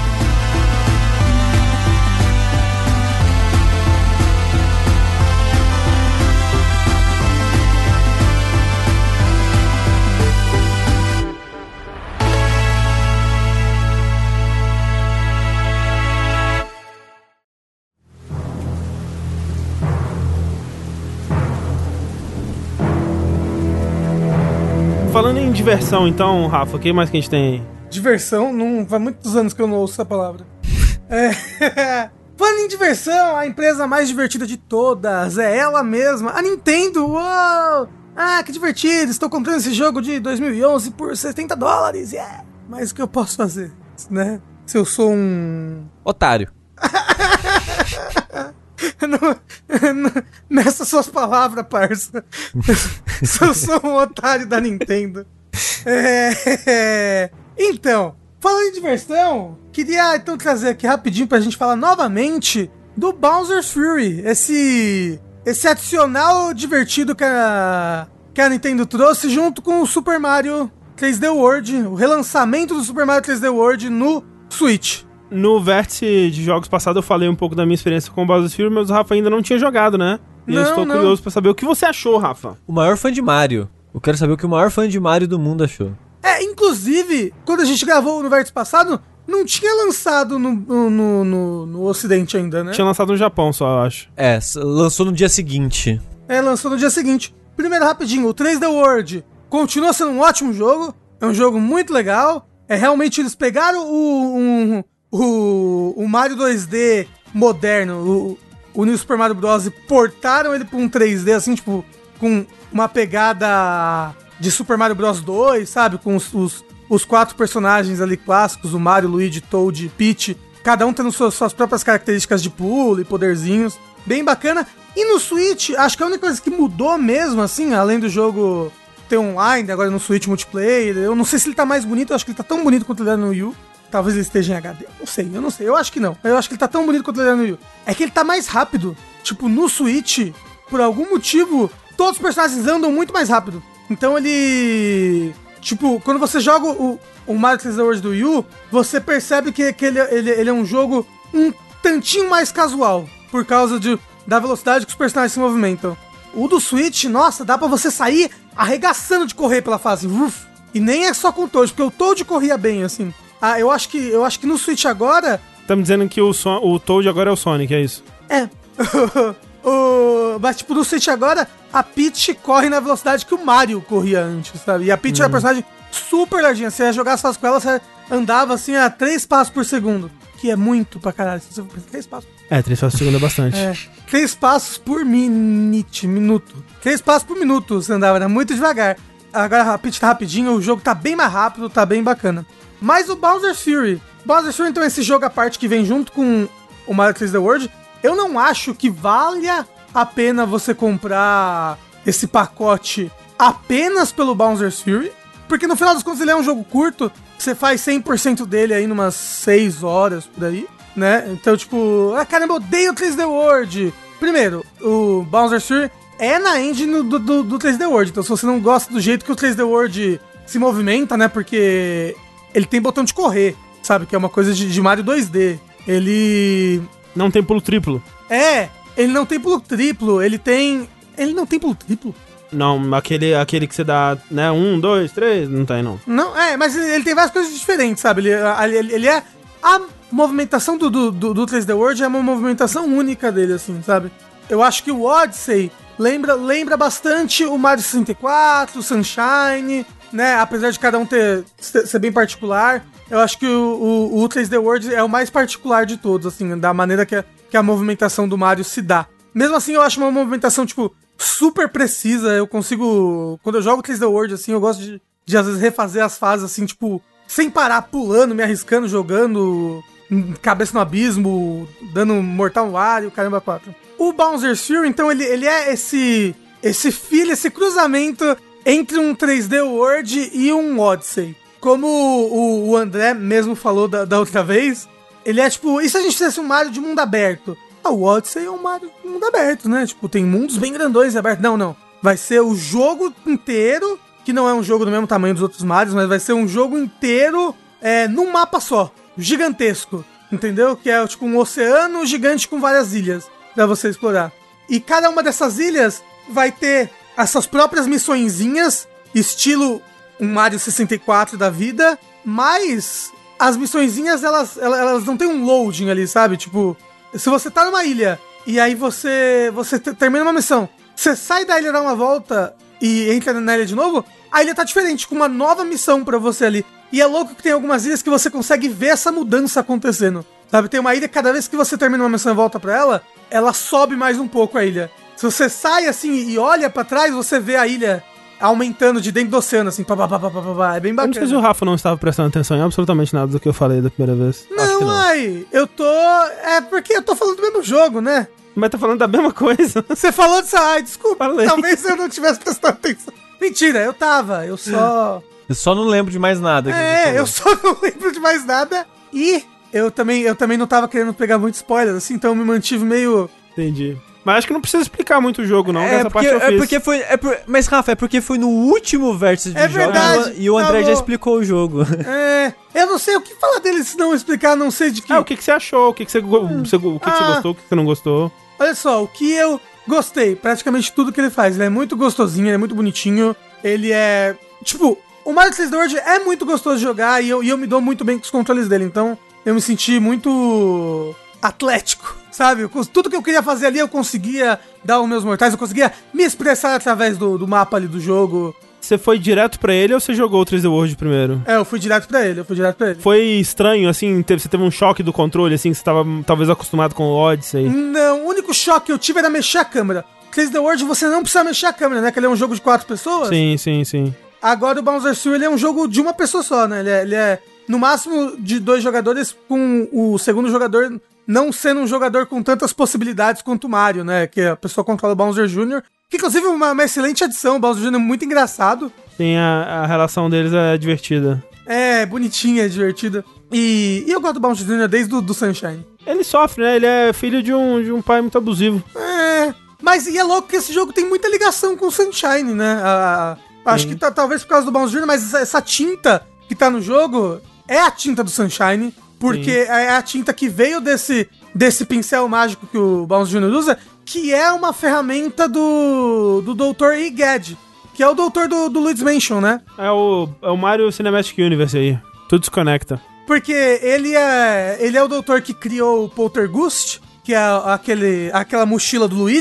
Falando em diversão, então, Rafa, o que mais que a gente tem aí? Diversão? Não, faz muitos anos que eu não ouço essa palavra. É... Falando em diversão, a empresa mais divertida de todas é ela mesma, a Nintendo. Uou! Ah, que divertido, estou comprando esse jogo de dois mil e onze por setenta dólares. Yeah! Mas o que eu posso fazer, né? Se eu sou um... Otário. Não, não, nessas suas palavras, parça. Se eu sou um otário da Nintendo. É, é, então, falando em diversão, queria então trazer aqui rapidinho pra gente falar novamente do Bowser's Fury. Esse, esse adicional divertido que a, que a Nintendo trouxe junto com o Super Mario três D World, o relançamento do Super Mario três D World no Switch. No vértice de jogos passado eu falei um pouco da minha experiência com o Bowser's Fury, mas o Rafa ainda não tinha jogado, né? E não, eu estou não. curioso pra saber o que você achou, Rafa. O maior fã de Mario. Eu quero saber o que o maior fã de Mario do mundo achou. É, inclusive, quando a gente gravou no vértice passado, não tinha lançado no, no, no, no Ocidente ainda, né? Tinha lançado no Japão só, eu acho. É, lançou no dia seguinte. É, lançou no dia seguinte. Primeiro, rapidinho, o três D World continua sendo um ótimo jogo. É um jogo muito legal. É, realmente, eles pegaram o... Um, O, o Mario dois D moderno, o, o New Super Mario Bros. E portaram ele pra um três D, assim, tipo, com uma pegada de Super Mario Bros. dois, sabe? Com os, os, os quatro personagens ali clássicos, o Mario, Luigi, Toad e Peach, cada um tendo suas, suas próprias características de pulo e poderzinhos. Bem bacana. E no Switch, acho que a única coisa que mudou mesmo, assim, além do jogo ter online, agora no Switch multiplayer, eu não sei se ele tá mais bonito, eu acho que ele tá tão bonito quanto ele era no Wii U. Talvez ele esteja em H D. Não sei, eu não sei. Eu acho que não. Eu acho que ele tá tão bonito quanto ele era no Wii U. É que ele tá mais rápido. Tipo, no Switch, por algum motivo, todos os personagens andam muito mais rápido. Então ele... Tipo, quando você joga o, o Mario três D World do Wii U, você percebe que, que ele, ele, ele é um jogo um tantinho mais casual. Por causa de, da velocidade que os personagens se movimentam. O do Switch, nossa, dá pra você sair arregaçando de correr pela fase. Uf, e nem é só com o Toad, porque o Toad corria bem, assim. Ah, eu acho que, eu acho que no Switch agora... Tá me dizendo que o, Son- o Toad agora é o Sonic, é isso? É. o, mas, tipo, no Switch agora, a Peach corre na velocidade que o Mario corria antes, sabe? E a Peach hum. é uma personagem super lerdinha. Você ia jogar as fases com ela, você andava, assim, a três passos por segundo. Que é muito pra caralho. três passos. É, três passos por segundo é bastante. É, três passos por minute, minuto. três passos por minuto você andava, era muito devagar. Agora a Peach tá rapidinho, o jogo tá bem mais rápido, tá bem bacana. Mas o Bowser's Fury. Bowser's Fury, então, é esse jogo à parte que vem junto com o Mario três D World. Eu não acho que valha a pena você comprar esse pacote apenas pelo Bowser's Fury, porque no final das contas ele é um jogo curto, você faz cem por cento dele aí numas seis horas por aí, né? Então, tipo, ah, caramba, eu odeio o três D World. Primeiro, o Bowser's Fury é na engine do, do, do três D World, então se você não gosta do jeito que o três D World se movimenta, né? Porque ele tem botão de correr, sabe? Que é uma coisa de, de Mario dois D. Ele... Não tem pulo triplo. É, ele não tem pulo triplo, ele tem... Ele não tem pulo triplo? Não, aquele, aquele que você dá, né, um, dois, três, não tem, não. Não, é, mas ele tem várias coisas diferentes, sabe? Ele, ele, ele é... A movimentação do, do, do três D World é uma movimentação única dele, assim, sabe? Eu acho que o Odyssey lembra, lembra bastante o Mario sessenta e quatro, o Sunshine, né? Apesar de cada um ter, ser bem particular, eu acho que o, o, o três D World é o mais particular de todos, assim, da maneira que a, que a movimentação do Mario se dá. Mesmo assim, eu acho uma movimentação, tipo, super precisa. Eu consigo... Quando eu jogo três D World, assim, eu gosto de, de às vezes, refazer as fases, assim, tipo, sem parar, pulando, me arriscando, jogando, cabeça no abismo, dando Mortal Wario, caramba, quatro. O Bowser's Fury, então, ele, ele é esse, esse filho, esse cruzamento entre um três D World e um Odyssey. Como o, o André mesmo falou da, da outra vez, ele é tipo... E se a gente fizesse um Mario de mundo aberto? Ah, o Odyssey é um Mario de mundo aberto, né? Tipo, tem mundos bem grandões abertos. Não, não. Vai ser o jogo inteiro, que não é um jogo do mesmo tamanho dos outros Marios, mas vai ser um jogo inteiro é, num mapa só. Gigantesco. Entendeu? Que é tipo um oceano gigante com várias ilhas pra você explorar. E cada uma dessas ilhas vai ter as suas próprias missõezinhas, estilo um Mario sessenta e quatro da vida, mas as missõezinhas, elas, elas, elas não tem um loading ali, sabe? Tipo, se você tá numa ilha e aí você, você t- termina uma missão, você sai da ilha, dá uma volta e entra na ilha de novo, a ilha tá diferente, com uma nova missão pra você ali. E é louco que tem algumas ilhas que você consegue ver essa mudança acontecendo, sabe? Tem uma ilha que cada vez que você termina uma missão e volta pra ela, ela sobe mais um pouco a ilha. Se você sai assim e olha pra trás, você vê a ilha aumentando de dentro do oceano, assim, pá, pá, pá, pá, pá, pá. É bem bacana. Eu não sei se o Rafa não estava prestando atenção em absolutamente nada do que eu falei da primeira vez. Não, não. Ai, eu tô... É porque eu tô falando do mesmo jogo, né? Mas tá falando da mesma coisa. Você falou disso, ai, desculpa, Falei. Talvez eu não tivesse prestado atenção. Mentira, eu tava, eu só... Eu só não lembro de mais nada. É, eu só não lembro de mais nada. E eu também, eu também não tava querendo pegar muito spoiler, assim, então eu me mantive meio... Entendi. Mas acho que não precisa explicar muito o jogo, não. É, essa porque, parte eu fiz. é porque foi. É por, mas, Rafa, é porque foi no último Vértice de É jogos verdade, e o André tá já bom. explicou o jogo. É, eu não sei o que falar dele se não explicar, não sei de que... Ah, o que, que você achou? O que, que, você, go- você, o que, que você Ah. gostou? O que, que você não gostou? Olha só, o que eu gostei, praticamente tudo que ele faz. Ele é muito gostosinho, ele é muito bonitinho. Ele é... Tipo, o Mario três D World é muito gostoso de jogar e eu, e eu me dou muito bem com os controles dele. Então, eu me senti muito atlético, sabe? Tudo que eu queria fazer ali, eu conseguia dar os meus mortais. Eu conseguia me expressar através do, do mapa ali do jogo. Você foi direto pra ele ou você jogou o três D World primeiro? É, eu fui direto pra ele, eu fui direto pra ele. Foi estranho, assim, teve, você teve um choque do controle, assim, que você tava talvez acostumado com o Odyssey? Não, o único choque que eu tive era mexer a câmera. três D World você não precisa mexer a câmera, né? Que ele é um jogo de quatro pessoas. Sim, sim, sim. Agora o Bowser's Fury ele é um jogo de uma pessoa só, né? Ele é, ele é no máximo de dois jogadores, com o segundo jogador não sendo um jogador com tantas possibilidades quanto o Mario, né? Que a pessoa controla o Bowser Júnior Que inclusive é uma, uma excelente adição. O Bowser Júnior é muito engraçado. Sim, a, a relação deles é divertida. É, bonitinha, é divertida. E, e eu gosto do Bowser Júnior desde o do Sunshine. Ele sofre, né? Ele é filho de um, de um pai muito abusivo. É, mas e é louco que esse jogo tem muita ligação com o Sunshine, né? A, a, acho que tá, talvez por causa do Bowser Júnior, mas essa, essa tinta que tá no jogo é a tinta do Sunshine, porque Sim. é a tinta que veio desse, desse pincel mágico que o Bowser Júnior usa, que é uma ferramenta do, do doutor Egad, que é o doutor do, do Luigi's Mansion, né? É o, é o Mario Cinematic Universe aí. Tudo se conecta. Porque ele é, ele é o doutor que criou o Poltergust, que é aquele, aquela mochila do Luigi,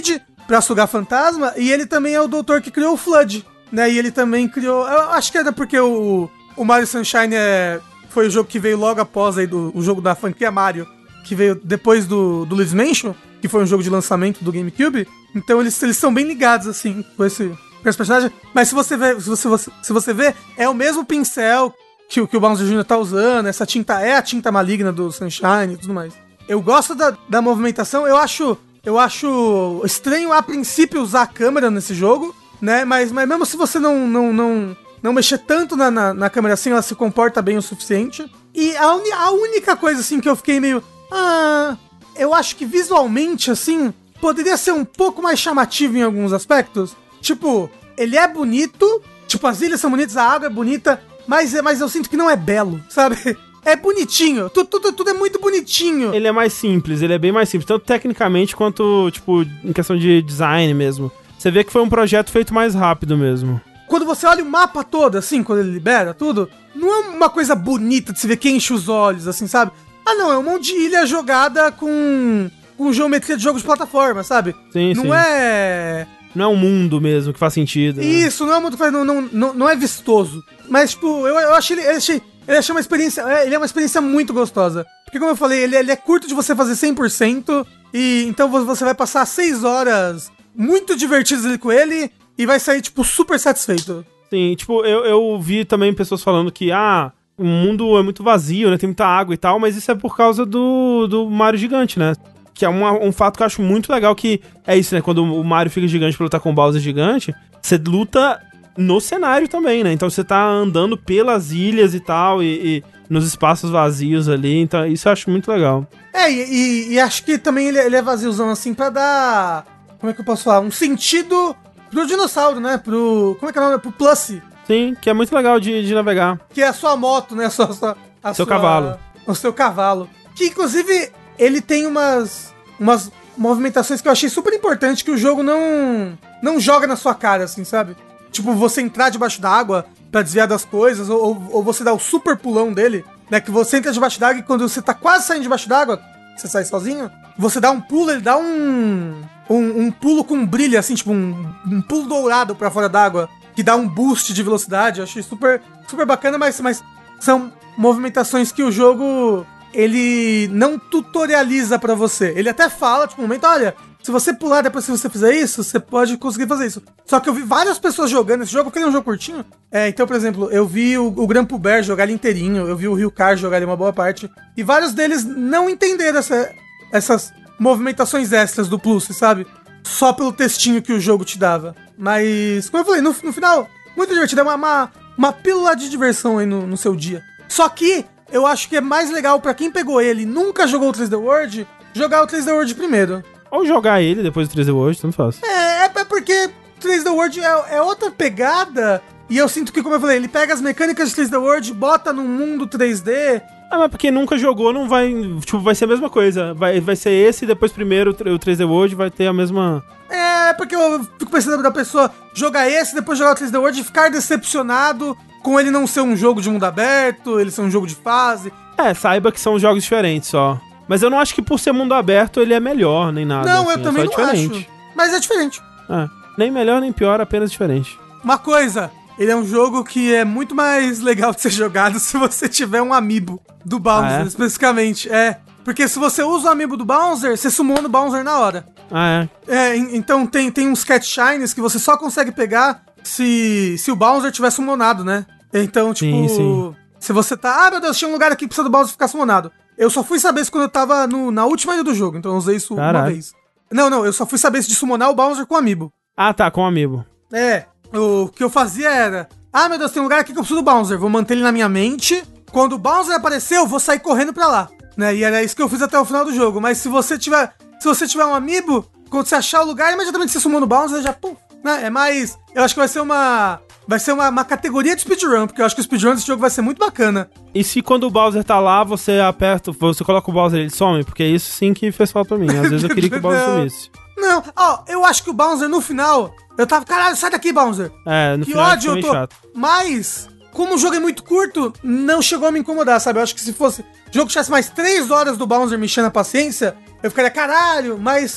pra sugar fantasma, e ele também é o doutor que criou o Flood, né? E ele também criou... Eu acho que era porque o, o Mario Sunshine é, foi o jogo que veio logo após aí do, o jogo da franquia Mario, que veio depois do, do Luigi's Mansion, que foi um jogo de lançamento do GameCube. Então eles, eles são bem ligados, assim, com esse, com esse personagem. Mas se você vê, se você, você, se você vê, é o mesmo pincel que, que o Bowser Júnior tá usando. Essa tinta é a tinta maligna do Sunshine e tudo mais. Eu gosto da, da movimentação. Eu acho, eu acho estranho a princípio usar a câmera nesse jogo, né? Mas, mas mesmo se você não, não, não, não mexer tanto na, na, na câmera assim, ela se comporta bem o suficiente. E a, uni, a única coisa assim que eu fiquei meio... Ah, eu acho que visualmente, assim, poderia ser um pouco mais chamativo em alguns aspectos. Tipo, ele é bonito, tipo, as ilhas são bonitas, a água é bonita, mas, mas eu sinto que não é belo, sabe? É bonitinho, tudo, tudo, tudo é muito bonitinho. Ele é mais simples, ele é bem mais simples, tanto tecnicamente quanto, tipo, em questão de design mesmo. Você vê que foi um projeto feito mais rápido mesmo. Quando você olha o mapa todo, assim, quando ele libera tudo, não é uma coisa bonita de se ver que enche os olhos, assim, sabe? Ah, não, é um monte de ilha jogada com, com geometria de jogos de plataforma, sabe? Sim, não sim. é... Não é um mundo mesmo que faz sentido. Né? Isso, não é um mundo que faz... Não, não, não, não é vistoso. Mas, tipo, eu, eu achei ele... Eu achei, ele achei uma experiência... Ele é uma experiência muito gostosa. Porque, como eu falei, ele, ele é curto de você fazer cem por cento. E então você vai passar seis horas muito divertidas ali com ele e vai sair, tipo, super satisfeito. Sim, tipo, eu, eu vi também pessoas falando que, ah... O mundo é muito vazio, né? Tem muita água e tal, mas isso é por causa do, do Mario gigante, né? Que é uma, um fato que eu acho muito legal, que é isso, né? Quando o Mario fica gigante pra lutar com o Bowser gigante, você luta no cenário também, né? Então você tá andando pelas ilhas e tal, e, e nos espaços vazios ali, então isso eu acho muito legal. É, e, e, e acho que também ele, ele é vaziozão, assim, pra dar... Como é que eu posso falar? Um sentido pro dinossauro, né? Pro... Como é que é o nome? Pro Plushie. Sim, que é muito legal de, de navegar. Que é a sua moto, né? A sua, a sua, a seu sua, cavalo. O seu cavalo. Que, inclusive, ele tem umas, umas movimentações que eu achei super importante que o jogo não, não joga na sua cara, assim, sabe? Tipo, você entrar debaixo d'água pra desviar das coisas, ou, ou você dar o super pulão dele, né? Que você entra debaixo d'água e quando você tá quase saindo debaixo d'água, você sai sozinho, você dá um pulo, ele dá um... Um, um pulo com brilho, assim, tipo, um, um pulo dourado pra fora d'água. Que dá um boost de velocidade, eu achei super, super bacana, mas, mas são movimentações que o jogo, ele não tutorializa pra você. Ele até fala, tipo, um momento, olha, se você pular depois que você fizer isso, você pode conseguir fazer isso. Só que eu vi várias pessoas jogando esse jogo, porque ele é um jogo curtinho. É, então, por exemplo, eu vi o, o Gran Pubert jogar ele inteirinho, eu vi o Ryukar jogar ele uma boa parte, e vários deles não entenderam essa, essas movimentações extras do Plus, sabe? Só pelo textinho que o jogo te dava. Mas, como eu falei, no, no final, muito divertido. É uma, uma, uma pílula de diversão aí no, no seu dia. Só que, eu acho que é mais legal pra quem pegou ele e nunca jogou o três D World, jogar o três D World primeiro. Ou jogar ele depois do três D World, tanto faz. É, é porque três D World é, é outra pegada. E eu sinto que, como eu falei, ele pega as mecânicas de três D World, bota num mundo três D... Ah, mas porque nunca jogou, não vai... Tipo, vai ser a mesma coisa. Vai, vai ser esse, depois primeiro o três D World vai ter a mesma... É, porque eu fico pensando da pessoa jogar esse, depois jogar o três D World e ficar decepcionado com ele não ser um jogo de mundo aberto, ele ser um jogo de fase. É, saiba que são jogos diferentes só. Mas eu não acho que por ser mundo aberto ele é melhor, nem nada. Não, assim, eu também é não diferente. acho. Mas é diferente. É, nem melhor nem pior, apenas diferente. Uma coisa... Ele é um jogo que é muito mais legal de ser jogado se você tiver um amiibo do Bowser, ah, é? especificamente. É, porque se você usa o amiibo do Bowser, você summona o Bowser na hora. Ah, é? É, então tem, tem uns Cat Shines que você só consegue pegar se, se o Bowser tiver summonado, né? Então, tipo, sim, sim. Se você tá... Ah, meu Deus, tinha um lugar aqui que precisa do Bowser ficar summonado. Eu só fui saber isso quando eu tava no, na última ilha do jogo, então eu usei isso Caraca. uma vez. Não, não, eu só fui saber isso de summonar o Bowser com o amiibo. Ah, tá, com o amiibo. É. O que eu fazia era... Ah, meu Deus, tem um lugar aqui que eu preciso do Bowser. Vou manter ele na minha mente. Quando o Bowser aparecer, eu vou sair correndo pra lá. Né? E era isso que eu fiz até o final do jogo. Mas se você tiver... Se você tiver um amiibo, quando você achar o lugar, imediatamente você sumou no Bowser, já... Pum, né? É mais... Eu acho que vai ser uma... Vai ser uma, uma categoria de speedrun. Porque eu acho que o speedrun desse jogo vai ser muito bacana. E se quando o Bowser tá lá, você aperta... Você coloca o Bowser e ele some? Porque é isso sim que fez falta pra mim. Às vezes eu queria que o Bowser sumisse. Não, ó, oh, eu acho que o Bowser no final... Eu tava, caralho, sai daqui, Bowser. É, no que final ódio eu tô. Chato. Mas, como o jogo é muito curto, não chegou a me incomodar, sabe? Eu acho que se fosse... O jogo tivesse mais três horas do Bowser me enchendo a paciência, eu ficaria, caralho, mas...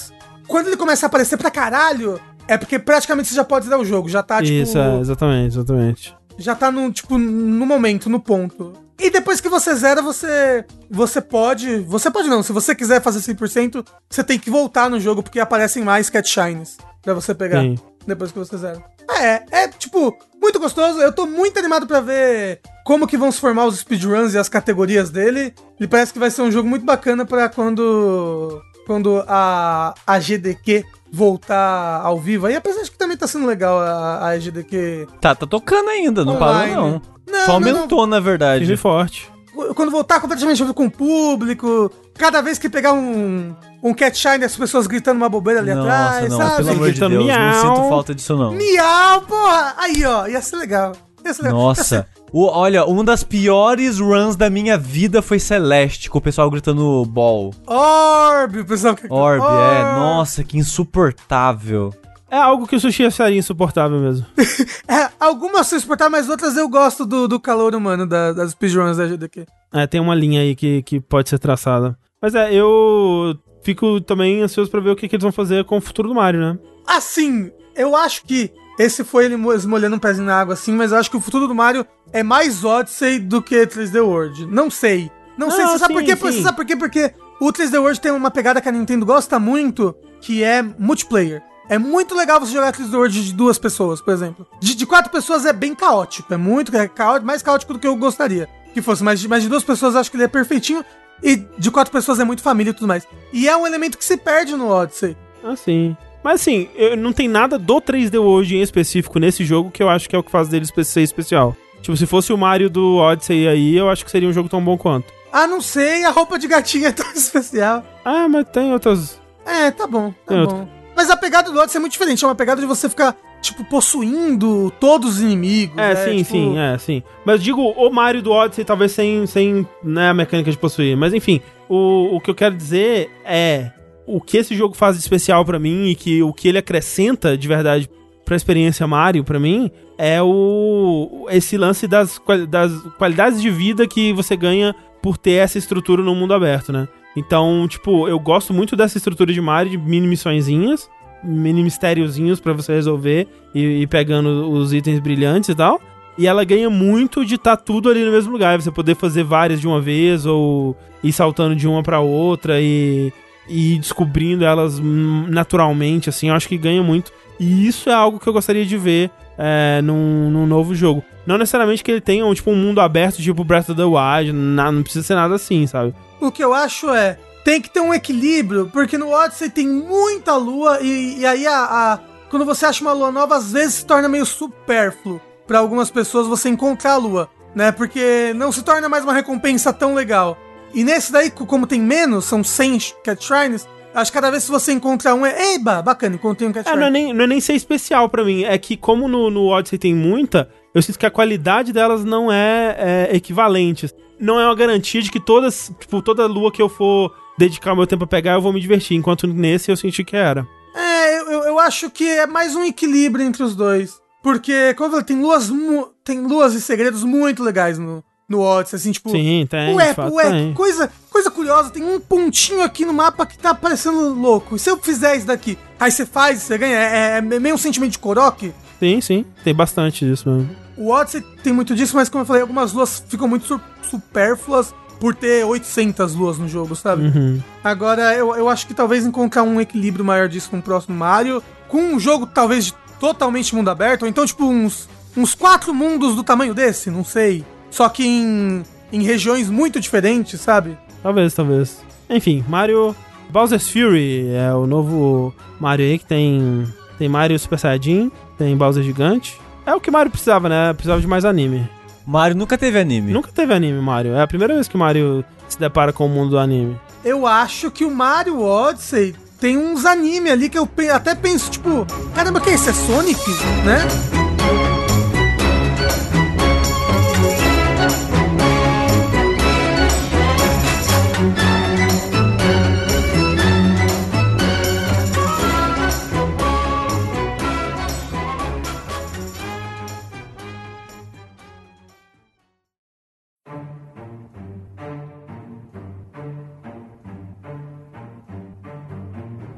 quando ele começa a aparecer pra caralho, é porque praticamente você já pode zerar o jogo. Já tá, tipo... Isso, é, exatamente, exatamente. Já tá no, tipo, no momento, no ponto. E depois que você zera, você você pode... Você pode não, se você quiser fazer cem por cento, você tem que voltar no jogo, porque aparecem mais Cat Shines pra você pegar. Sim. Depois que você zera. É, é, tipo, muito gostoso. Eu tô muito animado pra ver como que vão se formar os speedruns e as categorias dele. E parece que vai ser um jogo muito bacana pra quando... Quando a, a G D Q voltar ao vivo. Aí apesar de que também tá sendo legal a, a G D Q. Tá, tá tocando ainda, não online. parou não. não Só aumentou, não, não. na verdade. Tive forte. Quando voltar completamente com o público, cada vez que pegar um, um Cat Shine, as pessoas gritando uma bobeira ali Nossa, atrás, não, sabe? Pelo amor de Deus, miau. Não sinto falta disso não. Miau, porra! Aí, ó, ia ser legal. Ia ser legal. Nossa. O, olha, uma das piores runs da minha vida foi Celeste, com o pessoal gritando ball. Orb, o pessoal... Orb, Orb. é. Nossa, que insuportável. É algo que o Sushi acharia insuportável mesmo. é, algumas são insuportáveis, mas outras eu gosto do, do calor humano da, das speedruns da G D Q. É, tem uma linha aí que, que pode ser traçada. Mas é, eu fico também ansioso pra ver o que, que eles vão fazer com o futuro do Mario, né? Assim, eu acho que esse foi ele molhando um pezinho na água, assim, mas eu acho que o futuro do Mario é mais Odyssey do que três D World. Não sei. Não, Não sei. Você sabe, sim, por quê? Você sabe por quê? Porque o três D World tem uma pegada que a Nintendo gosta muito, que é multiplayer. É muito legal você jogar três D World de duas pessoas, por exemplo. De, de quatro pessoas é bem caótico. É muito é caótico, mais caótico do que eu gostaria que fosse. Mas de, mas de duas pessoas eu acho que ele é perfeitinho. E de quatro pessoas é muito família e tudo mais. E é um elemento que se perde no Odyssey. Ah, sim. Mas assim, eu, não tem nada do três D World em específico nesse jogo que eu acho que é o que faz dele ser especial. Tipo, se fosse o Mario do Odyssey aí, eu acho que seria um jogo tão bom quanto. Ah, não sei, a roupa de gatinho é tão especial. Ah, mas tem outras... É, tá bom, tá tem bom. Outra. Mas a pegada do Odyssey é muito diferente, é uma pegada de você ficar, tipo, possuindo todos os inimigos. É, né? sim, tipo... sim, é, sim. Mas digo, o Mario do Odyssey talvez sem, sem né, a mecânica de possuir. Mas enfim, o, o que eu quero dizer é... O que esse jogo faz de especial pra mim e que o que ele acrescenta de verdade pra experiência Mario, pra mim, é o esse lance das, das qualidades de vida que você ganha por ter essa estrutura no mundo aberto, né? Então, tipo, eu gosto muito dessa estrutura de Mario, de mini missõezinhas, mini mistériozinhos pra você resolver e ir pegando os itens brilhantes e tal. E ela ganha muito de estar tá tudo ali no mesmo lugar, você poder fazer várias de uma vez ou ir saltando de uma pra outra e... e descobrindo elas naturalmente, assim, eu acho que ganha muito. E isso é algo que eu gostaria de ver é, num, num novo jogo. Não necessariamente que ele tenha tipo, um mundo aberto, tipo Breath of the Wild, não, não precisa ser nada assim, sabe? O que eu acho é, tem que ter um equilíbrio, porque no Odyssey tem muita lua, e, e aí a, a, quando você acha uma lua nova, às vezes se torna meio supérfluo pra algumas pessoas você encontrar a lua, né? Porque não se torna mais uma recompensa tão legal. E nesse daí, como tem menos, são cem Cat Shrines, acho que cada vez que você encontra um é... Eba, bacana, encontrei um Cat Shrine. É, não é nem, não é nem ser especial pra mim, é que como no, no Odyssey tem muita, eu sinto que a qualidade delas não é, é equivalente. Não é uma garantia de que todas, tipo, toda lua que eu for dedicar o meu tempo a pegar, eu vou me divertir, enquanto nesse eu senti que era. É, eu, eu acho que é mais um equilíbrio entre os dois. Porque, como eu falei, tem luas, tem luas e segredos muito legais no... No Odyssey, assim, tipo... Sim, tem, Ué, fato, ué, tem. Coisa, coisa curiosa, tem um pontinho aqui no mapa que tá parecendo louco. E se eu fizer isso daqui? Aí você faz, você ganha, é, é meio um sentimento de Korok? Sim, sim, tem bastante disso mesmo. O Odyssey tem muito disso, mas como eu falei, algumas luas ficam muito su- supérfluas por ter oitocentas luas no jogo, sabe? Uhum. Agora, eu, eu acho que talvez encontrar um equilíbrio maior disso com o próximo Mario, com um jogo talvez de totalmente mundo aberto, ou então tipo uns, uns quatro mundos do tamanho desse, não sei... Só que em, em regiões muito diferentes, sabe? Talvez, talvez. Enfim, Mario... Bowser's Fury é o novo Mario aí que tem... Tem Mario Super Saiyajin, tem Bowser Gigante. É o que Mario precisava, né? Precisava de mais anime. Mario nunca teve anime. Nunca teve anime, Mario. É a primeira vez que o Mario se depara com o mundo do anime. Eu acho que o Mario Odyssey tem uns anime ali que eu pe- até penso, tipo... Caramba, que é isso? É Sonic? Né?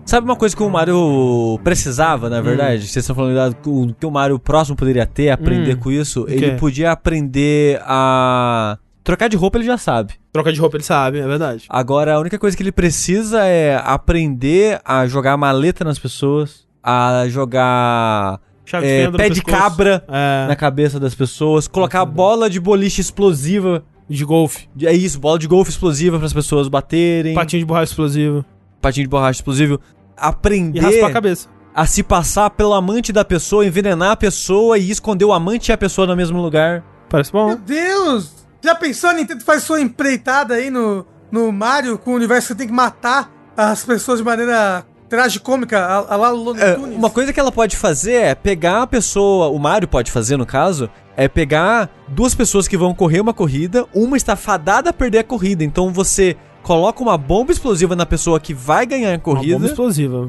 Sabe uma coisa que o Mario precisava, na verdade? Hum. Vocês estão falando do que o Mario próximo poderia ter, aprender hum. com isso? O ele quê? podia aprender a... Trocar de roupa ele já sabe. Trocar de roupa ele sabe, é verdade. Agora, a única coisa que ele precisa é aprender a jogar maleta nas pessoas, a jogar Chave é, de pé de pescoço. cabra É. na cabeça das pessoas, colocar bola de boliche explosiva. De golfe. É isso, bola de golfe explosiva para as pessoas baterem. Patinho de borracha explosivo. Patinho de borracha explosivo. Aprender E raspar a cabeça. a se passar pelo amante da pessoa, envenenar a pessoa e esconder o amante e a pessoa no mesmo lugar. Parece Meu bom. Deus! Já pensou, a Nintendo faz sua empreitada aí no, no Mario, com o universo que você tem que matar as pessoas de maneira tragicômica, a, a lá Looney É, Tunes? uma coisa que ela pode fazer é pegar a pessoa, o Mario pode fazer no caso, é pegar duas pessoas que vão correr uma corrida, uma está fadada a perder a corrida, então você coloca uma bomba explosiva na pessoa que vai ganhar a corrida. Uma bomba explosiva.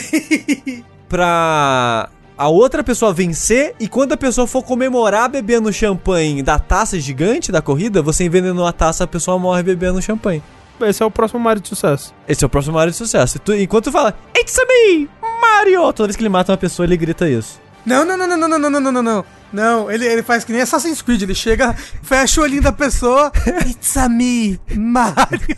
Pra a outra pessoa vencer, e quando a pessoa for comemorar bebendo champanhe da taça gigante da corrida, você envenenou a taça, a pessoa morre bebendo champanhe. Esse é o próximo Mario de sucesso. Esse é o próximo Mario de sucesso. E tu, enquanto tu fala, It's me, Mario! Toda vez que ele mata uma pessoa, ele grita isso. Não, não, não, não, não, não, não, não, não, não, não. Não, ele, ele faz que nem Assassin's Creed, ele chega, fecha o olhinho da pessoa, It's a me, Mario.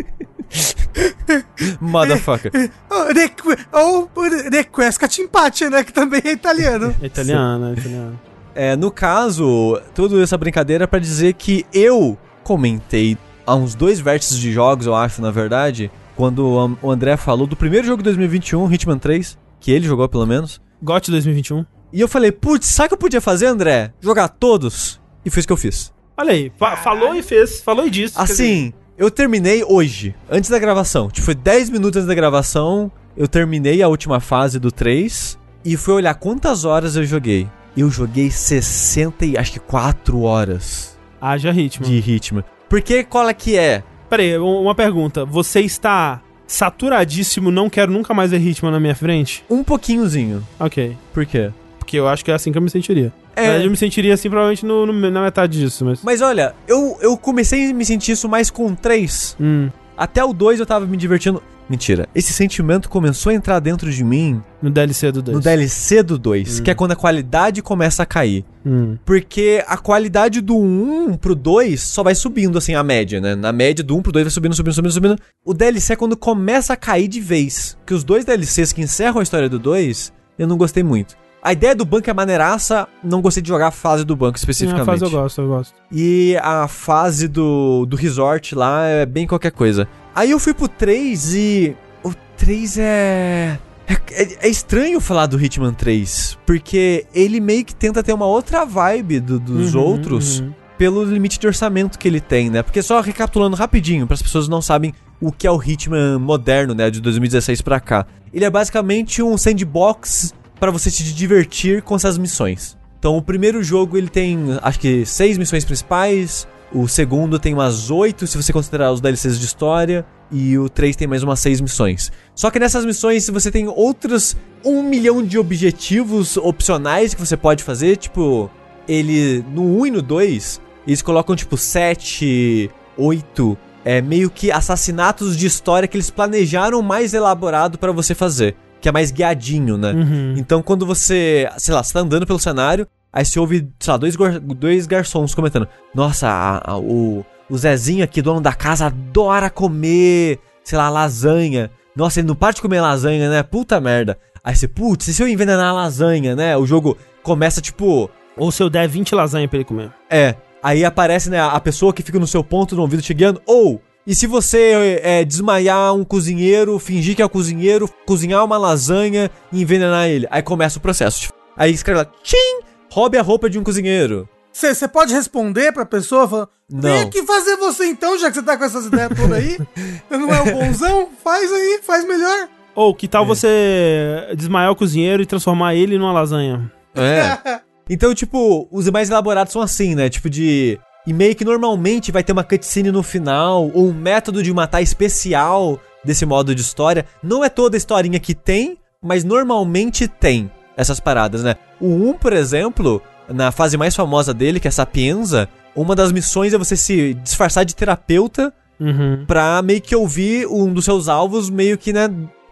Motherfucker. Ou requ ou Requesca Timpate, né, que também é italiano. É italiano, é italiano. É, no caso, toda essa brincadeira é pra dizer que eu comentei há uns dois vértices de jogos, eu acho, na verdade, quando o André falou do primeiro jogo de dois mil e vinte e um, Hitman três, que ele jogou pelo menos. G O T dois mil e vinte e um. E eu falei, putz, sabe o que eu podia fazer, André? Jogar todos. E foi isso que eu fiz. Olha aí, fa falou e fez, falou e disse. Assim, eu terminei hoje, antes da gravação. Tipo, foi dez minutos antes da gravação, eu terminei a última fase do três e fui olhar quantas horas eu joguei. Eu joguei sessenta e acho que quatro horas Haja ritmo. de Hitman. Porque qual é que é? Pera aí, uma pergunta. Você está saturadíssimo, não quero nunca mais ver Hitman na minha frente? Um pouquinhozinho. Ok. Por quê? Porque eu acho que é assim que eu me sentiria. É. Eu me sentiria assim provavelmente no, no- na metade disso, mas... Mas olha, eu, eu comecei a me sentir isso mais com o três. Hum, Até o dois eu tava me divertindo. Mentira. Esse sentimento começou a entrar dentro de mim no D L C do dois. no D L C do dois, Hum. que é quando a qualidade começa a cair. Hum. Porque a qualidade do um pro dois só vai subindo, assim, a média, né? Na média do um pro dois vai subindo, subindo, subindo, subindo. O D L C é quando começa a cair de vez. Que os dois D L Cs que encerram a história do dois, eu não gostei muito. A ideia do banco é maneiraça, não gostei de jogar a fase do banco especificamente. A fase eu gosto, eu gosto. E a fase do, do resort lá é bem qualquer coisa. Aí eu fui pro três e... O três é... É, é- é estranho falar do Hitman três, porque ele meio que tenta ter uma outra vibe do- dos Uhum, outros uhum. pelo limite de orçamento que ele tem, né? Porque só recapitulando rapidinho, para as pessoas que não sabem o que é o Hitman moderno, né? De dois mil e dezesseis pra cá. Ele é basicamente um sandbox para você se divertir com essas missões. Então o primeiro jogo ele tem, acho que, seis missões principais. O segundo tem umas oito, se você considerar os D L Cs de história. E o três tem mais umas seis missões. Só que nessas missões você tem outros um milhão de objetivos opcionais que você pode fazer. Tipo, ele no um e no dois, eles colocam tipo sete, oito, é, meio que assassinatos de história que eles planejaram mais elaborado pra você fazer. Que é mais guiadinho, né? Uhum. Então quando você, sei lá, você tá andando pelo cenário, aí você ouve, sei lá, dois, gar- dois garçons comentando: nossa, a- a- o, o Zezinho aqui, dono da casa, adora comer, sei lá, lasanha. Nossa, ele não para de comer lasanha, né? Puta merda. Aí você, putz, e se eu envenenar a lasanha, né? O jogo começa tipo... Ou se eu der vinte lasanha pra ele comer. É, aí aparece, né, a pessoa que fica no seu ponto no ouvido te guiando. Ou, e se você é, desmaiar um cozinheiro, fingir que é o cozinheiro, cozinhar uma lasanha e envenenar ele. Aí começa o processo. Tipo, aí escreve lá, tchim, roube a roupa de um cozinheiro. Você pode responder pra pessoa falando, Não. vem aqui fazer você então, já que você tá com essas ideias todas aí. Você não é o bonzão? Faz aí, faz melhor. Ou que tal você desmaiar o cozinheiro e transformar ele numa lasanha? É. Então, tipo, os mais elaborados são assim, né? Tipo de... E meio que normalmente vai ter uma cutscene no final, ou um método de matar especial desse modo de história. Não é toda a historinha que tem, mas normalmente tem essas paradas, né? O um, por exemplo, na fase mais famosa dele, que é Sapienza, uma das missões é você se disfarçar de terapeuta Uhum. pra meio que ouvir um dos seus alvos meio que, né,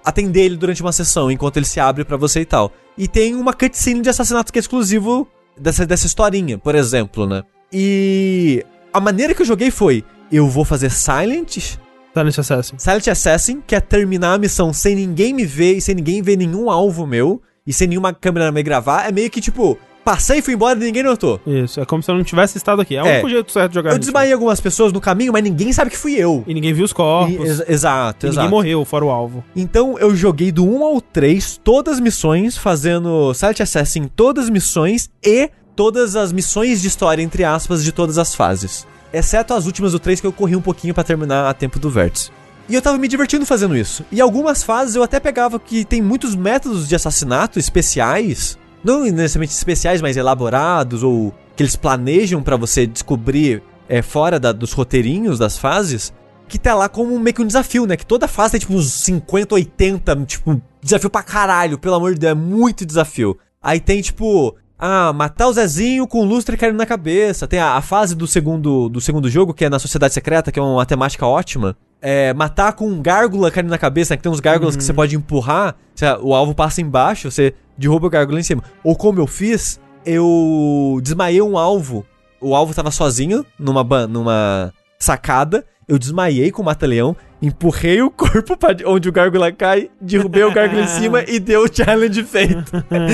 atender ele durante uma sessão, enquanto ele se abre pra você e tal. E tem uma cutscene de assassinato que é exclusivo dessa, dessa historinha, por exemplo, né? E a maneira que eu joguei foi, eu vou fazer Silent... Silent Assassin. Silent Assassin, que é terminar a missão sem ninguém me ver e sem ninguém ver nenhum alvo meu, e sem nenhuma câmera me gravar, é meio que tipo, passei e fui embora e ninguém notou. Isso, é como se eu não tivesse estado aqui. É o É. único jeito certo de jogar Eu isso. desmaiei algumas pessoas no caminho, mas ninguém sabe que fui eu. E ninguém viu os corpos. E- ex- exato, e exato. ninguém morreu, fora o alvo. Então eu joguei do um ao três, todas as missões, fazendo Silent Assassin em todas as missões e todas as missões de história, entre aspas, de todas as fases. Exceto as últimas do três que eu corri um pouquinho pra terminar a tempo do vértice. E eu tava me divertindo fazendo isso. E algumas fases eu até pegava que tem muitos métodos de assassinato especiais, não necessariamente especiais, mas elaborados, ou que eles planejam pra você descobrir é, fora da, dos roteirinhos das fases, que tá lá como meio que um desafio, né? Que toda fase tem tipo uns cinquenta, oitenta, tipo, desafio pra caralho, pelo amor de Deus, é muito desafio. Aí tem tipo... Ah, matar o Zezinho com lustre caindo na cabeça. Tem a, a fase do segundo, do segundo jogo, que é na Sociedade Secreta, que é uma temática ótima. É, matar com um gárgula caindo na cabeça, né, que tem uns gárgulas Uhum. que você pode empurrar. Se a- o alvo passa embaixo, você derruba o gárgula em cima. Ou como eu fiz, eu desmaiei um alvo. O alvo tava sozinho, numa, ban- numa sacada. Eu desmaiei com o mata-leão, empurrei o corpo pra onde o gárgula cai, derrubei o gárgula em cima e deu o challenge feito.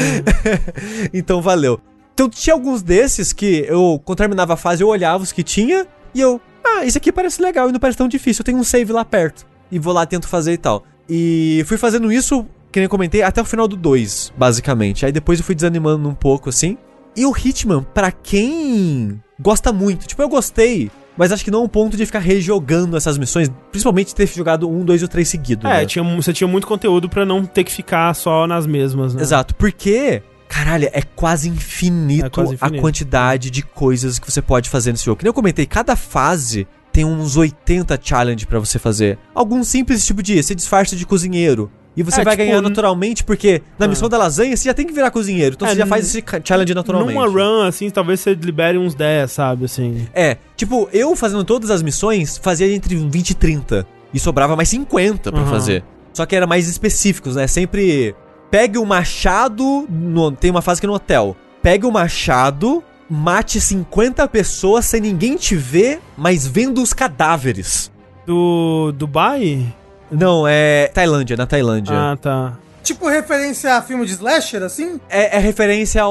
Então valeu. Então tinha alguns desses que eu, quando terminava a fase, eu olhava os que tinha e eu, ah, isso aqui parece legal e não parece tão difícil, eu tenho um save lá perto. E vou lá, tento fazer e tal. E fui fazendo isso, que nem eu comentei, até o final do dois, basicamente. Aí depois eu fui desanimando um pouco, assim. E o Hitman, pra quem gosta muito, tipo, eu gostei, mas acho que não é um ponto de ficar rejogando essas missões, principalmente ter jogado um, dois ou três seguidos. É, né? tinha, você tinha muito conteúdo pra não ter que ficar só nas mesmas, né? Exato, porque, caralho, é quase infinito, É quase infinito. a quantidade de coisas que você pode fazer nesse jogo. Que nem eu comentei, cada fase tem uns oitenta challenge pra você fazer. Alguns simples, tipo de, você disfarça de cozinheiro. E você É, vai tipo, ganhar n- naturalmente, porque na Ah. missão da lasanha você já tem que virar cozinheiro. Então É, você já n- faz esse ca- challenge naturalmente. Numa run, assim, talvez você libere uns dez, sabe, assim. É, tipo, eu fazendo todas as missões, fazia entre vinte e trinta. E sobrava mais cinquenta pra Uhum. fazer. Só que era mais específicos, né? Sempre pegue o machado, no- tem uma fase que é no hotel. Pegue o machado, mate cinquenta pessoas sem ninguém te ver, mas vendo os cadáveres. Do Dubai? Não, é Tailândia, na Tailândia. Ah, tá. Tipo referência a filme de slasher, assim? É, é referência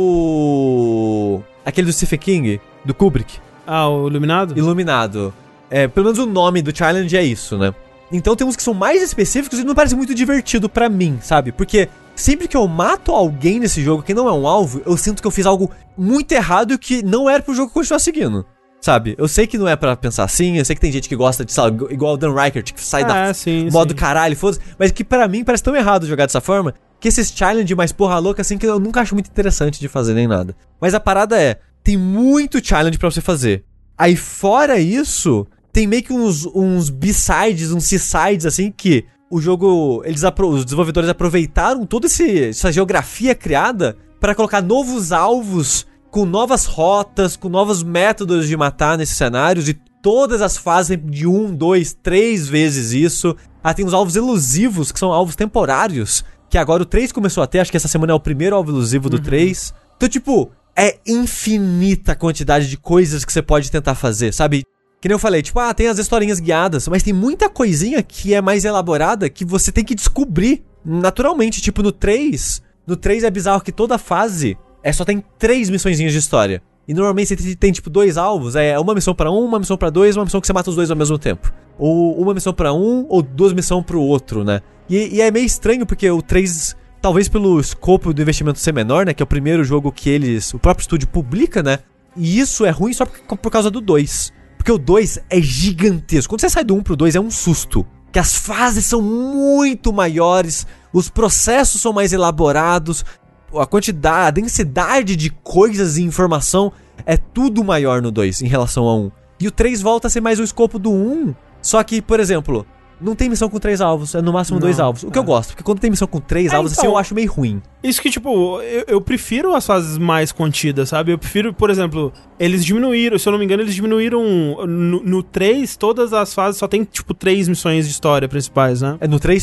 ao... aquele do Stephen King, do Kubrick. Ah, o Iluminado? Iluminado. É, pelo menos o nome do challenge é isso, né? Então tem uns que são mais específicos e não parece muito divertido pra mim, sabe? Porque sempre que eu mato alguém nesse jogo que não é um alvo, eu sinto que eu fiz algo muito errado que não era pro jogo continuar seguindo, sabe? Eu sei que não é pra pensar assim, eu sei que tem gente que gosta de, sabe, igual o Dan Reichert, que sai Ah, da sim, modo sim. caralho, foda-se, mas que pra mim parece tão errado jogar dessa forma, que esses challenge mais porra louca assim que eu nunca acho muito interessante de fazer nem nada. Mas a parada é, tem muito challenge pra você fazer. Aí fora isso, tem meio que uns, uns B-sides, uns C-sides assim que o jogo, eles apro- os desenvolvedores aproveitaram toda esse, essa geografia criada pra colocar novos alvos com novas rotas, com novos métodos de matar nesses cenários e todas as fases de um, dois, três vezes isso. Ah, tem os alvos elusivos, que são alvos temporários, que agora o três começou a ter, acho que essa semana é o primeiro alvo elusivo do três. Então, tipo, é infinita a quantidade de coisas que você pode tentar fazer, sabe? Que nem eu falei, tipo, ah, tem as historinhas guiadas, mas tem muita coisinha que é mais elaborada que você tem que descobrir naturalmente. Tipo, no três, no três é bizarro que toda fase é só tem três missõezinhas de história. E normalmente você tem, tem, tipo, dois alvos, é uma missão pra um, uma missão pra dois, uma missão que você mata os dois ao mesmo tempo. Ou uma missão pra um, ou duas missões pro outro, né? E, e é meio estranho porque o três, talvez pelo escopo do investimento ser menor, né? Que é o primeiro jogo que eles, o próprio estúdio publica, né? E isso é ruim só por, por causa do dois. Porque o dois é gigantesco. Quando você sai do um pro dois é um susto. Que as fases são muito maiores, os processos são mais elaborados, a quantidade, a densidade de coisas e informação é tudo maior no dois em relação a um. E o três volta a ser mais o escopo do um, só que, por exemplo, não tem missão com três alvos, é no máximo Não, dois alvos. O que é. eu gosto, porque quando tem missão com três É, alvos, então, assim, eu acho meio ruim. Isso que, tipo, eu, eu prefiro as fases mais contidas, sabe? Eu prefiro, por exemplo, eles diminuíram, se eu não me engano, eles diminuíram no, no três, todas as fases só tem, tipo, três missões de história principais, né? É no três, sim.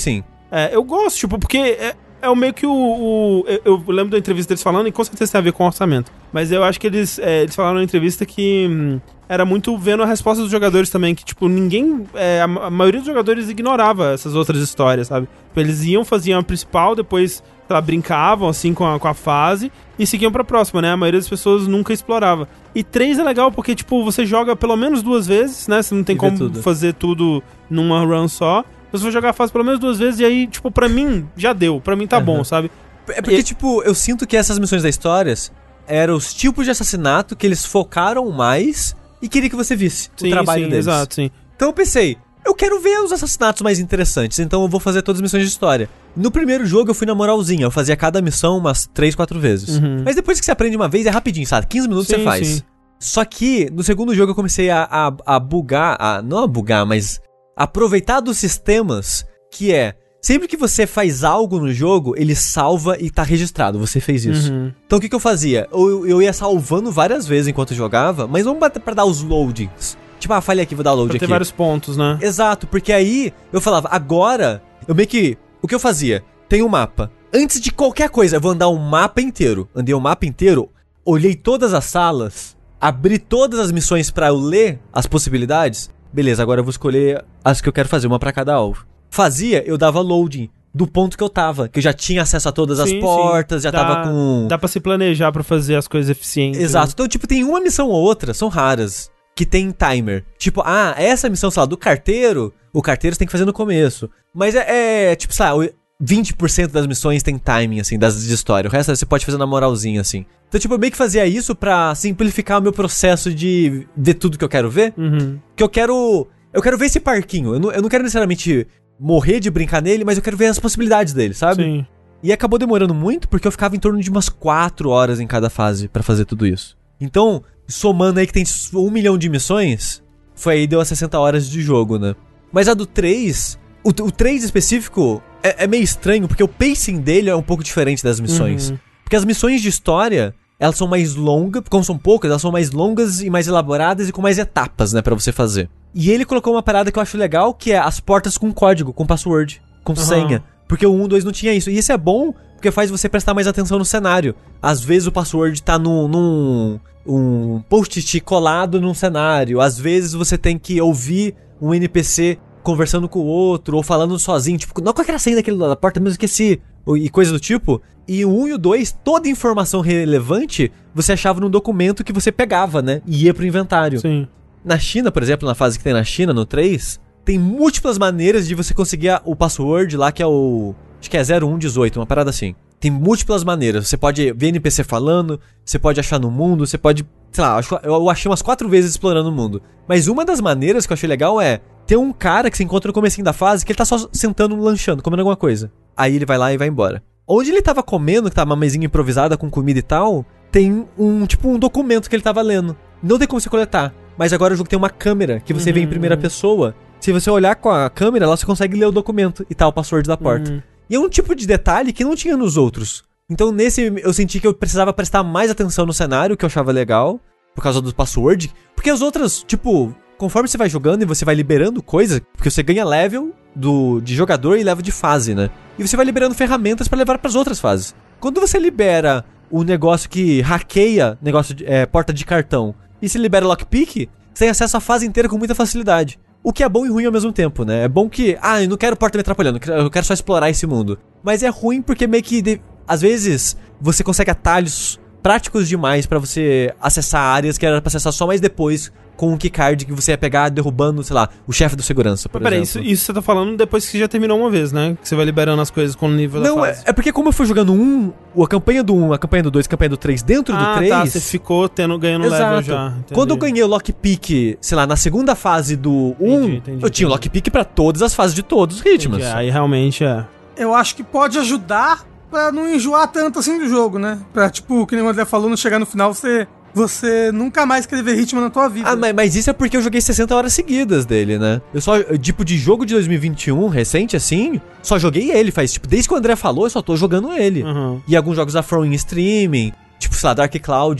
É, eu gosto, tipo, porque é, é o meio que o... o eu, eu lembro da entrevista deles falando, e com certeza tem a ver com orçamento. Mas eu acho que eles, é, eles falaram na entrevista que hum, era muito vendo a resposta dos jogadores também, que, tipo, ninguém... É, a, a maioria dos jogadores ignorava essas outras histórias, sabe? Eles iam, faziam a principal, depois, sei lá, brincavam, assim, com a, com a fase, e seguiam pra próxima, né? A maioria das pessoas nunca explorava. E três é legal porque, tipo, você joga pelo menos duas vezes, né? Você não tem como tudo. fazer tudo numa run só. Você vai jogar a fase pelo menos duas vezes e aí, tipo, pra mim, já deu. Pra mim tá uhum. bom, sabe? É porque, e... tipo, eu sinto que essas missões da história eram os tipos de assassinato que eles focaram mais e queria que você visse sim, o trabalho sim, deles. Exato, sim. Então eu pensei, eu quero ver os assassinatos mais interessantes, então eu vou fazer todas as missões de história. No primeiro jogo eu fui na moralzinha, eu fazia cada missão umas três, quatro vezes. Uhum. Mas depois que você aprende uma vez é rapidinho, sabe? quinze minutos sim, você faz. Sim. Só que no segundo jogo eu comecei a, a, a bugar, a, não a bugar, mas aproveitar dos sistemas que é, sempre que você faz algo no jogo, ele salva e tá registrado, você fez isso. Uhum. Então o que que eu fazia? Eu, eu ia salvando várias vezes enquanto eu jogava, mas não pra dar os loadings. Tipo, ah, falei aqui, vou dar load pra aqui. Tem vários pontos, né? Exato, porque aí eu falava, agora, eu meio que, o que eu fazia? Tem um mapa. Antes de qualquer coisa, eu vou andar um mapa inteiro. Andei o um mapa inteiro, olhei todas as salas, abri todas as missões pra eu ler as possibilidades. Beleza, agora eu vou escolher as que eu quero fazer, uma pra cada alvo. Fazia, eu dava loading do ponto que eu tava, que eu já tinha acesso a todas sim, as portas, sim. já dá, tava com... Dá pra se planejar pra fazer as coisas eficientes. Exato, né? Então tipo, tem uma missão ou outra, são raras, que tem timer. Tipo, ah, essa missão, sei lá, do carteiro, o carteiro você tem que fazer no começo. Mas é, é tipo, sei lá, vinte por cento das missões tem timing, assim, das de história. O resto você pode fazer na moralzinha, assim. Então, tipo, eu meio que fazia isso pra simplificar o meu processo de ver tudo que eu quero ver. Uhum. Que eu quero... Eu quero ver esse parquinho. Eu não, eu não quero necessariamente... morrer de brincar nele, mas eu quero ver as possibilidades dele, sabe? Sim. E acabou demorando muito porque eu ficava em torno de umas quatro horas em cada fase pra fazer tudo isso. Então, somando aí que tem um milhão de missões, foi aí deu as sessenta horas de jogo, né? Mas a do três, o, o três específico é, é meio estranho porque o pacing dele é um pouco diferente das missões. Uhum. Porque as missões de história, elas são mais longas, como são poucas, elas são mais longas e mais elaboradas e com mais etapas, né, pra você fazer. E ele colocou uma parada que eu acho legal, que é as portas com código, com password, com uhum. senha. Porque o um, dois não tinha isso. E isso é bom, porque faz você prestar mais atenção no cenário. Às vezes o password tá num, num um post-it colado num cenário. Às vezes você tem que ouvir um N P C conversando com o outro, ou falando sozinho. Tipo, não, qual que era a senha daquele da porta, mas eu esqueci. E coisa do tipo. E o um e o dois, toda informação relevante, você achava num documento que você pegava, né? E ia pro inventário. Sim. Na China, por exemplo, na fase que tem na China, no três, tem múltiplas maneiras de você conseguir a, o password lá, que é o... Acho que é zero um dezoito, uma parada assim. Tem múltiplas maneiras. Você pode ver N P C falando, você pode achar no mundo, você pode... Sei lá, eu achei umas quatro vezes explorando o mundo. Mas uma das maneiras que eu achei legal é... Tem um cara que se encontra no comecinho da fase que ele tá só sentando, lanchando, comendo alguma coisa. Aí ele vai lá e vai embora. Onde ele tava comendo, que tava uma mesinha improvisada com comida e tal, tem um, tipo, um documento que ele tava lendo. Não tem como você coletar. Mas agora o jogo tem uma câmera que você uhum. vê em primeira pessoa. Se você olhar com a câmera, lá você consegue ler o documento e tá o password da porta. Uhum. E é um tipo de detalhe que não tinha nos outros. Então nesse eu senti que eu precisava prestar mais atenção no cenário, que eu achava legal, por causa do password. Porque as outras, tipo, conforme você vai jogando e você vai liberando coisas, porque você ganha level do, de jogador e level de fase, né? E você vai liberando ferramentas pra levar pras outras fases. Quando você libera o negócio que hackeia negócio de, é, porta de cartão, e se libera o lockpick, você tem acesso à fase inteira com muita facilidade. O que é bom e ruim ao mesmo tempo, né? É bom que, ah, eu não quero porta me atrapalhando, eu quero só explorar esse mundo. Mas é ruim porque meio que, de, às vezes, você consegue atalhos práticos demais pra você acessar áreas que era pra acessar só mais depois, com um keycard que você ia pegar derrubando, sei lá, o chefe do segurança, por Mas, exemplo. Peraí, isso, isso você tá falando depois que já terminou uma vez, né? Que você vai liberando as coisas com o nível não, da fase. Não, é, é porque como eu fui jogando um, a campanha do um, a campanha do dois, a campanha do três, dentro ah, do três... Ah, tá, você ficou tendo, ganhando exato. level já. Entendi. Quando eu ganhei o lockpick, sei lá, na segunda fase do um, entendi, entendi, eu tinha o lockpick pra todas as fases de todos os ritmos. Entendi. Aí realmente é... Eu acho que pode ajudar pra não enjoar tanto assim do jogo, né? Pra, tipo, que nem o André falou, não chegar no final, você... Você nunca mais quer ver ritmo na tua vida. Ah, mas, mas isso é porque eu joguei sessenta horas seguidas dele, né? Eu só, tipo, de jogo de dois mil e vinte e um, recente assim, só joguei ele. Faz, tipo, desde que o André falou, eu só tô jogando ele. Uhum. E alguns jogos da From em streaming, tipo, sei lá, Dark Cloud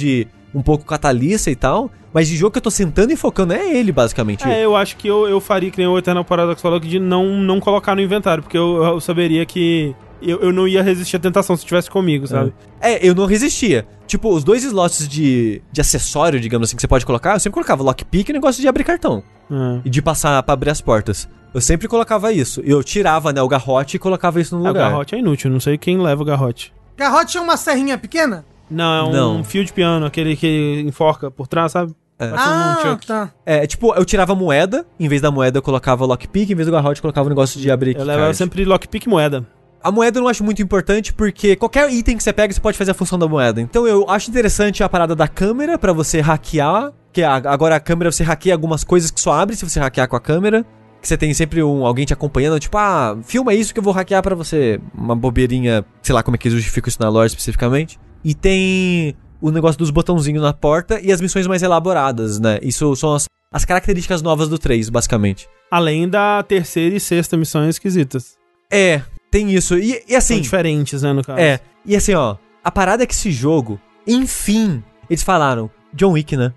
um pouco com a Thalissa e tal, mas de jogo que eu tô sentando e focando é ele, basicamente. É, eu acho que eu, eu faria que nem o Eternal Paradox falou, de não, não colocar no inventário, porque eu, eu saberia que eu, eu não ia resistir à tentação se estivesse comigo, sabe? É. é, eu não resistia. Tipo, os dois slots de, de acessório, digamos assim, que você pode colocar, eu sempre colocava lockpick e negócio de abrir cartão. É. E de passar pra abrir as portas. Eu sempre colocava isso. Eu tirava, né, o garrote e colocava isso no É, lugar. o garrote é inútil, não sei quem leva o garrote. Garrote é uma serrinha pequena? Não, é um Não. fio de piano, aquele que enforca por trás, sabe? É. Parece um Ah, chuck. tá. É, tipo, eu tirava a moeda, em vez da moeda eu colocava o lockpick, em vez do garrote eu colocava o negócio de abrir Eu levava sempre lockpick moeda. A moeda eu não acho muito importante, porque qualquer item que você pega, você pode fazer a função da moeda. Então eu acho interessante a parada da câmera, pra você hackear, que a- agora a câmera você hackeia algumas coisas que só abre se você hackear com a câmera. Que você tem sempre um, alguém te acompanhando, tipo, ah, filma isso que eu vou hackear pra você. Uma bobeirinha, sei lá como é que eles justificam isso na lore especificamente. E tem o negócio dos botãozinhos na porta e as missões mais elaboradas, né? Isso são as, as características novas do três, basicamente. Além da terceira e sexta missões esquisitas. É, tem isso. E, e assim... São diferentes, né, no caso. É, e assim, ó, a parada é que esse jogo, enfim, eles falaram, John Wick, né?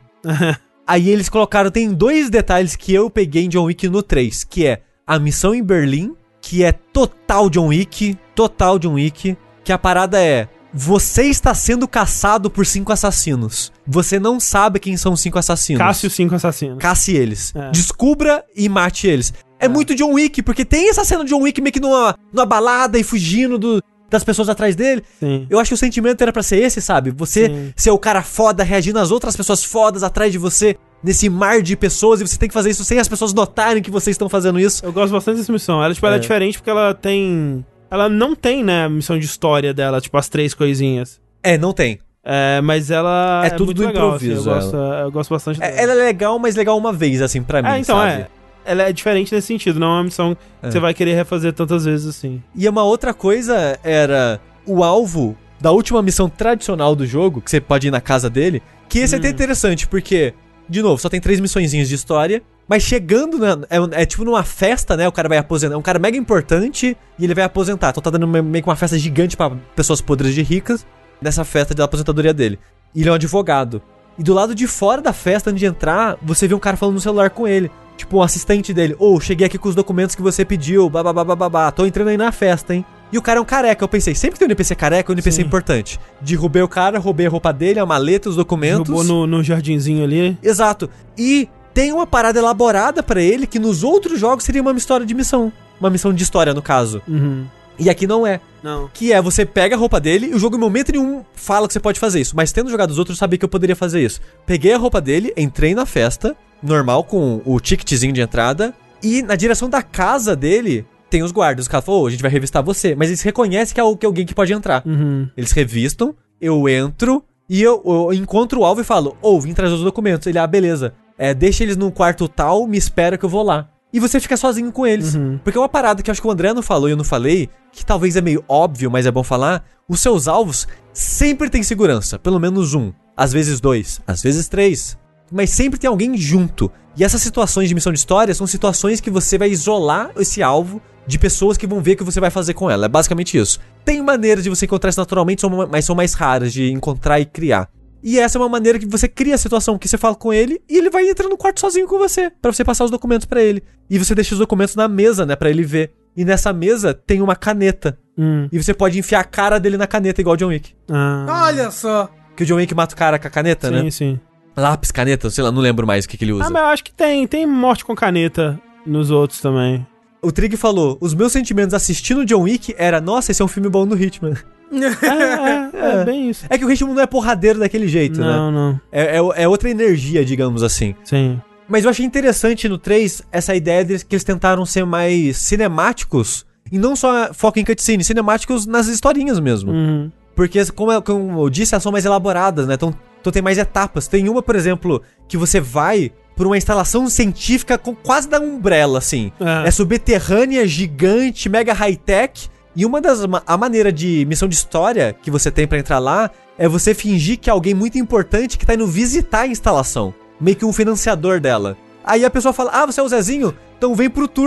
Aí eles colocaram, tem dois detalhes que eu peguei em John Wick no três, que é a missão em Berlim, que é total John Wick, total John Wick, que a parada é, você está sendo caçado por cinco assassinos. Você não sabe quem são os cinco assassinos. Casse os cinco assassinos. Casse eles. É. Descubra e mate eles. É, É. muito John Wick, porque tem essa cena de John Wick meio que numa, numa balada e fugindo do, das pessoas atrás dele. Sim. Eu acho que o sentimento era pra ser esse, sabe? Você Sim. ser o cara foda reagindo às outras pessoas fodas atrás de você, nesse mar de pessoas, e você tem que fazer isso sem as pessoas notarem que vocês estão fazendo isso. Eu gosto bastante dessa missão. Ela, tipo, ela é É. diferente porque ela tem... Ela não tem, né, a missão de história dela, tipo, as três coisinhas. É, não tem. É, mas ela É é, tudo muito do legal, assim, improviso, eu, gosto, eu gosto bastante dela. É, ela é legal, mas legal uma vez, assim, pra mim, É, então, sabe? é. Ela é diferente nesse sentido, não é uma missão que É. você vai querer refazer tantas vezes assim. E uma outra coisa era o alvo da última missão tradicional do jogo, que você pode ir na casa dele, que esse é até Hum. interessante, porque, de novo, só tem três missõezinhas de história, mas chegando, na, é, é tipo numa festa, né, o cara vai aposentar, é um cara mega importante e ele vai aposentar, então tá dando meio que uma festa gigante pra pessoas podres de ricas, nessa festa de aposentadoria dele. E ele é um advogado. E do lado de fora da festa, antes de entrar, você vê um cara falando no celular com ele. Tipo, um assistente dele. Ô, oh, cheguei aqui com os documentos que você pediu, babá, tô entrando aí na festa, hein? E o cara é um careca, eu pensei, sempre que tem um N P C careca, o N P C Sim. é importante. Derrubei o cara, roubei a roupa dele, a maleta, os documentos. Roubou no, no jardinzinho ali. Exato. E tem uma parada elaborada pra ele que nos outros jogos seria uma história de missão. Uma missão de história, no caso. Uhum. E aqui não é. Não. Que é, você pega a roupa dele e o jogo em momento nenhum fala que você pode fazer isso. Mas tendo jogado os outros, eu sabia que eu poderia fazer isso. Peguei a roupa dele, entrei na festa, normal, com o ticketzinho de entrada. E na direção da casa dele, tem os guardas. O cara falou, oh, a gente vai revistar você. Mas eles reconhecem que é, o, que é alguém que pode entrar. Uhum. Eles revistam, eu entro e eu, eu encontro o alvo e falo, ô, oh, vim trazer os documentos. Ele, ah, beleza. É, deixa eles num quarto tal, me espera que eu vou lá. E você fica sozinho com eles. Uhum. Porque é uma parada que eu acho que o André não falou e eu não falei, que talvez é meio óbvio, mas é bom falar. Os seus alvos sempre tem segurança. Pelo menos um. Às vezes dois. Às vezes três. Mas sempre tem alguém junto. E essas situações de missão de história são situações que você vai isolar esse alvo de pessoas que vão ver o que você vai fazer com ela. É basicamente isso. Tem maneiras de você encontrar isso naturalmente, mas são mais raras de encontrar e criar. E essa é uma maneira que você cria a situação, que você fala com ele e ele vai entrar no quarto sozinho com você, pra você passar os documentos pra ele. E você deixa os documentos na mesa, né, pra ele ver. E nessa mesa tem uma caneta. Hum. E você pode enfiar a cara dele na caneta, igual o John Wick. Ah. Olha só. Que o John Wick mata o cara com a caneta, Sim, né? sim. Lápis, caneta, sei lá, não lembro mais o que, que ele usa. Ah, mas eu acho que tem. Tem morte com caneta nos outros também. O Trig falou, os meus sentimentos assistindo John Wick era, nossa, esse é um filme bom do Hitman. É, é, é, é bem isso. É que o Hitman não é porradeiro daquele jeito, Não, né? não. É, é, é outra energia, digamos assim. Sim. Mas eu achei interessante no três essa ideia de que eles tentaram ser mais cinemáticos. E não só foco em cutscene, cinemáticos nas historinhas mesmo. Uhum. Porque, como eu, como eu disse, elas são mais elaboradas, né? Então, então tem mais etapas. Tem uma, por exemplo, que você vai por uma instalação científica com quase da Umbrella, assim. É. É subterrânea, gigante, mega high-tech. E uma das... A maneira de missão de história que você tem pra entrar lá é você fingir que é alguém muito importante que tá indo visitar a instalação. Meio que um financiador dela. Aí a pessoa fala, ah, você é o Zezinho? Então vem pro tour.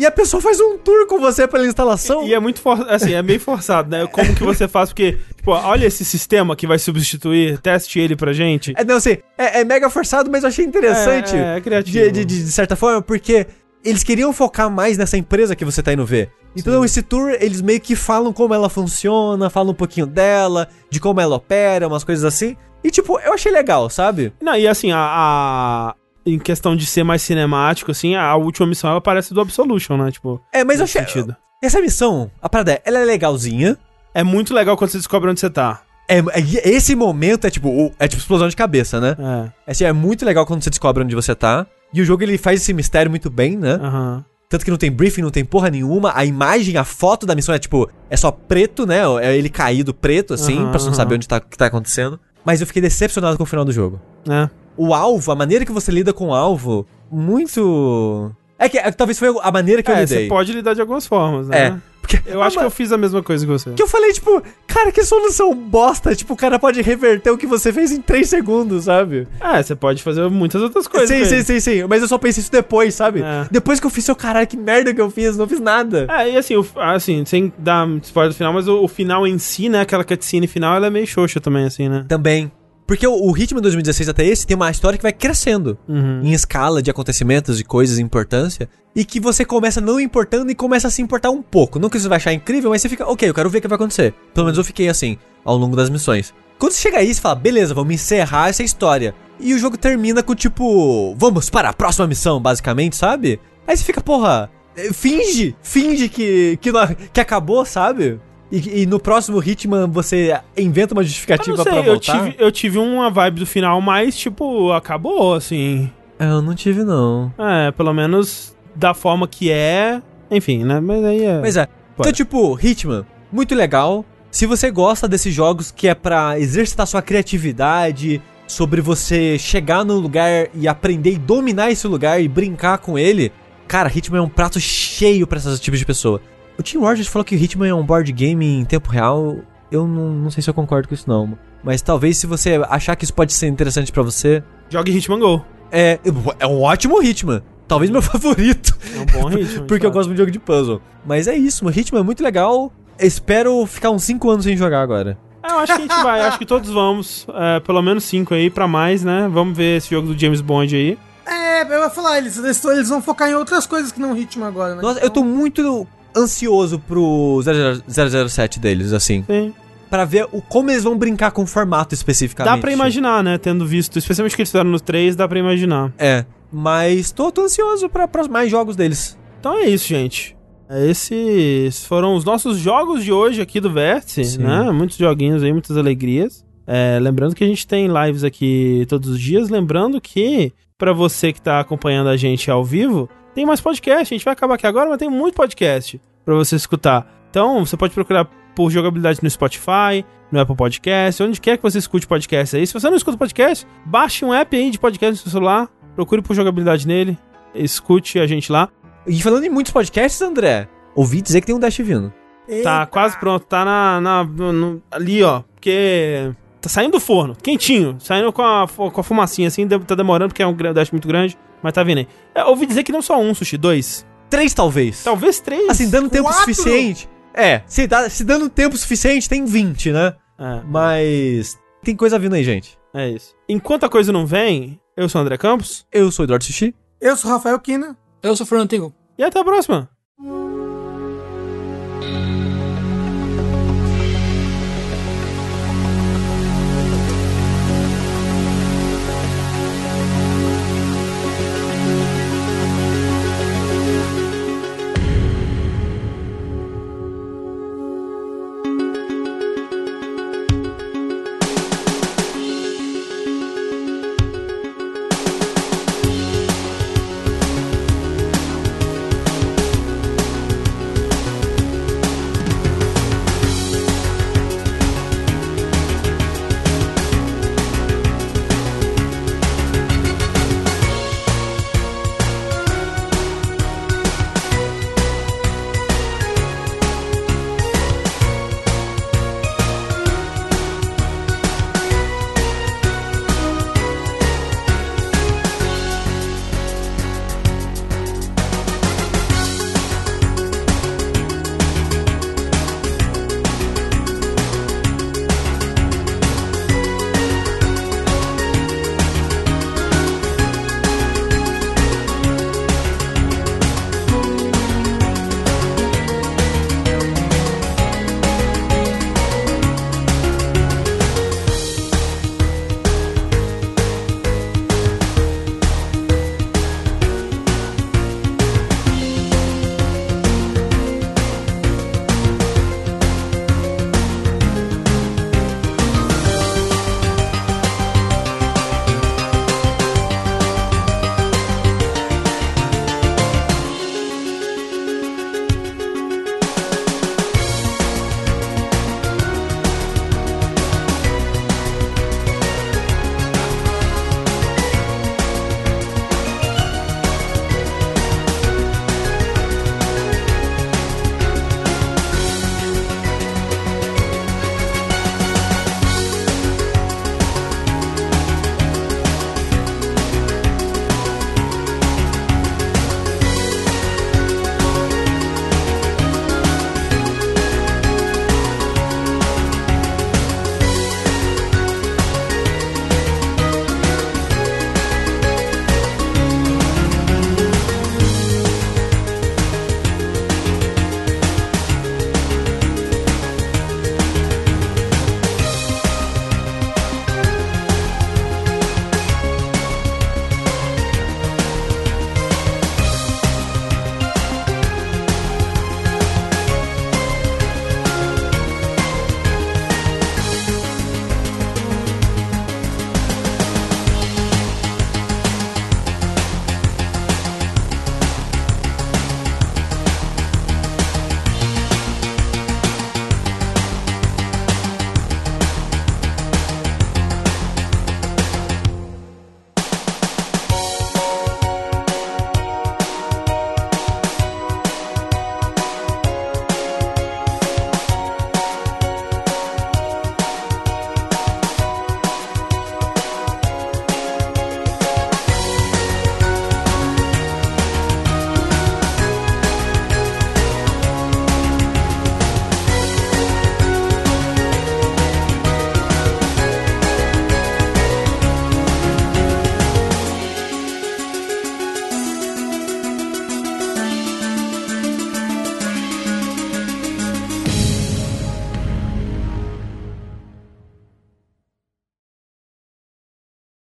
E a pessoa faz um tour com você pela instalação. E, e é muito for, assim, é meio forçado, né? Como que você faz? Porque, tipo, olha esse sistema que vai substituir, teste ele pra gente. É, não, assim, é, é mega forçado, mas eu achei interessante. É, é criativo. De, de, de certa forma, porque eles queriam focar mais nessa empresa que você tá indo ver. Então, Sim. esse tour, eles meio que falam como ela funciona, falam um pouquinho dela, de como ela opera, umas coisas assim. E, tipo, eu achei legal, sabe? Não, e assim, a... a... em questão de ser mais cinemático, assim, a última missão, ela parece do Absolution, né? Tipo, é, mas eu achei... sentido. Essa missão, a parada é, ela é legalzinha. É muito legal quando você descobre onde você tá. É, é, esse momento é tipo, é tipo explosão de cabeça, né? É. É, assim, é muito legal quando você descobre onde você tá. E o jogo, ele faz esse mistério muito bem, né? Aham. Uhum. Tanto que não tem briefing, não tem porra nenhuma. A imagem, a foto da missão é tipo, é só preto, né? É ele caído preto, assim, uhum, pra você não uhum. saber onde tá, o que tá acontecendo. Mas eu fiquei decepcionado com o final do jogo. É. O alvo, a maneira que você lida com o alvo, muito... É que é, talvez foi a maneira que é, eu lidei. Você pode lidar de algumas formas, né? É. Porque, eu acho ah, que eu fiz a mesma coisa que você. Que eu falei, tipo, cara, que solução bosta. Tipo, o cara pode reverter o que você fez em três segundos, sabe? É, você pode fazer muitas outras coisas. Sim, sim, sim, sim. Mas eu só pensei isso depois, sabe? É. Depois que eu fiz, seu caralho, que merda que eu fiz. Não fiz nada. É, e assim, o, assim sem dar spoiler do final, mas o, o final em si, né? Aquela cutscene final, ela é meio xoxa também, assim, né? Também. Porque o, o Hitman dois mil e dezesseis até esse tem uma história que vai crescendo uhum. em escala de acontecimentos e coisas de importância, e que você começa não importando e começa a se importar um pouco. Não que você vai achar incrível, mas você fica, ok, eu quero ver o que vai acontecer. Pelo menos eu fiquei assim, ao longo das missões. Quando você chega aí, você fala, beleza, vamos encerrar essa história. E o jogo termina com tipo, vamos para a próxima missão, basicamente, sabe? Aí você fica, porra, finge, finge que, que, não, que acabou, sabe? E, e no próximo Hitman você inventa uma justificativa eu não sei, pra voltar? Eu tive, eu tive uma vibe do final, mas, tipo, acabou, assim. Eu não tive, não. É, pelo menos da forma que é. Enfim, né? Mas aí é... Mas é. Pode. Então, tipo, Hitman, muito legal. Se você gosta desses jogos que é pra exercitar sua criatividade, sobre você chegar num lugar e aprender e dominar esse lugar e brincar com ele, cara, Hitman é um prato cheio pra esses tipos de pessoa. O Tim Rogers falou que o Hitman é um board game em tempo real. Eu não, não sei se eu concordo com isso, não. Mas talvez, se você achar que isso pode ser interessante pra você... Jogue Hitman Go. É, é um ótimo Hitman. Talvez meu favorito. É um bom Hitman. Porque eu gosto muito de jogo de puzzle. Mas é isso, o Hitman é muito legal. Espero ficar uns cinco anos sem jogar agora. É, eu acho que a gente vai. Acho que todos vamos. É, pelo menos cinco aí, pra mais, né? Vamos ver esse jogo do James Bond aí. É, eu ia falar, eles, eles vão focar em outras coisas que não Hitman agora, né? Nossa, então... eu tô muito... ansioso pro zero zero sete deles, assim. Sim. Pra ver o, como eles vão brincar com o formato especificamente. Dá pra imaginar, né? Tendo visto, especialmente o que eles fizeram nos três, dá pra imaginar. É, mas tô, tô ansioso pra, pra mais jogos deles. Então é isso, gente. Esses foram os nossos jogos de hoje aqui do Vértice, Sim. né? Muitos joguinhos aí, muitas alegrias. É, lembrando que a gente tem lives aqui todos os dias. Lembrando que, pra você que tá acompanhando a gente ao vivo, tem mais podcast. A gente vai acabar aqui agora, mas tem muito podcast pra você escutar. Então, você pode procurar por jogabilidade no Spotify, no Apple Podcast, onde quer que você escute podcast aí. Se você não escuta podcast, baixe um app aí de podcast no seu celular, procure por jogabilidade nele, escute a gente lá. E falando em muitos podcasts, André, ouvi dizer que tem um Dash vindo. Eita. Tá quase pronto, tá na, na no, ali, ó, porque tá saindo do forno, quentinho, saindo com a, com a fumacinha assim, tá demorando porque é um Dash muito grande, mas tá vindo aí. É, ouvi dizer que não só um, Sushi, dois. Três, talvez. Talvez três. Assim, dando tempo Quatro? suficiente. É, se, dá, se dando tempo suficiente, tem vinte, né? É. Mas tem coisa vindo aí, gente. É isso. Enquanto a coisa não vem, eu sou o André Campos. Eu sou o Eduardo Sushi. Eu sou o Rafael Kina. Eu sou o Fernando Tengu. E até a próxima.